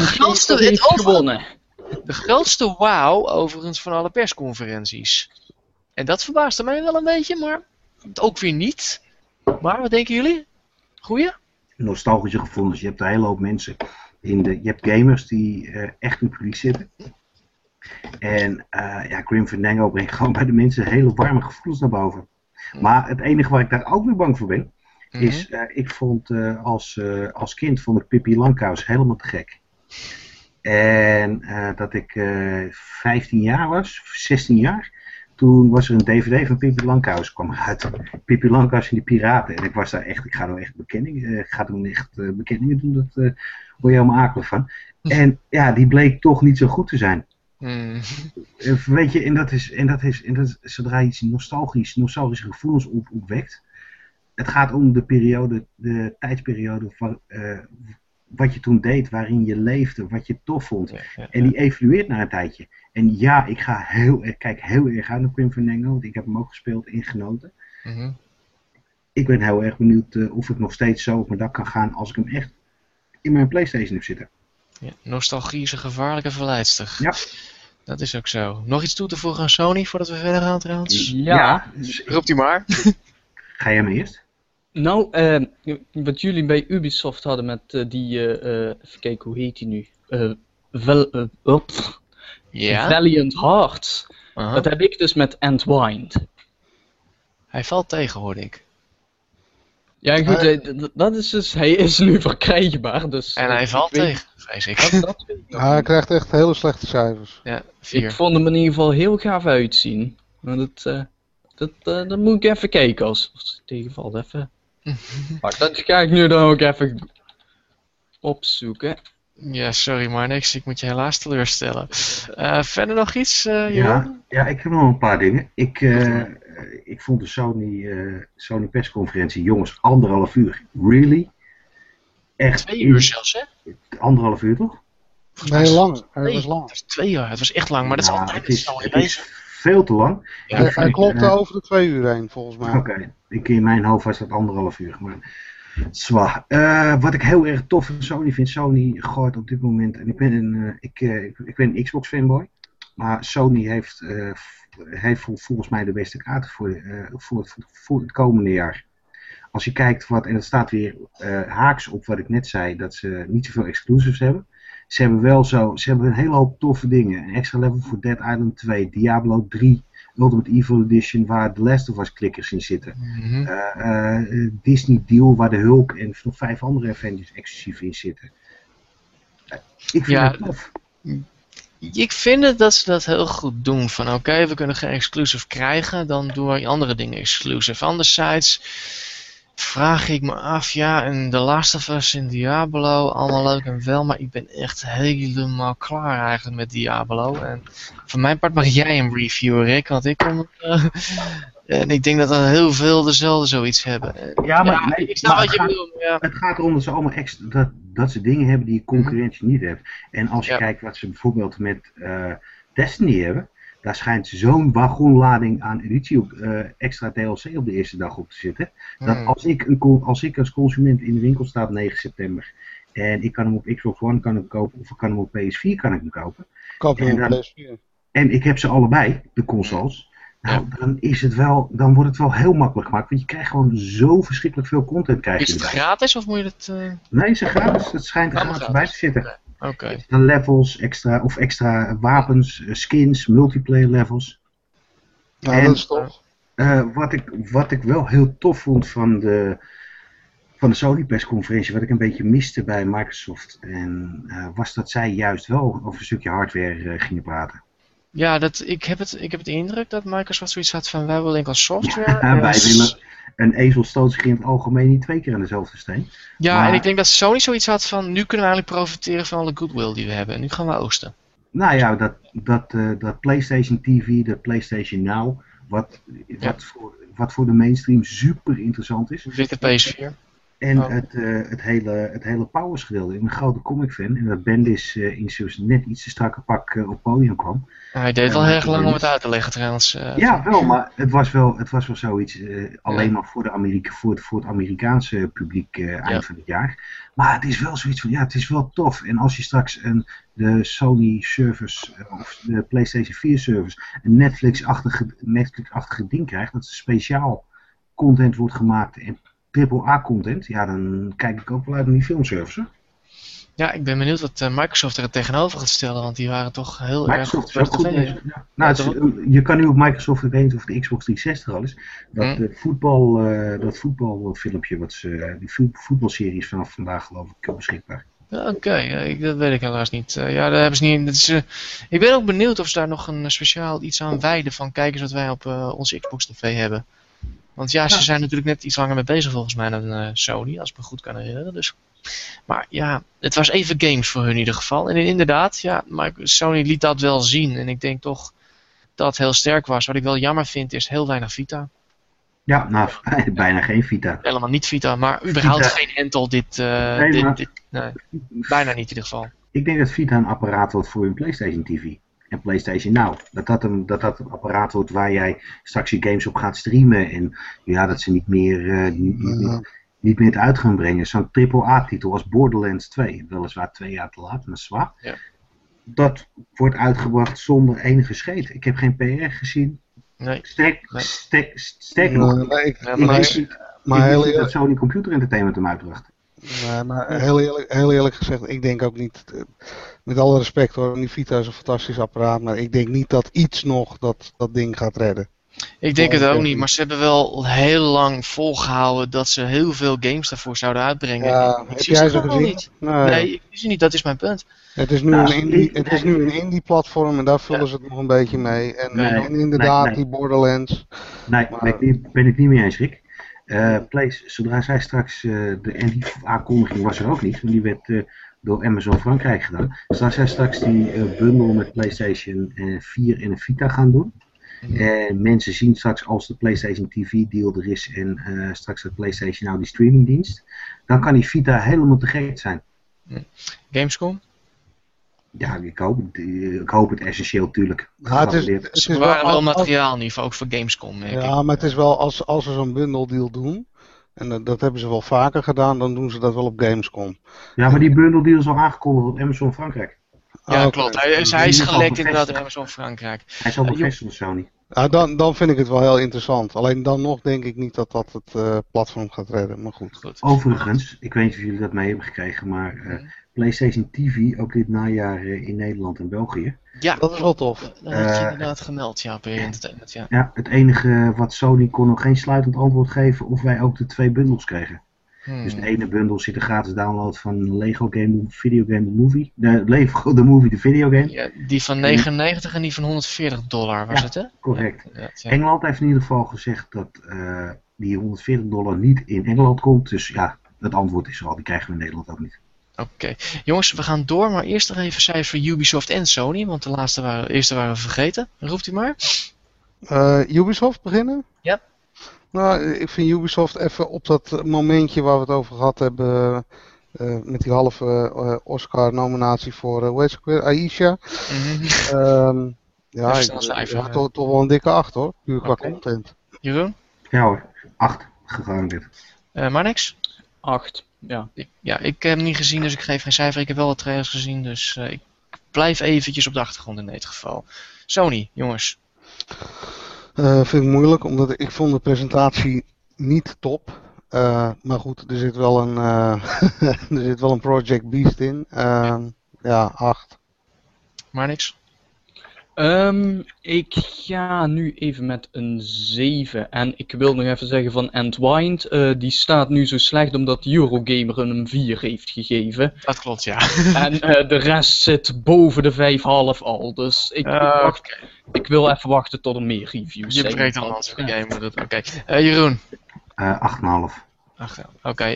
grootste wow overigens van alle persconferenties. En dat verbaasde mij wel een beetje, maar ook weer niet. Maar wat denken jullie? Goeie? Nostalgische gevoelens. Je hebt een hele hoop mensen. Je hebt gamers die echt in het publiek zitten. En Grim Fandango brengt gewoon bij de mensen hele warme gevoelens naar boven. Maar het enige waar ik daar ook weer bang voor ben, is, ik vond als kind vond ik Pippi Langkous helemaal te gek. En dat ik 15 jaar was, 16 jaar, toen was er een DVD van Pippi Langkous, kwam uit. Pippi Langkous en die piraten. En ik was daar echt, ik ga er echt bekenningen doen, dat word je helemaal akelig van. En ja, die bleek toch niet zo goed te zijn. Weet je, en dat is zodra je iets nostalgische gevoelens opwekt. Het gaat om de tijdsperiode van wat je toen deed, waarin je leefde, wat je tof vond. En die evolueert na een tijdje. En ja, ik kijk heel erg uit naar Grim Fandango, want ik heb hem ook gespeeld en genoten. Ik ben heel erg benieuwd of ik nog steeds zo op mijn dak kan gaan als ik hem echt in mijn PlayStation heb zitten. Ja, nostalgie is een gevaarlijke verleidster. Ja. Dat is ook zo. Nog iets toe te voegen aan Sony voordat we verder gaan trouwens? Ja. Roept u maar. Ga jij maar eerst? Nou, wat jullie bij Ubisoft hadden met even kijken, hoe heet die nu? Valiant Hearts. Dat heb ik dus met Entwined. Hij valt tegen, hoorde ik. Ja goed, dat is dus, hij is nu verkrijgbaar. Dus, en hij valt tegen, vrees ik. Hij krijgt echt hele slechte cijfers. Ja, 4. Ik vond hem in ieder geval heel gaaf uitzien. Maar dat moet ik even kijken als het tegenvalt. Even. Maar dat ga ik nu dan ook even opzoeken. Ja, sorry maar niks. Ik moet je helaas teleurstellen. Verder nog iets, ja, ik heb nog een paar dingen. Ik vond de Sony persconferentie, jongens, 1,5 uur. Really? Echt 2 uur zelfs, hè? 1,5 uur toch? Nee, lang. Het was lang. Het was 2 uur, het was echt lang, maar dat is altijd het is veel te lang. Ja, Hij klopte over de 2 uur heen, volgens mij. Oké, in mijn hoofd was dat 1,5 uur. Maar zwaar. Wat ik heel erg tof van Sony vind, Sony gooit op dit moment, en ik ben een Xbox fanboy, maar Sony heeft volgens mij de beste kaarten voor het komende jaar. Als je kijkt en dat staat weer haaks op wat ik net zei, dat ze niet zoveel exclusives hebben. Ze hebben een hele hoop toffe dingen. Een extra level voor Dead Island 2, Diablo 3, Ultimate Evil Edition, waar The Last of Us klikkers in zitten. Disney Deal, waar de Hulk en nog 5 andere Avengers exclusief in zitten. Ik vind het tof. Ik vind dat ze dat heel goed doen. Van oké, we kunnen geen exclusive krijgen, dan doen we andere dingen exclusive. Anderzijds vraag ik me af, ja, en The Last of Us in Diablo, allemaal leuk en wel, maar ik ben echt helemaal klaar eigenlijk met Diablo. En voor mijn part mag jij een review, Rick, want ik kom... en ik denk dat er heel veel dezelfde zoiets hebben. Ja, maar nee, ik snap wat je bedoelt. Ja. Het gaat erom dat ze allemaal extra, dat ze dingen hebben die concurrentie niet heeft. En als je kijkt wat ze bijvoorbeeld met Destiny hebben, daar schijnt zo'n wagonlading aan editie op, extra DLC op de eerste dag op te zitten. Dat als ik als consument in de winkel sta op 9 september en ik kan hem op Xbox One kopen of ik kan hem op PS4 kopen. Koop je op PS4. En ik heb ze allebei, de consoles. Nou, dan wordt het wel heel makkelijk gemaakt, want je krijgt gewoon zo verschrikkelijk veel content. Is het gratis of moet je het... Nee, het is gratis. Het schijnt er gratis bij te zitten. Oké. Levels, extra wapens, skins, multiplayer levels. Nou, dat is tof. Wat ik wel heel tof vond van de Sony persconferentie, wat ik een beetje miste bij Microsoft, was dat zij juist wel over een stukje hardware gingen praten. Ja, ik heb het indruk dat Microsoft zoiets had van wij willen enkel software. Ja, wij willen een ezel stoot zich in het algemeen niet 2 keer aan dezelfde steen. Ja, maar, en ik denk dat Sony zoiets had van nu kunnen we eigenlijk profiteren van alle goodwill die we hebben. En nu gaan we oogsten. Nou ja, dat PlayStation TV, dat PlayStation Now, wat voor de mainstream super interessant is. Witte PS4. En het hele Powers gedeelte. Ik ben een grote comic fan. En dat Bendis in zo'n net iets te strakke pak op het podium kwam. Hij deed wel erg lang om het uit te leggen trouwens. Ja, wel, maar het was wel zoiets alleen maar voor het Amerikaanse publiek eind van het jaar. Maar het is wel zoiets van, ja, het is wel tof. En als je straks de Sony service of de PlayStation 4 service een Netflix-achtige ding krijgt, dat er speciaal content wordt gemaakt en AAA-content, ja, dan kijk ik ook wel uit naar die filmservice. Ja, ik ben benieuwd wat Microsoft er tegenover gaat stellen, want die waren toch heel Microsoft erg is ook goed bezig. Ja. Nou, je kan nu op Microsoft, ik weet niet of de Xbox 360 al is, dat voetbalfilmpje, die voetbalserie is vanaf vandaag geloof ik beschikbaar. Oké, dat weet ik helaas niet. Ja, daar hebben ze niet. Ik ben ook benieuwd of ze daar nog een speciaal iets aan wijden van kijkers wat wij op onze Xbox TV hebben. Want ja, ze zijn natuurlijk net iets langer mee bezig volgens mij dan Sony, als ik me goed kan herinneren. Dus. Maar ja, het was even games voor hun in ieder geval. En inderdaad, ja, maar Sony liet dat wel zien. En ik denk toch dat het heel sterk was. Wat ik wel jammer vind is heel weinig Vita. Ja, nou, bijna geen Vita. Helemaal niet Vita, maar überhaupt geen handle nee, bijna niet in ieder geval. Ik denk dat Vita een apparaat wordt voor een PlayStation TV. En PlayStation Now. Dat een apparaat wordt waar jij straks je games op gaat streamen. En ja, dat ze niet meer het uit gaan brengen. Zo'n AAA-titel als Borderlands 2. Weliswaar 2 jaar te laat, maar zwaar. Ja. Dat wordt uitgebracht zonder enige scheet. Ik heb geen PR gezien. Nee. Sterk nog. Maar heel eerlijk dat Sony Computer Entertainment hem uitbracht. Nee, maar heel eerlijk gezegd, ik denk ook niet, met alle respect hoor, die Vita is een fantastisch apparaat, maar ik denk niet dat iets nog dat ding gaat redden. Ik denk het ook niet, maar ze hebben wel heel lang volgehouden dat ze heel veel games daarvoor zouden uitbrengen. Ja, heb jij ze gezien? Niet. Nee, ik zie ze niet, dat is mijn punt. Het is nu een indie platform en daar vullen ze het nog een beetje mee. En inderdaad, die Borderlands. Nee, ben ik niet mee eens, Rick. Zodra zij straks, en die aankondiging was er ook niet, want die werd door Amazon Frankrijk gedaan. Zodra zij straks die bundel met PlayStation 4 en een Vita gaan doen. En mensen zien straks als de PlayStation TV deal er is en straks de PlayStation Now die streamingdienst, dan kan die Vita helemaal te gek zijn. Gamescom? Ja, ik hoop het essentieel natuurlijk. Ja, het is Ze wel bewaren wel als- materiaal nu, ook voor Gamescom. Denk ik. Ja, maar het is wel als ze zo'n bundle deal doen, en dat hebben ze wel vaker gedaan, dan doen ze dat wel op Gamescom. Ja, maar die bundle deal is al aangekondigd op Amazon Frankrijk. Ja, Oké. klopt. Hij is in ieder geval gelekt inderdaad in bevestigd. Amazon Frankrijk. Hij is al bevestigd door Sony. Ja, dan vind ik het wel heel interessant. Alleen dan nog denk ik niet dat dat het platform gaat redden, maar goed. Goed. Overigens, ik weet niet of jullie dat mee hebben gekregen, maar PlayStation TV ook dit najaar in Nederland en België. Ja, Dat is wel tof. dat had je inderdaad gemeld, ja, bij Entertainment, ja. Ja, het enige wat Sony kon nog geen sluitend antwoord geven of wij ook de 2 bundels kregen. Dus de ene bundel zit een gratis download van Lego Game Video Game The Movie. Lego The Movie The Video Game. Ja, die van 99 en die van $140 was Ja, het, hè? correct. Ja, inderdaad, ja. Engeland heeft in ieder geval gezegd dat die $140 niet in Engeland komt. Dus ja, het antwoord is er al. Die krijgen we in Nederland ook niet. Oké. Jongens, we gaan door, maar eerst nog even cijfers voor Ubisoft en Sony, want de eerste waren we vergeten. Roept u maar. Ubisoft beginnen? Ja. Nou, ik vind Ubisoft even op dat momentje waar we het over gehad hebben, met die halve Oscar-nominatie voor, hoe heet ze ook weer, Aisha. Ja, Even snel cijfer, ja, toch wel een dikke 8 hoor, puur qua Oké. content. Jeroen? Ja hoor, 8 gegarandeerd. Maar niks? 8. Ja. Ik heb hem niet gezien, dus ik geef geen cijfer. Ik heb wel wat trailers gezien, dus ik blijf eventjes op de achtergrond in dit geval. Sony, jongens. Vind ik moeilijk, omdat ik vond de presentatie niet top. Maar goed, er zit wel een, er zit wel een Project Beast in. Ja, 8. Maar niks? Ik ga nu even met een 7. En ik wil nog even zeggen van Entwined. Die staat nu zo slecht omdat Eurogamer een 4 heeft gegeven. Dat klopt, ja. En de rest zit boven de 5,5 al. Dus ik wil even wachten tot er meer reviews Je zijn. breekt dan als een game moet het. Oké. Jeroen? 8,5. Oké,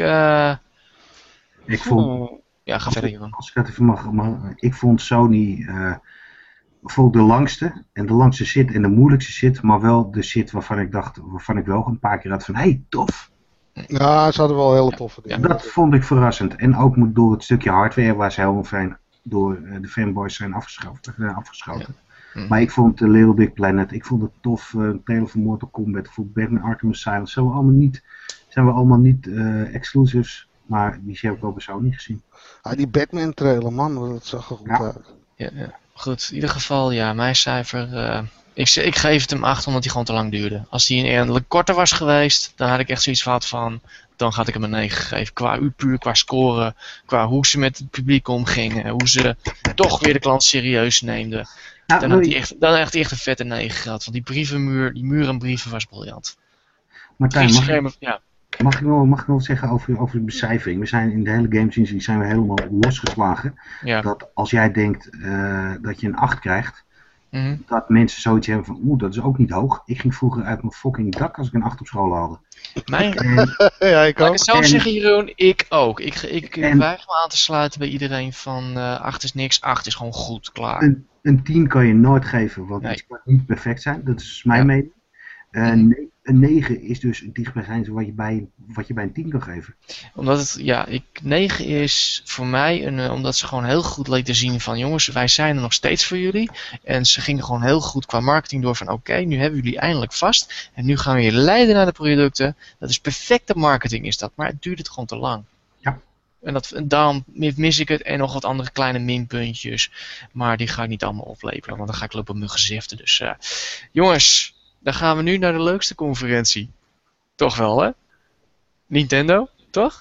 Ik vond, ja, ga verder, Jeroen. als ik het even mag, ik vond Sony de langste. En de langste zit en de moeilijkste zit. Maar wel de zit waarvan ik wel een paar keer had van, hey, tof. Ja, ze hadden wel hele toffe dingen. Dat vond ik verrassend. En ook door het stukje hardware waar ze helemaal fijn door de fanboys zijn afgeschoten. Ja. Maar ik vond Little Big Planet, ik vond het tof. Trailer van Mortal Kombat, voor Batman Arkham Asylum. Zijn we allemaal niet exclusives. Maar die heb ik ook bij Sony gezien. Ah, die Batman trailer, man, dat zag er goed uit. Ja. Goed, in ieder geval, ja, mijn cijfer. Ik geef het hem 8 omdat hij gewoon te lang duurde. Als hij eindelijk korter was geweest, dan had ik echt zoiets gehad van. Dan had ik hem een 9 gegeven. Puur qua scoren, qua hoe ze met het publiek omgingen, hoe ze toch weer de klant serieus neemden. Dan had hij echt een vette 9 gehad. Want die muur en brieven was briljant. Martijn, Ja. mag ik nog wat zeggen over de becijfering? We zijn in de hele gamesindustrie zijn we helemaal losgeslagen. Ja. Dat als jij denkt dat je een 8 krijgt, Mhm. dat mensen zoiets hebben van, dat is ook niet hoog. Ik ging vroeger uit mijn fucking dak als ik een 8 op school haalde. Ja, ik Laat ook. ik het zo zeggen, Jeroen, ik ook. Ik En- weiger me aan te sluiten bij iedereen van 8 is niks, 8 is gewoon goed, klaar. Een 10 kan je nooit geven, want Nee. iets kan niet perfect zijn. Dat is mijn Ja. mening. Een 9 is dus het dichtstbijzijnde wat je bij een 10 kan geven. Omdat het, 9 is voor mij, omdat ze gewoon heel goed lieten zien van jongens, wij zijn er nog steeds voor jullie. En ze gingen gewoon heel goed qua marketing door van oké, nu hebben jullie eindelijk vast. En nu gaan we je leiden naar de producten. Dat is perfecte marketing is dat, maar het duurt het gewoon te lang. Ja. En daarom mis ik het en nog wat andere kleine minpuntjes. Maar die ga ik niet allemaal oplepelen, want dan ga ik lopen op mijn geziften. Dus jongens, dan gaan we nu naar de leukste conferentie. Toch wel, hè? Nintendo, toch?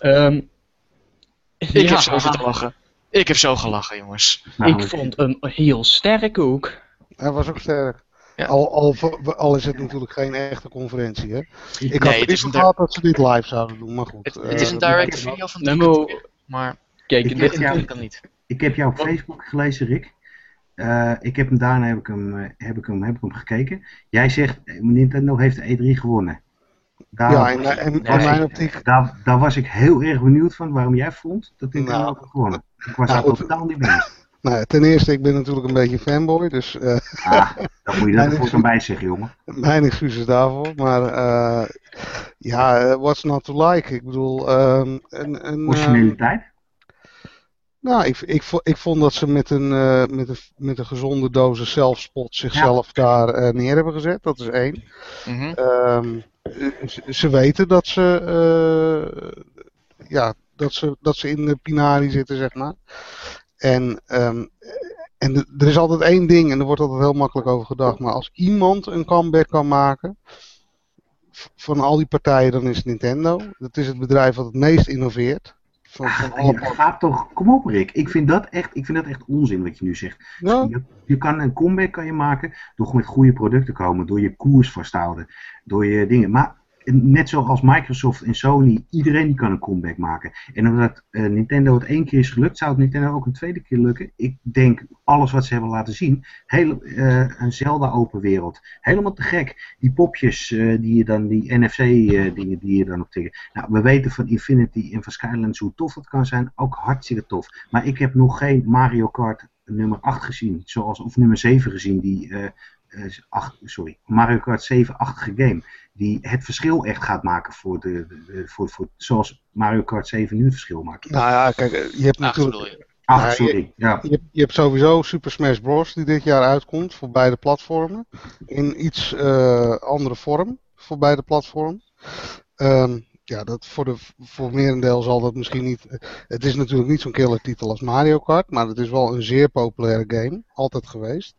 Ik heb zo zitten lachen. Ik heb zo gelachen, jongens. Nou, Ik vond hem heel sterk ook. Hij was ook sterk. Ja. Al is het natuurlijk geen echte conferentie, hè. Ik had het is liever een gehad dat ze dit live zouden doen, maar goed. Het is een direct video van 3 Nemo, kwartier, maar kijk, Ik dit, heb- dat kan niet. Ik heb jou op Facebook gelezen, Rick. Ik heb hem daarna heb ik hem gekeken. Jij zegt, Nintendo heeft de E3 gewonnen. Ja, in mijn optiek. Daar was ik heel erg benieuwd van waarom jij vond dat Nintendo Nou, had gewonnen. Ik was nou, daar goed. totaal niet mee eens. Nou, ten eerste, ik ben natuurlijk een beetje fanboy, dus Dat moet je er voor bij zeggen, jongen. mijn excuses daarvoor. Maar what's not to like? Ik bedoel, Originaliteit. Nou, ik vond dat ze met een gezonde dosis zelfspot zichzelf daar neer hebben gezet. Dat is 1. Mhm. Ze weten dat dat ze in de pinari zitten, zeg maar. En er is altijd 1 ding, en er wordt altijd heel makkelijk over gedacht. Maar als iemand een comeback kan maken van al die partijen, dan is het Nintendo. Dat is het bedrijf wat het meest innoveert. Gaat toch, kom op Rick, ik vind dat echt onzin wat je nu zegt. Ja. Je kan een comeback maken door met goede producten te komen, door je koers vast te houden, door je dingen. Maar net zoals Microsoft en Sony, iedereen die kan een comeback maken. En omdat Nintendo het 1 keer is gelukt, zou het Nintendo ook een 2e keer lukken. Ik denk, alles wat ze hebben laten zien, een Zelda open wereld. Helemaal te gek. Die popjes, die NFC dingen die je dan op tegen. Nou, we weten van Infinity en van Skylands hoe tof dat kan zijn. Ook hartstikke tof. Maar ik heb nog geen Mario Kart nummer 8 gezien. Of nummer 7 gezien. Mario Kart 7-achtige game. Die het verschil echt gaat maken voor zoals Mario Kart 7 nu het verschil maakt. Nou ja, kijk, je hebt natuurlijk... Je hebt sowieso Super Smash Bros. Die dit jaar uitkomt voor beide platformen. In iets andere vorm voor beide platformen. Dat voor merendeel zal dat misschien niet... Het is natuurlijk niet zo'n killer titel als Mario Kart, maar het is wel een zeer populaire game. Altijd geweest.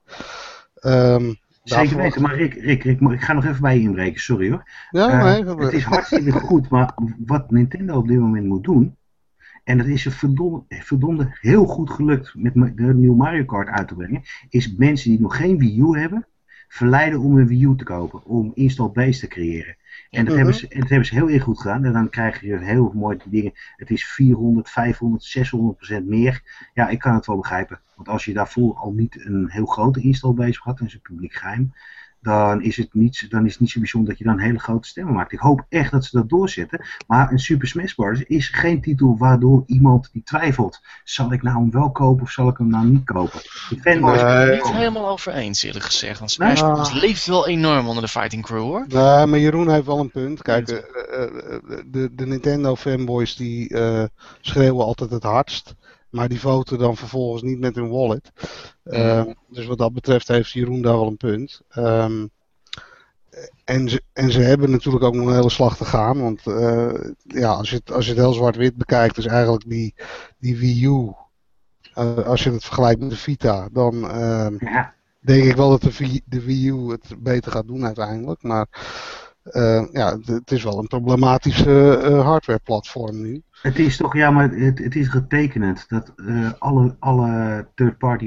Zeker weten, maar Rick, ik ga nog even bij je inbreken, sorry hoor. Ja, het is hartstikke goed, maar wat Nintendo op dit moment moet doen, en dat is verdomde heel goed gelukt met de nieuwe Mario Kart uit te brengen, is mensen die nog geen Wii U hebben, verleiden om een Wii U te kopen, om install base te creëren. En dat hebben ze heel erg goed gedaan. En dan krijg je heel mooi die dingen. Het is 400, 500, 600% meer. Ja, ik kan het wel begrijpen. Want als je daarvoor al niet een heel grote install base had, en is het publiek geheim, dan is het niet zo bijzonder dat je dan hele grote stemmen maakt. Ik hoop echt dat ze dat doorzetten. Maar een Super Smash Bros. Is geen titel waardoor iemand die twijfelt. Zal ik nou hem wel kopen of zal ik hem nou niet kopen? Ik ben het niet helemaal over eens eerlijk gezegd. Want Smash Bros. Leeft wel enorm onder de fighting crew hoor. Nee, maar Jeroen heeft wel een punt. Kijk, de Nintendo fanboys die schreeuwen altijd het hardst. Maar die voten dan vervolgens niet met hun wallet. Dus wat dat betreft heeft Jeroen daar wel een punt. En ze hebben natuurlijk ook nog een hele slag te gaan. Want als je het heel zwart-wit bekijkt, is eigenlijk die Wii U. Als je het vergelijkt met de Vita, dan denk ik wel dat de Wii U het beter gaat doen uiteindelijk. Maar het is wel een problematische hardware-platform nu. Het is toch, ja, maar het is getekenend dat alle third-party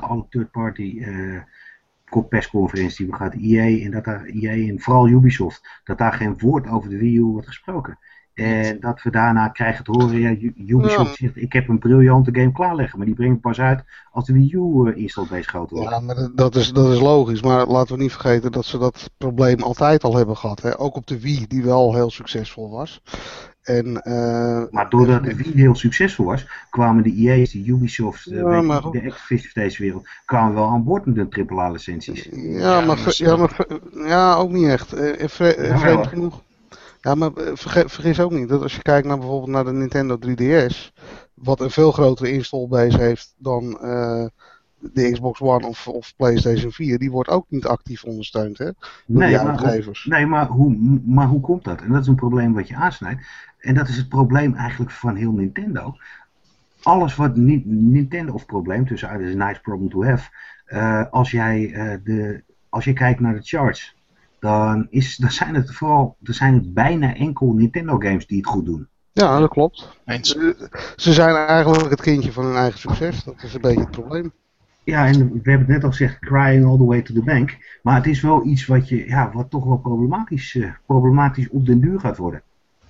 persconferenties die we gehad, EA en vooral Ubisoft, dat daar geen woord over de Wii U wordt gesproken. En dat we daarna krijgen te horen, Ubisoft zegt, ik heb een briljante game klaarleggen, maar die brengt pas uit als de Wii U install base groot wordt. Ja, maar dat is logisch, maar laten we niet vergeten dat ze dat probleem altijd al hebben gehad. Hè? Ook op de Wii, die wel heel succesvol was. Maar doordat de Wii heel succesvol was, kwamen de EA's, de Ubisoft, de Activision van deze wereld, kwamen wel aan boord met de AAA-licenties. Ja, ook niet echt. Vreemd genoeg. Ja, maar vergis ook niet dat als je kijkt naar bijvoorbeeld naar de Nintendo 3DS, wat een veel grotere installbase heeft dan de Xbox One of PlayStation 4, die wordt ook niet actief ondersteund, hè? Door die uitgevers. Maar hoe komt dat? En dat is een probleem wat je aansnijdt. En dat is het probleem eigenlijk van heel Nintendo. Alles wat Nintendo, of probleem, tussen is een nice problem to have. Als je kijkt naar de charts, dan zijn het bijna enkel Nintendo games die het goed doen. Ja, dat klopt. Ze zijn eigenlijk het kindje van hun eigen succes. Dat is een beetje het probleem. Ja, en we hebben het net al gezegd, crying all the way to the bank. Maar het is wel iets wat toch wel problematisch op den duur gaat worden.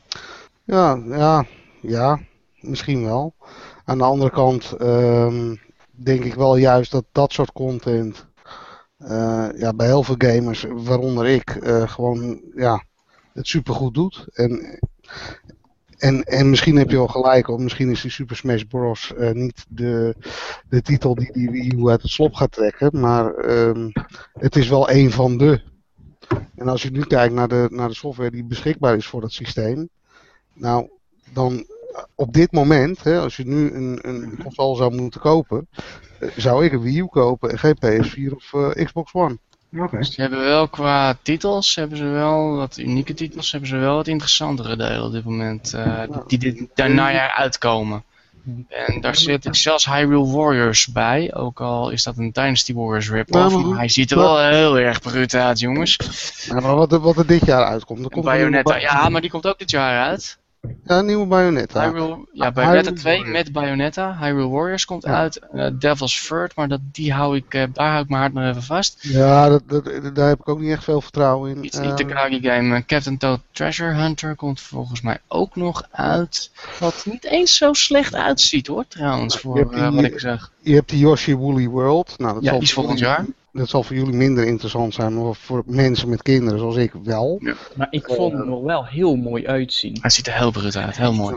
Ja, misschien wel. Aan de andere kant denk ik wel juist dat soort content bij heel veel gamers, waaronder ik, gewoon het supergoed doet. En misschien heb je wel gelijk, of misschien is die Super Smash Bros. Niet de titel die Wii U uit het slop gaat trekken, maar het is wel een van de. En als je nu kijkt naar de software die beschikbaar is voor dat systeem, nou, dan op dit moment, hè, als je nu een console zou moeten kopen, zou ik een Wii U kopen en geen PS4 of Xbox One. Oké. Dus die hebben wel qua titels, hebben ze wel wat unieke titels, hebben ze wel wat interessantere delen op dit moment. Die dit najaar uitkomen. En daar zit zelfs Hyrule Warriors bij, ook al is dat een Dynasty Warriors rip-off, maar hij ziet er wel heel erg bruut uit, jongens. Ja, maar wat er dit jaar uitkomt. Er komt Bayonetta, ja, maar die komt ook dit jaar uit. Ja, een nieuwe Bayonetta. Bayonetta 2 met Bayonetta. Hyrule Warriors komt uit. Devil's Third, maar daar hou ik mijn hart nog even vast. Ja, daar heb ik ook niet echt veel vertrouwen in. Iets Itagaki game. Captain Toad Treasure Hunter komt volgens mij ook nog uit. Wat niet eens zo slecht uitziet hoor, trouwens, voor wat ik zeg. Je hebt die Yoshi Woolly World. Nou, dat die is volgend jaar. Dat zal voor jullie minder interessant zijn, maar voor mensen met kinderen zoals ik wel. Ja. Maar ik vond hem er wel heel mooi uitzien. Hij ziet er heel bruut uit, heel mooi.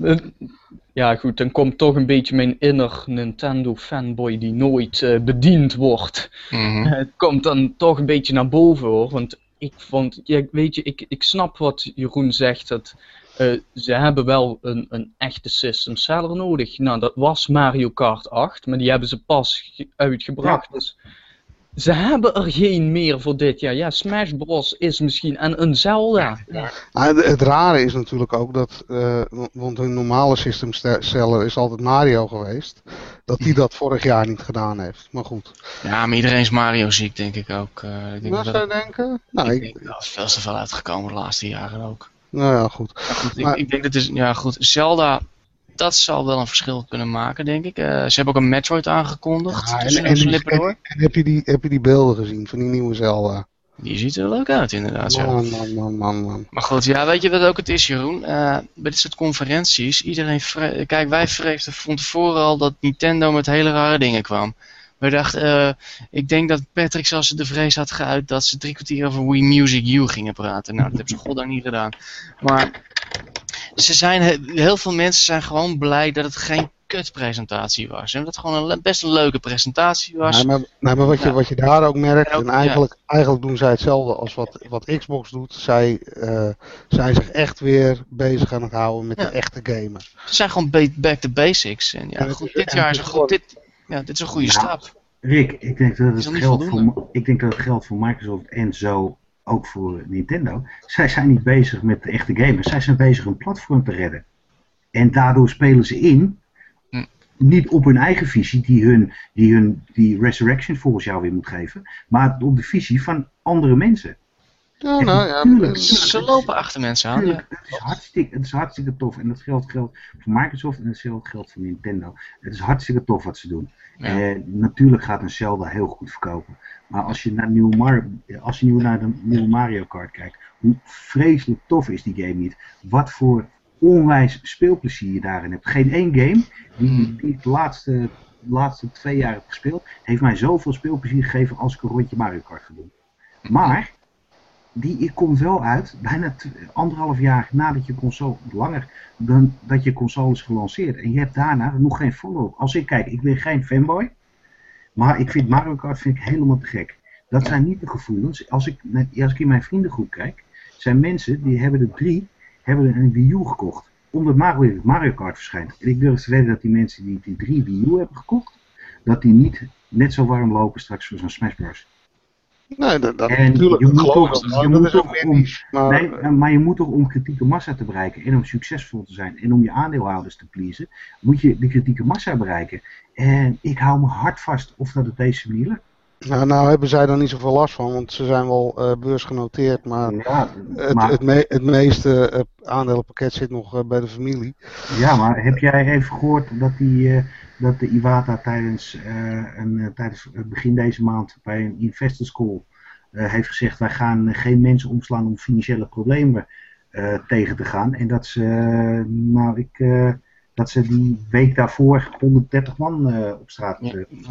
Ja goed, dan komt toch een beetje mijn inner Nintendo fanboy die nooit bediend wordt. Het komt dan toch een beetje naar boven hoor, want ik vond, ja, weet je, ik snap wat Jeroen zegt, dat ze hebben wel een echte system seller nodig. Nou, dat was Mario Kart 8, maar die hebben ze pas uitgebracht, dus... Ze hebben er geen meer voor dit jaar. Ja, Smash Bros. Is misschien en een Zelda. Ja. Het rare is natuurlijk ook dat, want hun normale system seller is altijd Mario geweest, dat die dat vorig jaar niet gedaan heeft. Maar goed. Ja, maar iedereen is Mario ziek, denk ik ook. Wat zou je denken? Nou, ik denk dat er veel te veel uitgekomen de laatste jaren ook. Nou ja, goed. Ja, goed ik denk dat is, ja goed, Zelda... Dat zal wel een verschil kunnen maken, denk ik. Ze hebben ook een Metroid aangekondigd. Ja, en heb je die beelden gezien van die nieuwe Zelda? Die ziet er leuk uit, inderdaad. Man. Maar goed, ja, weet je wat ook het is, Jeroen? Bij dit soort conferenties, kijk, wij vreesden van tevoren al dat Nintendo met hele rare dingen kwam. We dachten, ik denk dat Patrick zelfs de vrees had geuit dat ze 3 kwartier over Wii Music U gingen praten. Nou, dat hebben ze goddank niet gedaan. Maar... heel veel mensen zijn gewoon blij dat het geen kutpresentatie was. En dat het gewoon best een leuke presentatie was. Maar wat je daar ook merkt, en eigenlijk doen zij hetzelfde als wat Xbox doet. Zij zijn zich echt weer bezig aan het houden met de echte gamer. Ze zijn gewoon back to basics. En ja, goed, dit jaar is dit is een goede stap. Rick, ik denk dat het geldt voor Microsoft en zo ook voor Nintendo. Zij zijn niet bezig met de echte gamers. Zij zijn bezig een platform te redden. En daardoor spelen ze in, niet op hun eigen visie, die Resurrection volgens jou weer moet geven, maar op de visie van andere mensen. Ja, nou ja. Tuurlijk, ze lopen achter mensen aan. Tuurlijk, het is hartstikke tof. En dat geldt voor Microsoft en hetzelfde geldt voor Nintendo. Het is hartstikke tof wat ze doen. Ja. Natuurlijk gaat een Zelda heel goed verkopen. Maar als je naar de nieuwe Mario Kart kijkt, hoe vreselijk tof is die game niet. Wat voor onwijs speelplezier je daarin hebt. Geen één game die ik de laatste 2 jaar heb gespeeld, heeft mij zoveel speelplezier gegeven als ik een rondje Mario Kart ga doen. Maar die komt wel uit, bijna 1,5 jaar nadat je console, langer dan dat je console is gelanceerd. En je hebt daarna nog geen follow-up. Als ik kijk, ik ben geen fanboy, maar ik vind Mario Kart helemaal te gek. Dat zijn niet de gevoelens. Als ik in mijn vriendengroep kijk, zijn mensen die hebben een Wii U gekocht. Omdat Mario Kart verschijnt. En ik durf te weten dat die mensen die 3 Wii U hebben gekocht, dat die niet net zo warm lopen straks voor zo'n Smash Bros. Nee, dat natuurlijk. Maar je moet toch om kritieke massa te bereiken en om succesvol te zijn en om je aandeelhouders te pleasen, moet je de kritieke massa bereiken. En ik hou me hard vast of dat op deze manier lukt. Nou hebben zij daar niet zoveel last van, want ze zijn wel beursgenoteerd, maar, het meeste aandelenpakket zit nog bij de familie. Ja, maar heb jij even gehoord dat de Iwata tijdens begin deze maand bij een investors call heeft gezegd: wij gaan geen mensen omslaan om financiële problemen tegen te gaan. En dat ze die week daarvoor 130 man op straat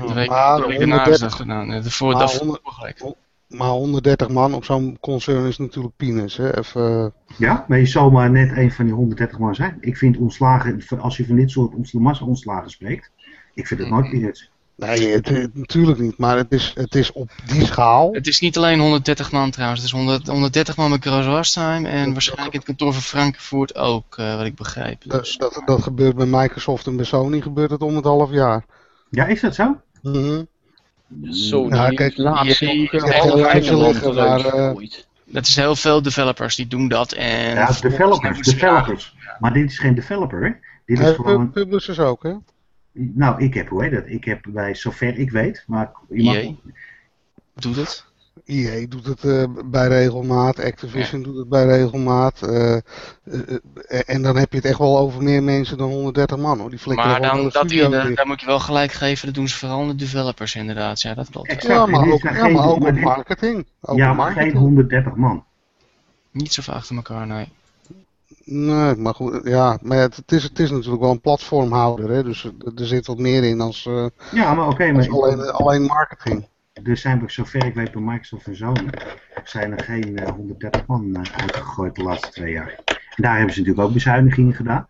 Maar 130 man op zo'n concern is natuurlijk peanuts. Hè? Ja, maar je zal maar net een van die 130 man zijn. Ik vind ontslagen, als je van dit soort massa-ontslagen spreekt, ik vind het nooit peanuts. Nee, natuurlijk niet, maar het is op die schaal. Het is niet alleen 130 man trouwens, het is 130 man met Gross Wastheim en waarschijnlijk in het kantoor van Frankfurt ook, wat ik begrijp. Dus. Dat gebeurt bij Microsoft en bij Sony gebeurt het om het half jaar. Ja, is dat zo? Sony Ja, kijk, heeft laatst die- nog die- alle die- Engeland die- eruit maar, gegooid. Dat is heel veel developers die doen dat. En Ja, developers. Maar dit is geen developer, hè? Dit is gewoon... Publishers ook, hè? Nou, ik heb bij zover ik weet, maar EA doet het. EA doet het bij regelmaat, Activision doet het bij regelmaat. En dan heb je het echt wel over meer mensen dan 130 man, hoor. Die flikkeren Maar gewoon dan, een studio dicht. daar moet je wel gelijk geven, dat doen ze vooral de developers inderdaad. Ja, dat klopt. Exact. Ja, maar dit ook, is ja, maar ook maar op dit- marketing. Ook Ja, op maar marketing. geen 130 man. Niet zo veel achter elkaar, nee. Nee, maar goed, ja, maar het is natuurlijk wel een platformhouder, hè, dus er zit wat meer in als Ja, maar oké, maar alleen marketing. er zijn bij zover ik weet bij Microsoft en Sony zijn er geen 130 man uitgegooid de laatste 2 jaar. En daar hebben ze natuurlijk ook bezuinigingen gedaan.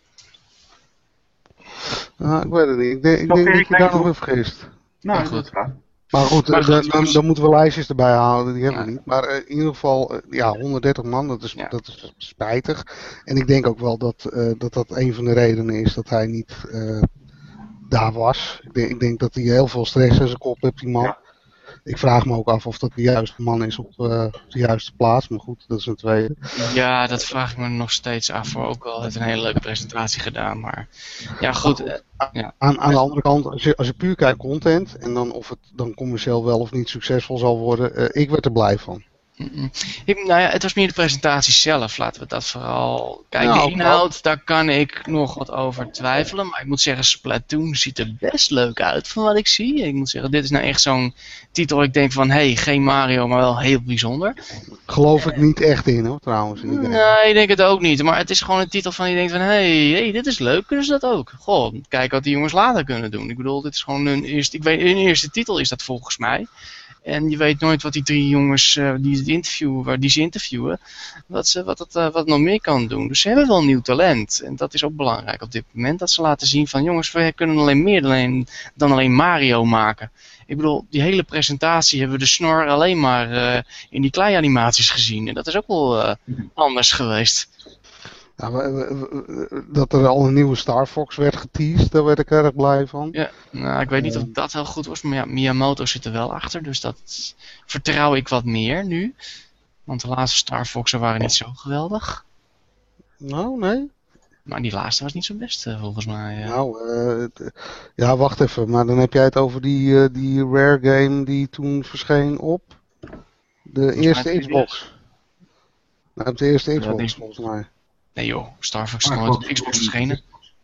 Ik weet het niet, ik denk Zover dat ik je daar weet nog wel. in vergist. Nou, goed. dat is waar. Maar goed, Maar goed, jongens. dan moeten we lijstjes erbij halen, die hebben we niet. Maar in ieder geval, ja, 130 man, dat is spijtig. En ik denk ook wel dat een van de redenen is dat hij niet daar was. Ik denk dat hij heel veel stress in zijn kop heeft, die man. Ja. Ik vraag me ook af of dat de juiste man is op de juiste plaats, maar goed, dat is een tweede. Ja, dat vraag ik me nog steeds af. Voor ook al heeft een hele leuke presentatie gedaan, maar ja, goed. Aan de andere kant, als je puur kijkt content en dan of het dan commercieel wel of niet succesvol zal worden, ik werd er blij van. Nou ja, het was meer de presentatie zelf, laten we dat vooral... Kijk, Ja, de ook inhoud, daar kan ik nog wat over twijfelen. Maar ik moet zeggen, Splatoon ziet er best leuk uit van wat ik zie. Ik moet zeggen, dit is nou echt zo'n titel, ik denk van, hey, geen Mario, maar wel heel bijzonder. Geloof ik niet echt in, hoor, trouwens. In die game. Nee, ik denk het ook niet. Maar het is gewoon een titel van je denkt van, hey, dit is leuk, kunnen ze dat ook? Goh, kijk wat die jongens later kunnen doen. Ik bedoel, dit is gewoon hun eerste titel is dat volgens mij. En je weet nooit wat die 3 jongens die ze interviewen, wat nog meer kan doen. Dus ze hebben wel nieuw talent. En dat is ook belangrijk op dit moment. Dat ze laten zien van jongens, we kunnen alleen meer dan alleen Mario maken. Ik bedoel, die hele presentatie hebben we de snor alleen maar in die klei-animaties gezien. En dat is ook wel anders geweest. Ja, dat er al een nieuwe Star Fox werd geteased, daar werd ik erg blij van. Ja, nou, ik weet niet of dat heel goed was, maar ja, Miyamoto zit er wel achter, dus dat vertrouw ik wat meer nu. Want de laatste Star Fox'en waren niet zo geweldig. Nou, nee. Maar die laatste was niet zo best, volgens mij. Nou, ja, wacht even, maar dan heb jij het over die rare game die toen verscheen op de eerste mij Xbox. Nou, op de eerste Ja, Xbox, die- volgens mij. Nee joh, Star Fox is nooit op Xbox verschenen.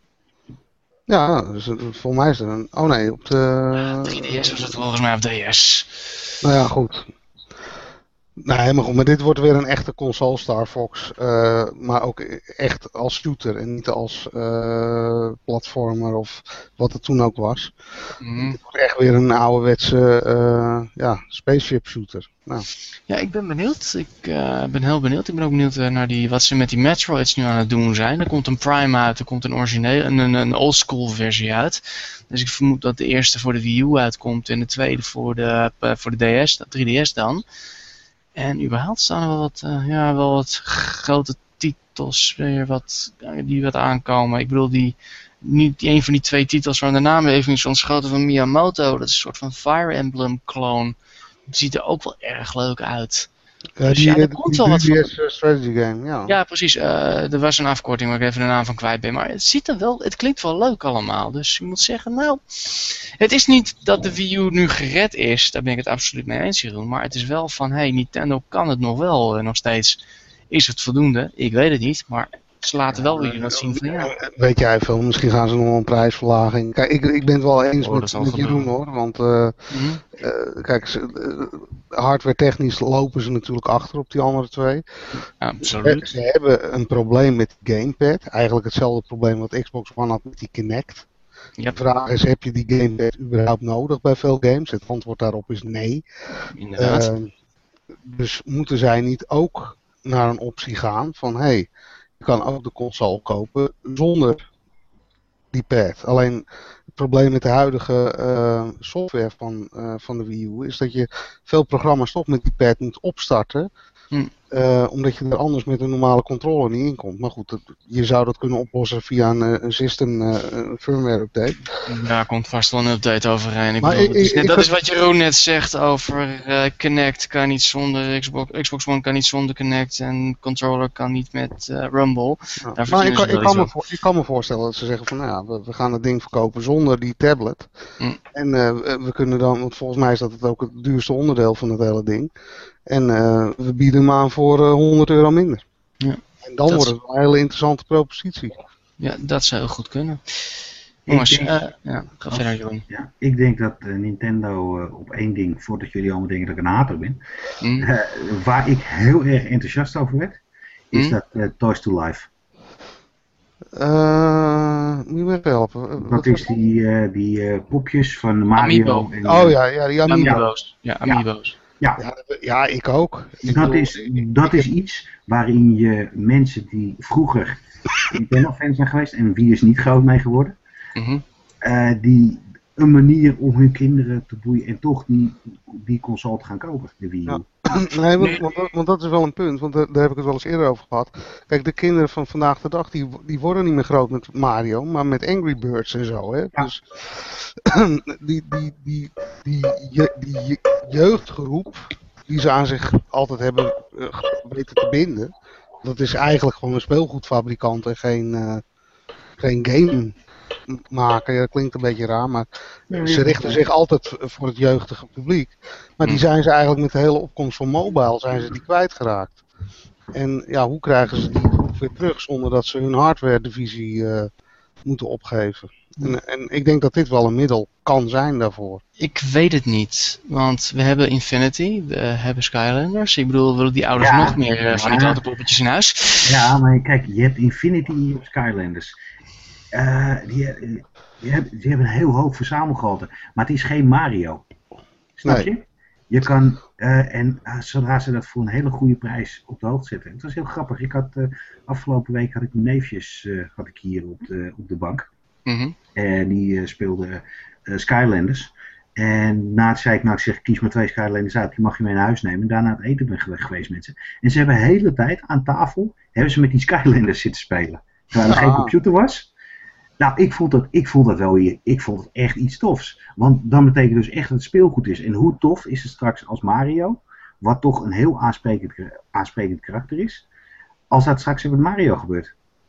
Ja, dus, volgens mij is er een... Oh nee, op de... 3DS was het volgens mij op DS. Nou ja, goed. Nee, maar goed, maar dit wordt weer een echte console Star Fox. Maar ook echt als shooter en niet als platformer of wat het toen ook was. Mhm. Het wordt echt weer een ouderwetse spaceship shooter. Nou, Ja, ik ben benieuwd. Ik ben heel benieuwd. Ik ben ook benieuwd naar wat ze met die Metroids nu aan het doen zijn. Er komt een Prime uit, er komt een origineel, een oldschool versie uit. Dus ik vermoed dat de eerste voor de Wii U uitkomt en de tweede voor de DS, 3DS dan. En überhaupt staan er wel wat grote titels weer die wat aankomen. Ik bedoel, niet een van die 2 titels waar de naam even niet is ontschoten van Miyamoto. Dat is een soort van Fire Emblem clone. Die ziet er ook wel erg leuk uit. Dus er komt wel wat van. DBS strategy game, ja. Ja, precies. Er was een afkorting waar ik even de naam van kwijt ben. Maar het klinkt wel leuk allemaal. Dus ik moet zeggen, nou... Het is niet dat de Wii U nu gered is. Daar ben ik het absoluut mee eens, Jeroen. Maar het is wel van, hey, Nintendo kan het nog wel nog steeds. Is het voldoende? Ik weet het niet. Maar ze laten wel weer dat zien van, ja. Weet jij veel, misschien gaan ze nog wel een prijsverlaging. Kijk, ik ben het wel eens dat zal met Jeroen, gebeuren. hoor. Want Mhm. kijk, hardware technisch lopen ze natuurlijk achter op die andere 2. Ja, absoluut. Ze hebben een probleem met de gamepad. Eigenlijk hetzelfde probleem wat Xbox One had met die Kinect. Ja, De vraag is, heb je die gamepad überhaupt nodig bij veel games? Het antwoord daarop is nee. inderdaad. Dus moeten zij niet ook naar een optie gaan van, hey, je kan ook de console kopen zonder die pad. Alleen het probleem met de huidige software van de Wii U is dat je veel programma's toch met die pad moet opstarten. Omdat je er anders met een normale controller niet in komt. Maar goed, je zou dat kunnen oplossen via een system firmware update. Ja, er komt vast wel een update overheen. Maar Dat is wat Jeroen net zegt over Kinect kan niet zonder Xbox One kan niet zonder Kinect en controller kan niet met Rumble. Ja. Maar ik kan me voorstellen dat ze zeggen van nou ja, we gaan het ding verkopen zonder die tablet. En we kunnen dan, want volgens mij is dat ook het duurste onderdeel van het hele ding. En we bieden hem aan voor €100 minder. Ja, en dan wordt het een hele interessante propositie. Ja, dat zou heel goed kunnen. Jongens, ga verder Jeroen. Ja, ik denk dat Nintendo op één ding, voordat jullie allemaal denken dat ik een hater ben, waar ik heel erg enthousiast over werd, is dat Toys to Life. Moet je me even helpen? Dat is die popjes van Mario. Amiibo. Die Amiibo's. Ja, Amiibo's. Ja, ik ook. Dat is iets waarin je mensen die vroeger Nintendo-fans zijn geweest, en wie is niet groot mee geworden, die een manier om hun kinderen te boeien en toch die console te gaan kopen, de Wii U. Ja. Nee, want dat is wel een punt, want daar heb ik het wel eens eerder over gehad. Kijk, de kinderen van vandaag de dag, die worden niet meer groot met Mario, maar met Angry Birds en zo. Hè? Ja. Dus die jeugdgroep die ze aan zich altijd hebben weten te binden, dat is eigenlijk gewoon een speelgoedfabrikant en geen game maken. Ja, dat klinkt een beetje raar, maar ze richten zich altijd voor het jeugdige publiek. Maar die zijn ze eigenlijk met de hele opkomst van mobile zijn ze die kwijtgeraakt. En ja, hoe krijgen ze die groep weer terug zonder dat ze hun hardware divisie moeten opgeven? En ik denk dat dit wel een middel kan zijn daarvoor. Ik weet het niet, want we hebben Infinity, we hebben Skylanders. Ik bedoel, willen die ouders nog meer van die grote poppetjes in huis? Ja, maar kijk, je hebt Infinity en je hebt Skylanders. Die hebben een heel hoog verzamelgehalte, maar het is geen Mario. Snap je? Je kan, zodra ze dat voor een hele goede prijs op de hoogte zetten. Het was heel grappig. Afgelopen week had ik mijn neefjes had ik hier op de bank. En die speelden Skylanders. En na het zei ik, zeg, kies maar 2 Skylanders uit, die mag je mee naar huis nemen. En daarna het eten ben geweest met ze. En ze hebben de hele tijd aan tafel, hebben ze met die Skylanders zitten spelen. Terwijl er geen computer was. Nou, ik vond het echt iets tofs. Want dan betekent dus echt dat het speelgoed is. En hoe tof is het straks als Mario, wat toch een heel aansprekend karakter is, als dat straks met Mario gebeurt.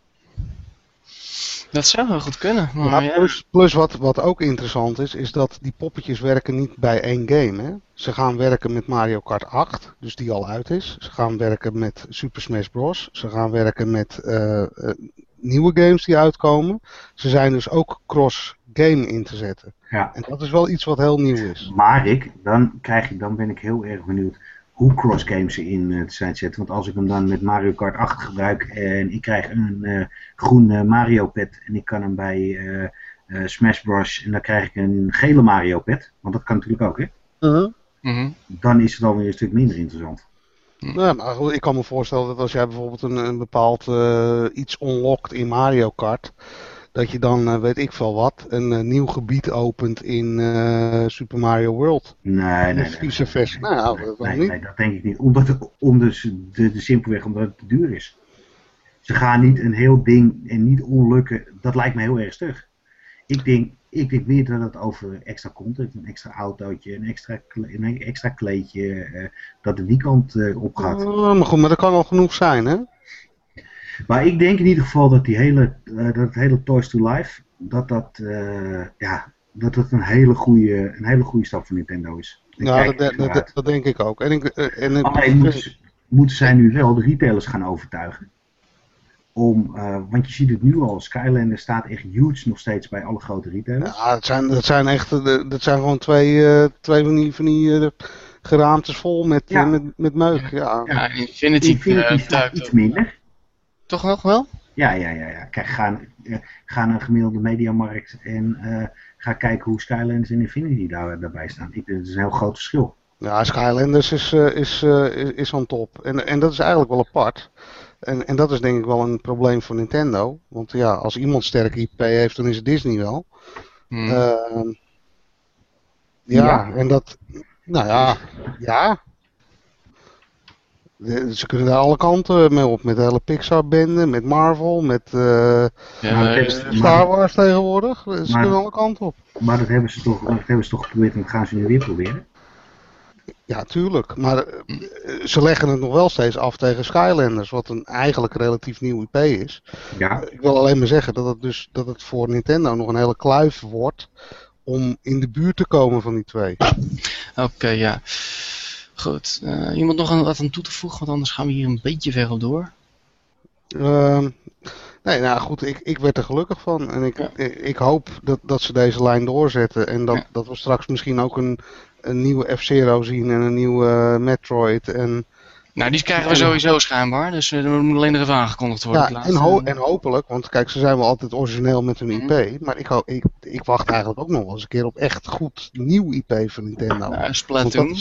Dat zou wel goed kunnen. Plus wat ook interessant is dat die poppetjes werken niet bij één game. Hè? Ze gaan werken met Mario Kart 8, dus die al uit is. Ze gaan werken met Super Smash Bros. Ze gaan werken met nieuwe games die uitkomen. Ze zijn dus ook cross-game in te zetten. Ja. En dat is wel iets wat heel nieuw is. Maar dan ben ik heel erg benieuwd hoe cross-games ze in zijn zetten. Want als ik hem dan met Mario Kart 8 gebruik en ik krijg een groen Mario pad en ik kan hem bij Smash Bros. En dan krijg ik een gele Mario pad. Want dat kan natuurlijk ook, hè? Dan is het alweer een stuk minder interessant. Nou, maar ik kan me voorstellen dat als jij bijvoorbeeld een bepaald iets unlockt in Mario Kart, dat je dan, weet ik veel wat, een nieuw gebied opent in Super Mario World. Nee, dat denk ik niet. Simpelweg omdat het te duur is. Ze gaan niet een heel ding en niet onlukken, dat lijkt me heel erg stug. Ik denk meer dat het over extra content, een extra autootje, een extra kleedje, dat het die kant op gaat. Maar goed, maar dat kan al genoeg zijn, hè? Maar ik denk in ieder geval dat het hele Toys to Life, dat het een hele goede stap voor Nintendo is. Dat denk ik ook. Alleen moeten zij nu wel de retailers gaan overtuigen. Want je ziet het nu al, Skylanders staat echt huge nog steeds bij alle grote retailers. Ja, dat zijn gewoon twee van die geraamtes vol met meuk. Ja, Infinity staat iets minder. Toch nog wel? Ja. Kijk, ga naar een gemiddelde mediamarkt en ga kijken hoe Skylanders en Infinity daarbij staan. Dat is een heel groot verschil. Ja, Skylanders is on top. En dat is eigenlijk wel apart. En dat is denk ik wel een probleem voor Nintendo. Want ja, als iemand sterke IP heeft, dan is het Disney wel. Ja, en dat... Nou ja. Ze kunnen daar alle kanten mee op. Met de hele Pixar-bende, met Marvel, met Star Wars tegenwoordig. Ze kunnen alle kanten op. Maar dat hebben ze toch geprobeerd en dat gaan ze nu weer proberen? Ja, tuurlijk. Maar ze leggen het nog wel steeds af tegen Skylanders, wat een eigenlijk relatief nieuw IP is. Ja. Ik wil alleen maar zeggen dat het voor Nintendo nog een hele kluif wordt om in de buurt te komen van die twee. Oké, ja. Goed. Iemand nog wat aan toe te voegen, want anders gaan we hier een beetje ver op door. Nee, nou goed, ik werd er gelukkig van. En ik hoop dat ze deze lijn doorzetten. En dat we straks misschien ook een nieuwe F-Zero zien en een nieuwe Metroid. Nou, die krijgen we sowieso schijnbaar. Dus er moet alleen nog even aangekondigd worden. Ja, en hopelijk, want kijk, ze zijn wel altijd origineel met hun IP. Maar ik wacht eigenlijk ook nog wel eens een keer op echt goed nieuw IP van Nintendo. Nou, Splatoon.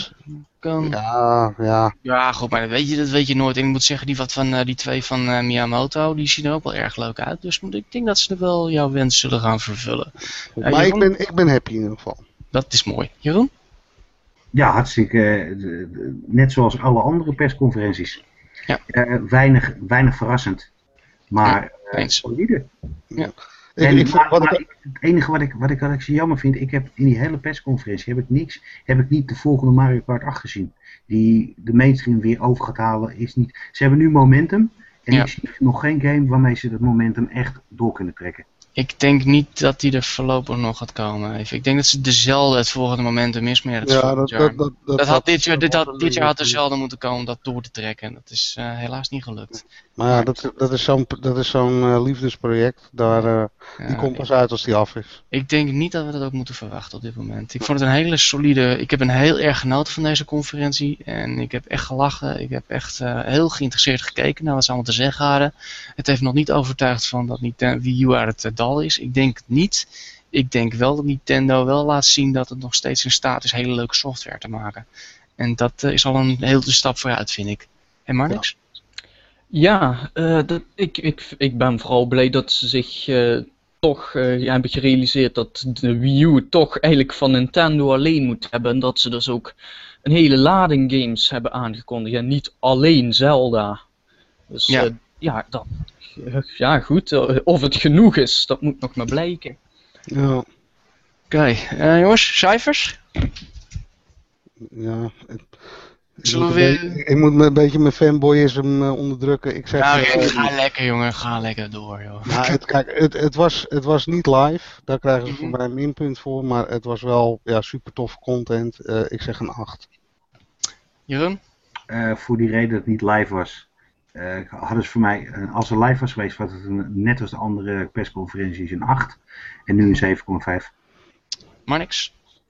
Ja, goed, maar dat weet je nooit. En ik moet zeggen, die twee van Miyamoto, die zien er ook wel erg leuk uit. Dus ik denk dat ze wel jouw wens zullen gaan vervullen. Maar ik ben happy in ieder geval. Dat is mooi. Jeroen? Ja, hartstikke. Net zoals alle andere persconferenties. Ja. Weinig verrassend. Maar solide. Ja. Het enige wat ik zo jammer vind, ik heb in die hele persconferentie heb ik niet de volgende Mario Kart 8 gezien. Die de mainstream weer over gaat halen is niet. Ze hebben nu momentum en ik zie nog geen game waarmee ze dat momentum echt door kunnen trekken. Ik denk niet dat die er voorlopig nog gaat komen. Ik denk dat ze dezelfde het volgende momentum is, maar dit jaar had dezelfde moeten komen om dat door te trekken. Dat is helaas niet gelukt. Maar ja, dat is zo'n liefdesproject. Die komt pas uit als die af is. Ik denk niet dat we dat ook moeten verwachten op dit moment. Ik vond het een hele solide... Ik heb heel erg genoten van deze conferentie. En ik heb echt gelachen. Ik heb echt heel geïnteresseerd gekeken naar wat ze allemaal te zeggen hadden. Het heeft nog niet overtuigd van dat Wii U uit het dal is. Ik denk het niet. Ik denk wel dat Nintendo wel laat zien dat het nog steeds in staat is hele leuke software te maken. En dat is al een hele stap vooruit, vind ik. En Marnix? Ja, ik ben vooral blij dat ze zich toch hebben gerealiseerd dat de Wii U toch eigenlijk van Nintendo alleen moet hebben. En dat ze dus ook een hele lading games hebben aangekondigd. En niet alleen Zelda. Dus goed. Of het genoeg is, dat moet nog maar blijken. Ja. Oké, jongens, cijfers? Ja. Ik moet een beetje mijn fanboyisme onderdrukken. Ik zeg, ga lekker, jongen. Ga lekker door, joh. Nou, het was niet live. Daar krijgen ze voor mij een minpunt voor. Maar het was wel super toffe content. Ik zeg een 8. Jeroen? Voor die reden dat het niet live was. Hadden ze voor mij, als het live was geweest, was het net als de andere persconferenties een 8. En nu een 7,5. Marnix?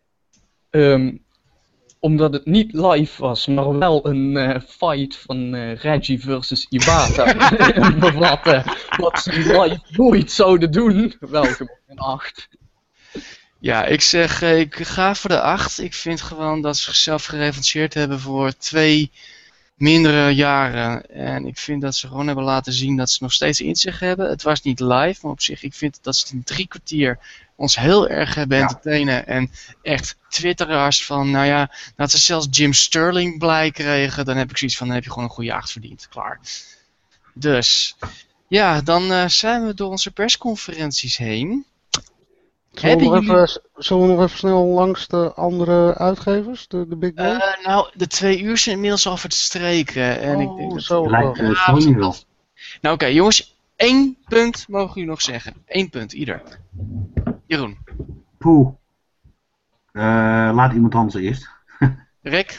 Omdat het niet live was, maar wel een fight van Reggie versus Iwata bevatte, wat ze live nooit zouden doen, wel gewoon een 8. Ja, ik zeg, ik ga voor de 8. Ik vind gewoon dat ze zichzelf gerevanceerd hebben voor 2 mindere jaren. En ik vind dat ze gewoon hebben laten zien dat ze nog steeds in zich hebben. Het was niet live, maar op zich, ik vind dat ze in 3 kwartier ons heel erg hebben entertainen. En echt twitteraars van, dat ze zelfs Jim Sterling blij kregen. Dan heb ik zoiets van, dan heb je gewoon een goede 8 verdiend. Klaar. Dus, ja, dan zijn we door onze persconferenties heen. Zullen we nog even snel langs de andere uitgevers, de Big Boys? De 2 uur zijn inmiddels al verstreken. En ik denk zo. Nou oké, jongens, 1 punt mogen jullie nog zeggen. 1 punt, ieder. Jeroen. Poeh. Laat iemand anders eerst. Rick?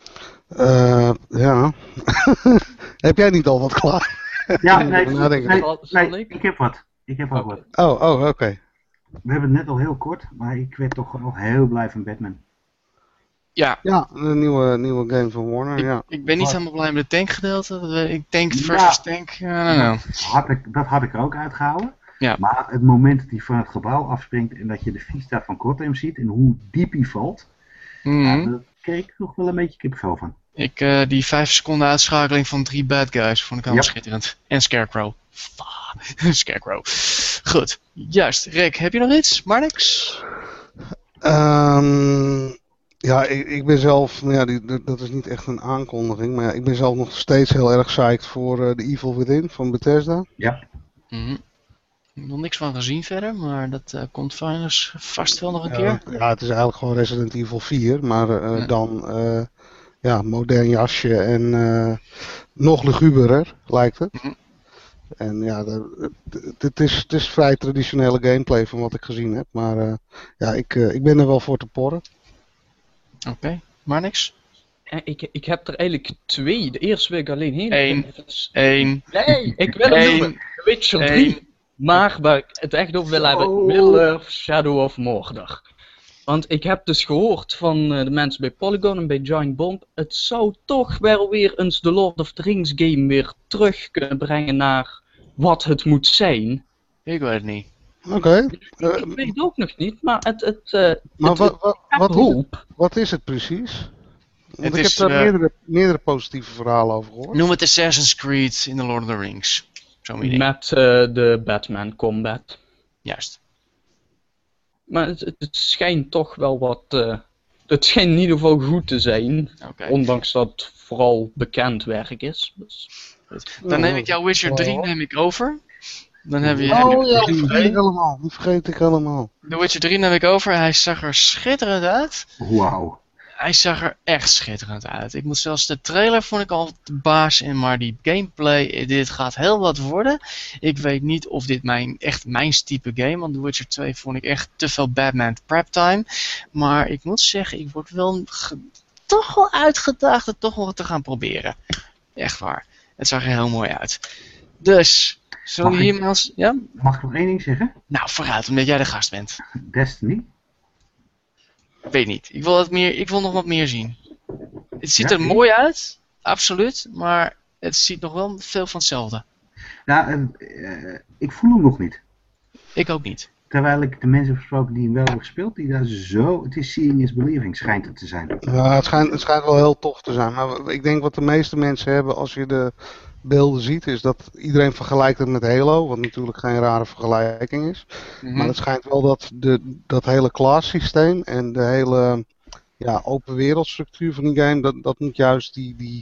Ja. Heb jij niet al wat klaar? Ja, nee, ik heb wat. Ik heb ook wat. Oh, oké. We hebben het net al heel kort, maar ik werd toch wel heel blij van Batman. Ja. Ja, een nieuwe game van Warner, Ik ben niet helemaal blij met het tankgedeelte. Ik tank versus tank. Dat had ik er ook uitgehouden. Ja. Maar het moment dat hij van het gebouw afspringt en dat je de vista van Gotham ziet en hoe diep hij valt, daar kreeg ik nog wel een beetje kippenvel van. Die 5 seconden uitschakeling van 3 bad guys vond ik helemaal Ja. schitterend. En Scarecrow. Scarecrow. Goed. Juist. Rick, heb je nog iets? Maar niks? Ja, ik ben zelf, nou ja, dat is niet echt een aankondiging, maar ja, ik ben zelf nog steeds heel erg psyched voor The Evil Within van Bethesda. Ja. Mhm. Ik heb nog niks van gezien verder, maar dat komt vast wel nog een keer. Ja, het is eigenlijk gewoon Resident Evil 4, maar Ja. dan modern jasje en nog luguberer, lijkt het. Mhm. En ja, het is vrij traditionele gameplay van wat ik gezien heb, maar ik ben er wel voor te porren. Oké. Maar niks? Ik heb er eigenlijk 2. De eerste wil ik alleen heen. Eén. Nee, ik wil hem noemen. Eén. The Witcher 3. Maar waar ik het echt over wil hebben, Middle-earth Shadow of Mordor. Want ik heb dus gehoord van de mensen bij Polygon en bij Giant Bomb, het zou toch wel weer eens de Lord of the Rings game weer terug kunnen brengen naar wat het moet zijn. Ik weet het niet. Oké. Ik weet het ook nog niet, maar Maar wat hoop. wat is het precies? Want Het ik is, heb daar meerdere positieve verhalen over gehoord. Noem het Assassin's Creed in The Lord of the Rings. Zo moet je denken. Met de Batman combat. Juist. Maar het schijnt toch wel wat. Het schijnt in ieder geval goed te zijn. Oké. Ondanks dat het vooral bekend werk is. Dus. Dan neem ik jouw Witcher 3 neem ik over. Dan hebben we Oh ja, drie die vergeet ik helemaal. Die vergeet ik helemaal. De Witcher 3 neem ik over. Hij zag er schitterend uit. Wauw. Hij zag er echt schitterend uit. Ik moet zelfs de trailer vond ik al de baas in, maar die gameplay, dit gaat heel wat worden. Ik weet niet of dit echt mijn type game, want The Witcher 2 vond ik echt te veel Batman prep time. Maar ik moet zeggen, ik word wel toch wel uitgedaagd het toch wel te gaan proberen. Echt waar. Het zag er heel mooi uit. Dus, zullen we Mag ik- hiermee als... Ja? Mag ik nog één ding zeggen? Nou, vooruit, omdat jij de gast bent. Destiny. Ik weet niet. Ik wil nog wat meer zien. Het ziet Ja, er mooi uit, absoluut, maar het ziet nog wel veel van hetzelfde. Nou, ik voel hem nog niet. Ik ook niet. Terwijl ik de mensen heb gesproken die hem wel hebben gespeeld, die daar zo... Het is serious believing, schijnt het te zijn. Ja, het schijnt wel heel tof te zijn. Maar ik denk wat de meeste mensen hebben als je de beelden ziet, is dat iedereen vergelijkt het met Halo. Wat natuurlijk geen rare vergelijking is. Maar het schijnt wel dat dat hele class systeem en de hele open wereldstructuur van die game, dat moet juist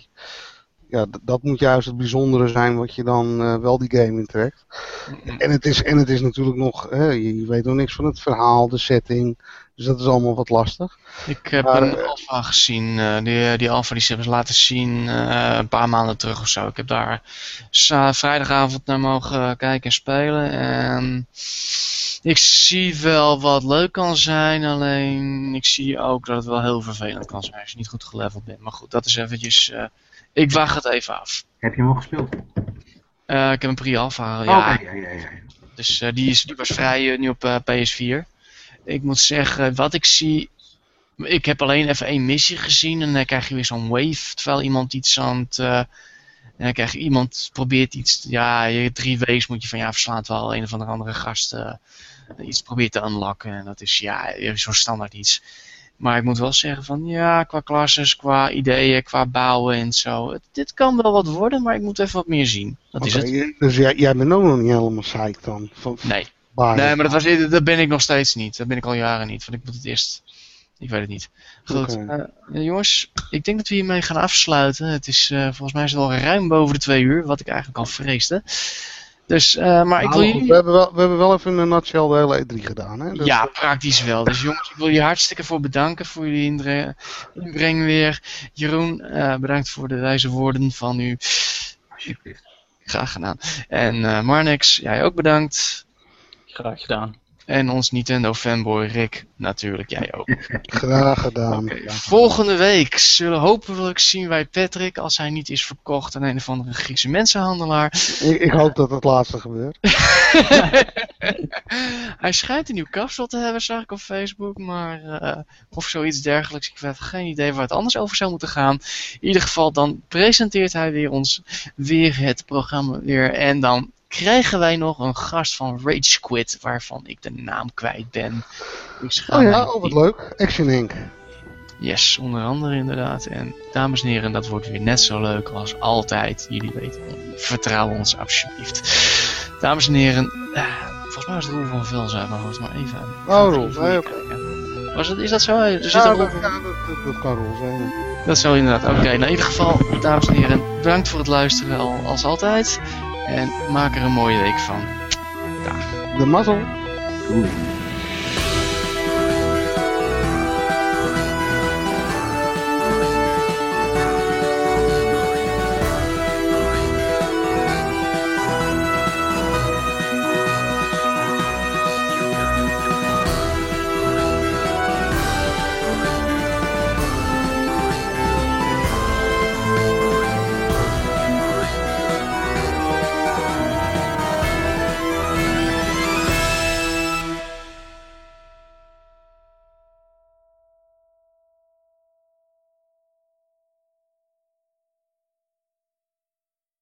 dat moet juist het bijzondere zijn wat je dan wel die game intrekt. En het is natuurlijk nog, je weet nog niks van het verhaal, de setting. Dus dat is allemaal wat lastig. Ik heb Maar, een alpha gezien, die alpha die ze hebben laten zien een paar maanden terug of zo. Ik heb daar vrijdagavond naar mogen kijken en spelen. En ik zie wel wat leuk kan zijn, alleen ik zie ook dat het wel heel vervelend kan zijn als je niet goed geleveld bent. Maar goed, dat is eventjes, ik wacht het even af. Heb je hem al gespeeld? Ik heb een pre-alpha, ja. Oké, ja. Dus die was vrij nu op PS4. Ik moet zeggen, wat ik zie... Ik heb alleen even 1 missie gezien en dan krijg je weer zo'n wave, terwijl iemand iets aan het... en dan krijg je iemand probeert iets... Ja, je 3 waves moet je van verslaat wel een of andere gast iets probeert te unlocken. En dat is zo'n standaard iets. Maar ik moet wel zeggen van qua klasses, qua ideeën, qua bouwen en zo. Dit kan wel wat worden, maar ik moet even wat meer zien. Dat is het. Dus jij bent ook nog niet helemaal psyched dan? Nee. Basis. Nee, maar dat ben ik nog steeds niet. Dat ben ik al jaren niet. Want ik moet het eerst... Ik weet het niet. Goed. Oké. Jongens, ik denk dat we hiermee gaan afsluiten. Het is volgens mij is het al ruim boven de 2 uur. Wat ik eigenlijk al vreesde. Dus, maar ik wil Nou, jullie... we hebben wel even in een nutshell de hele E3 gedaan. Hè? Dus, Ja, praktisch wel. Dus jongens, ik wil je hartstikke voor bedanken voor jullie inbreng weer. Jeroen, bedankt voor de wijze woorden van u. Alsjeblieft. Graag gedaan. En Marnix, jij ook bedankt. Graag gedaan. En ons Nintendo fanboy Rick, natuurlijk jij ook. Graag gedaan. Oké, volgende week zullen hopelijk zien wij Patrick, als hij niet is verkocht aan een of andere Griekse mensenhandelaar. Ik hoop dat het laatste gebeurt. Hij schijnt een nieuw kapsel te hebben, zag ik op Facebook, maar of zoiets dergelijks. Ik heb geen idee waar het anders over zou moeten gaan. In ieder geval, dan presenteert hij weer het programma weer en dan krijgen wij nog een gast van Rage Quit, waarvan ik de naam kwijt ben. Dus Oh ja, wat leuk. Action Inc. Yes, onder andere inderdaad. En dames en heren, dat wordt weer net zo leuk als altijd. Jullie weten, vertrouw ons alsjeblieft. Dames en heren, volgens mij was het Roel van Vels uit mijn hoofd, maar even. Roel, Is dat zo? Dat kan Roel zijn. Dat is zo inderdaad. Oké, in ieder geval, dames en heren, bedankt voor het luisteren als altijd. En maak er een mooie week van. Dag. De mazzel. Oei.